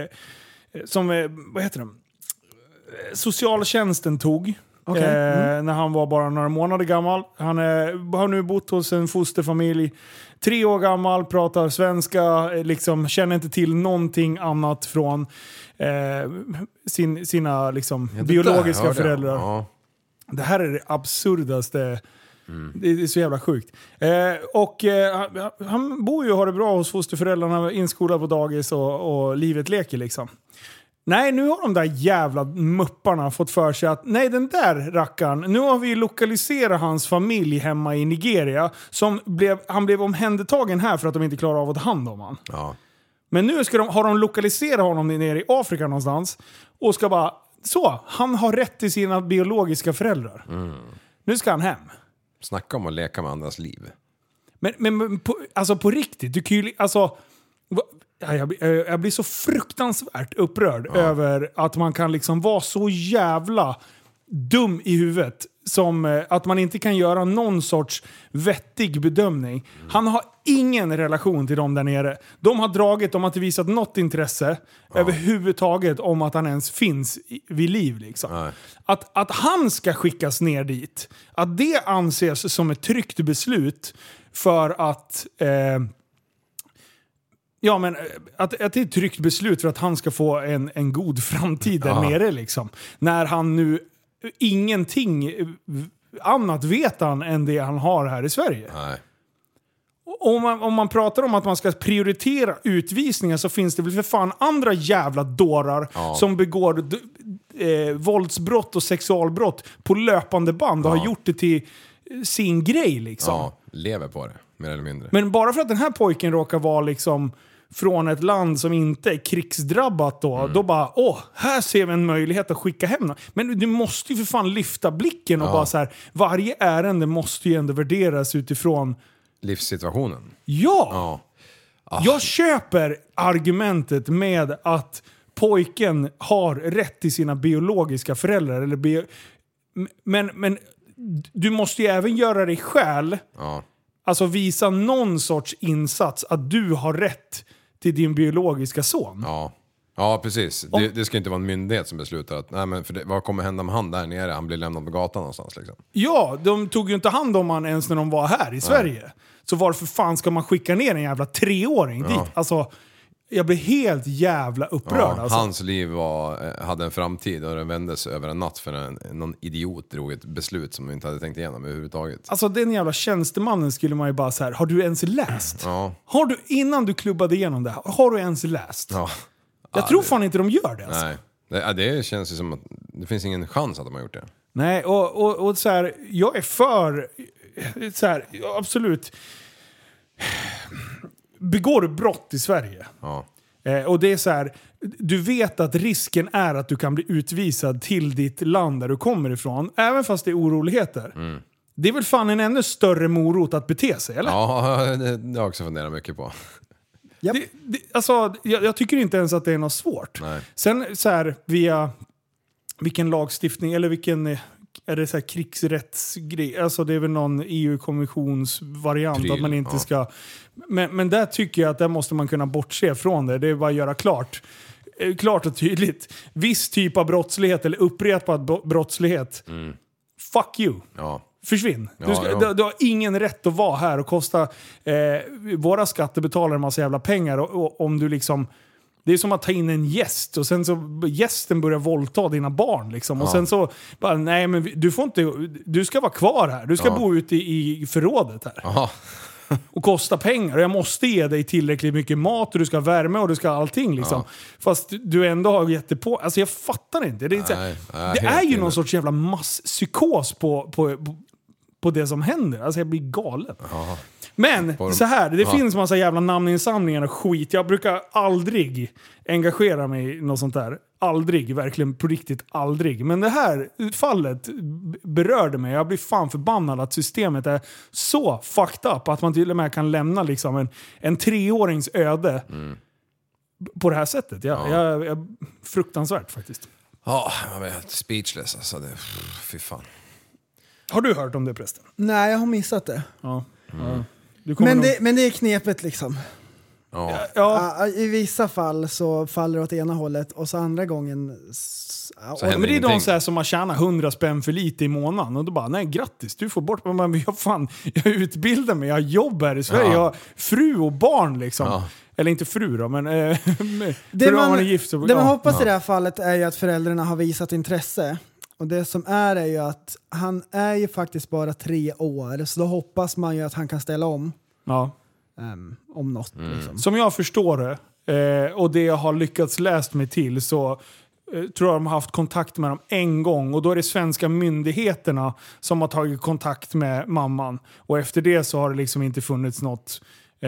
vad heter det? Socialtjänsten tog när han var bara några månader gammal. Han har nu bott hos en fosterfamilj, 3 år gammal, pratar svenska, liksom känner inte till någonting annat från sina liksom, biologiska föräldrar. Ja. Det här är det absurdaste. Det är så jävla sjukt. Han bor ju och har det bra hos fosterföräldrarna, inskolad på dagis och livet leker liksom. Nej, nu har de där jävla mupparna fått för sig att nej, den där rackaren, nu har vi lokaliserat hans familj hemma i Nigeria. Han blev omhändertagen här för att de inte klarar av att ta hand om han. Ja. Men nu har de lokaliserat honom nere i Afrika någonstans och ska bara, han har rätt till sina biologiska föräldrar. Nu ska han hem. Snacka om att leka med andras liv. Men på riktigt, du kan ju, jag blir så fruktansvärt upprörd över att man kan liksom vara så jävla dum i huvudet som att man inte kan göra någon sorts vettig bedömning. Han har ingen relation till dem där nere. De har inte visat något intresse överhuvudtaget om att han ens finns vid liv liksom. Att han ska skickas ner dit, att det anses som ett tryggt beslut för att att det är ett tryggt beslut för att han ska få en god framtid där nere liksom. När han nu ingenting annat vet han än det han har här i Sverige. Nej. Om man pratar om att man ska prioritera utvisningar så finns det väl för fan andra jävla dårar som begår våldsbrott och sexualbrott på löpande band och har gjort det till sin grej liksom. Ja, lever på det, mer eller mindre. Men bara för att den här pojken råkar vara liksom från ett land som inte är krigsdrabbat då bara, här ser vi en möjlighet att skicka hem. Men du måste ju för fan lyfta blicken och bara så här, varje ärende måste ju ändå värderas utifrån livssituationen. Ja. Jag köper argumentet med att pojken har rätt till sina biologiska föräldrar eller men du måste ju även göra dig själv. Alltså visa någon sorts insats att du har rätt till din biologiska son. Ja, precis. Det ska inte vara en myndighet som beslutar att vad kommer hända med han där nere? Han blir lämnad på gatan någonstans liksom. Ja, de tog ju inte hand om han ens när de var här i Sverige. Så varför fan ska man skicka ner en jävla 3-åring dit? Alltså, Jag blev helt jävla upprörd. Alltså. Hans liv hade en framtid och den vändes över en natt för någon idiot drog ett beslut som vi inte hade tänkt igenom överhuvudtaget. Alltså den jävla tjänstemannen skulle man ju bara så här: har du ens läst? Ja. Har du, innan du klubbade igenom det här, har du ens läst? Ja. Jag tror fan inte de gör det. Alltså. Nej, det känns ju som att det finns ingen chans att de har gjort det. Nej, och så här, jag är för så här, absolut. Begår du brott i Sverige? Ja. Och det är så här, du vet att risken är att du kan bli utvisad till ditt land där du kommer ifrån, även fast det är oroligheter. Mm. Det är väl fan en ännu större morot att bete sig, eller? Ja, det har jag också funderat mycket på. Yep. Alltså, jag tycker inte ens att det är något svårt. Nej. Sen så här, via vilken lagstiftning, eller vilken... Är det så här krigsrättsgrej? Alltså det är väl någon EU-kommissionsvariant att man inte ska... Men där tycker jag att där måste man kunna bortse från det. Det är bara att göra klart och tydligt. Viss typ av brottslighet eller upprepad brottslighet. Fuck you. Ja. Försvinn. Du har ingen rätt att vara här och kosta våra skattebetalare en massa jävla pengar. Och om du liksom... Det är som att ta in en gäst och sen så gästen börjar våldta dina barn liksom. Och sen så bara, nej men du får inte, du ska vara kvar här. Du ska bo ute i förrådet här. Aha. Och kosta pengar. Och jag måste ge dig tillräckligt mycket mat och du ska ha värme och du ska ha allting liksom. Fast du ändå har gett det på. Alltså jag fattar inte. Det är ju någon sorts jävla masspsykos på det som händer. Alltså jag blir galen. Aha. Men så här, det finns massa jävla namninsamlingar och skit. Jag brukar aldrig engagera mig i något sånt där. Aldrig, verkligen på riktigt aldrig. Men det här fallet berörde mig. Jag blir fan förbannad att systemet är så fucked up att man till och med kan lämna liksom en 3-årings öde på det här sättet. Jag fruktansvärt faktiskt. Ja, jag är helt speechless alltså. Fy fan. Har du hört om det förresten? Nej, jag har missat det. Ja. Men det är knepet liksom. Ja. I vissa fall så faller det åt ena hållet och så andra gången... Men det är de så här som har tjänat 100 spänn för lite i månaden och då bara, nej grattis, du får bort. Men jag utbildar mig, jag har jobb här i Sverige, jag har fru och barn liksom. Ja. Eller inte fru då, men det man hoppas i det här fallet är ju att föräldrarna har visat intresse. Och det som är ju att han är ju faktiskt bara 3 år. Så då hoppas man ju att han kan ställa om. Ja. Om något. Liksom. Som jag förstår det, och det jag har lyckats läst mig till, så tror jag de har haft kontakt med dem en gång. Och då är det svenska myndigheterna som har tagit kontakt med mamman. Och efter det så har det liksom inte funnits något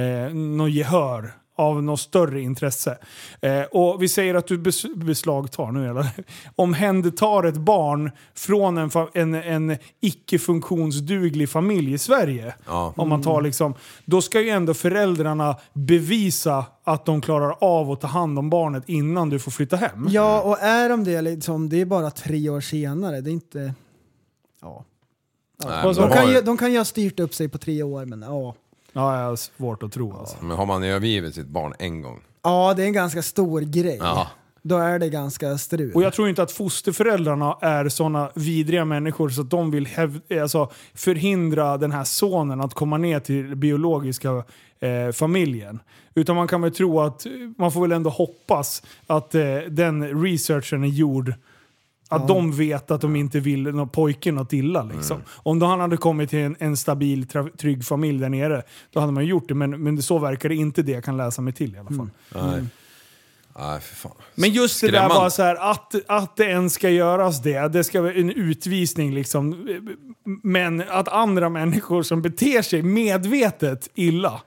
gehör av något större intresse. Och vi säger att du beslagtar nu, eller omhändertar ett barn från en icke-funktionsduglig familj i Sverige. Ja. Om man tar liksom, då ska ju ändå föräldrarna bevisa att de klarar av att ta hand om barnet innan du får flytta hem. Ja, och är de det liksom, det är bara 3 år senare. Det är inte... Ja. Nej, de kan ju ha styrt upp sig på 3 år, men ja. Ja, jag har svårt att tro alltså. Men har man övergivit sitt barn en gång? Ja, det är en ganska stor grej. Ja. Då är det ganska strul. Och jag tror inte att fosterföräldrarna är såna vidriga människor så att de vill förhindra den här sonen att komma ner till biologiska familjen. Utan man kan väl tro att, man får väl ändå hoppas att den researchen är gjord. Att de vet att de inte vill pojken något illa liksom. Om då han hade kommit till en stabil, trygg familj där nere, då hade man gjort det. Men så verkar det inte, det jag kan läsa mig till i alla fall. Nej, för fan. Men just det där bara så här, att det ens ska göras det ska vara en utvisning liksom. Men att andra människor som beter sig medvetet illa,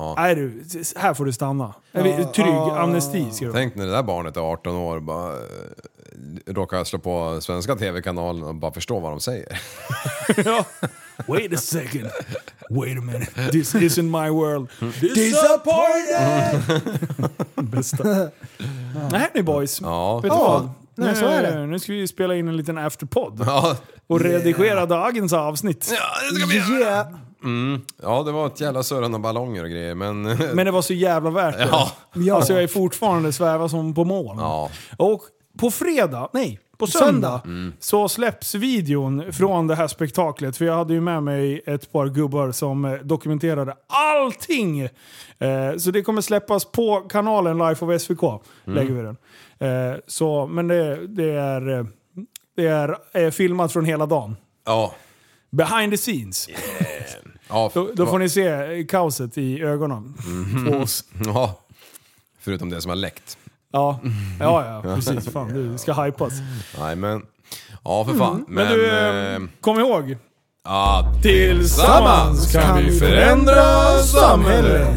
här får du stanna. Trygg amnesti. Tänk när det där barnet är 18 år bara råkar slå på svenska tv-kanalen och bara förstå vad de säger. Ja. Wait a second. Wait a minute. This isn't my world. This a party! Bästa. Nej, ni boys. Ja. Vet du vad? Nej, så är det. Nu ska vi spela in en liten afterpod. Och redigera dagens avsnitt. Ja, det ska vi göra. Ja, det var ett jävla surrande och ballonger och grejer, men det var så jävla värt det. Ja. Alltså jag är fortfarande sväva som på moln. Ja. Och på fredag, på söndag så släpps videon från det här spektaklet. För jag hade ju med mig ett par gubbar som dokumenterade allting. Så det kommer släppas på kanalen Life of SVK. Lägger vi den. Men det är filmat från hela dagen. Ja. Behind the scenes. Ja, då får ni se kaoset i ögonen på oss. Ja, förutom det som har läckt. Ja, precis. Fan, det ska hypas. Nej, men... Ja, för fan. Men du, kom ihåg. Ja, tillsammans kan vi förändra samhället.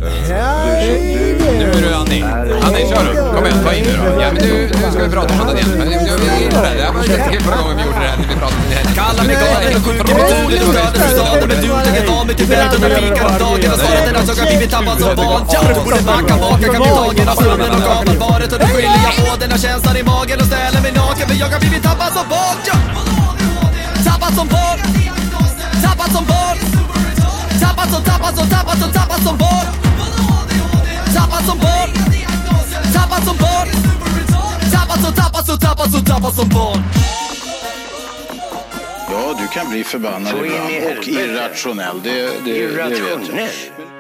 Nu är du Annie. Annie, kör du. Kom igen, ta in nu då. Ja, men nu ska vi prata om något igen. Det var jättekul förra gången vi gjorde det här. Vi pratade om det här. Kallar mig galen och sjuk i mitt huvud och stördes i staden. Men du tänker ta mig till bädd under fikar om dagen. Och svaret är att jag har blivit tappad som barn. Du borde backa bak, jag kan bli tagen av stunden och av allvaret. Och då skyller jag på den här känslan i magen och ställer mig naken. För jag har blivit tappad som barn. Tappad som barn. Tappad som barn. Tappad som barn. Tappad som barn. Tappad som barn. Tappad som barn. Ja, du kan bli förbannad ibland och irrationell. Det vet jag.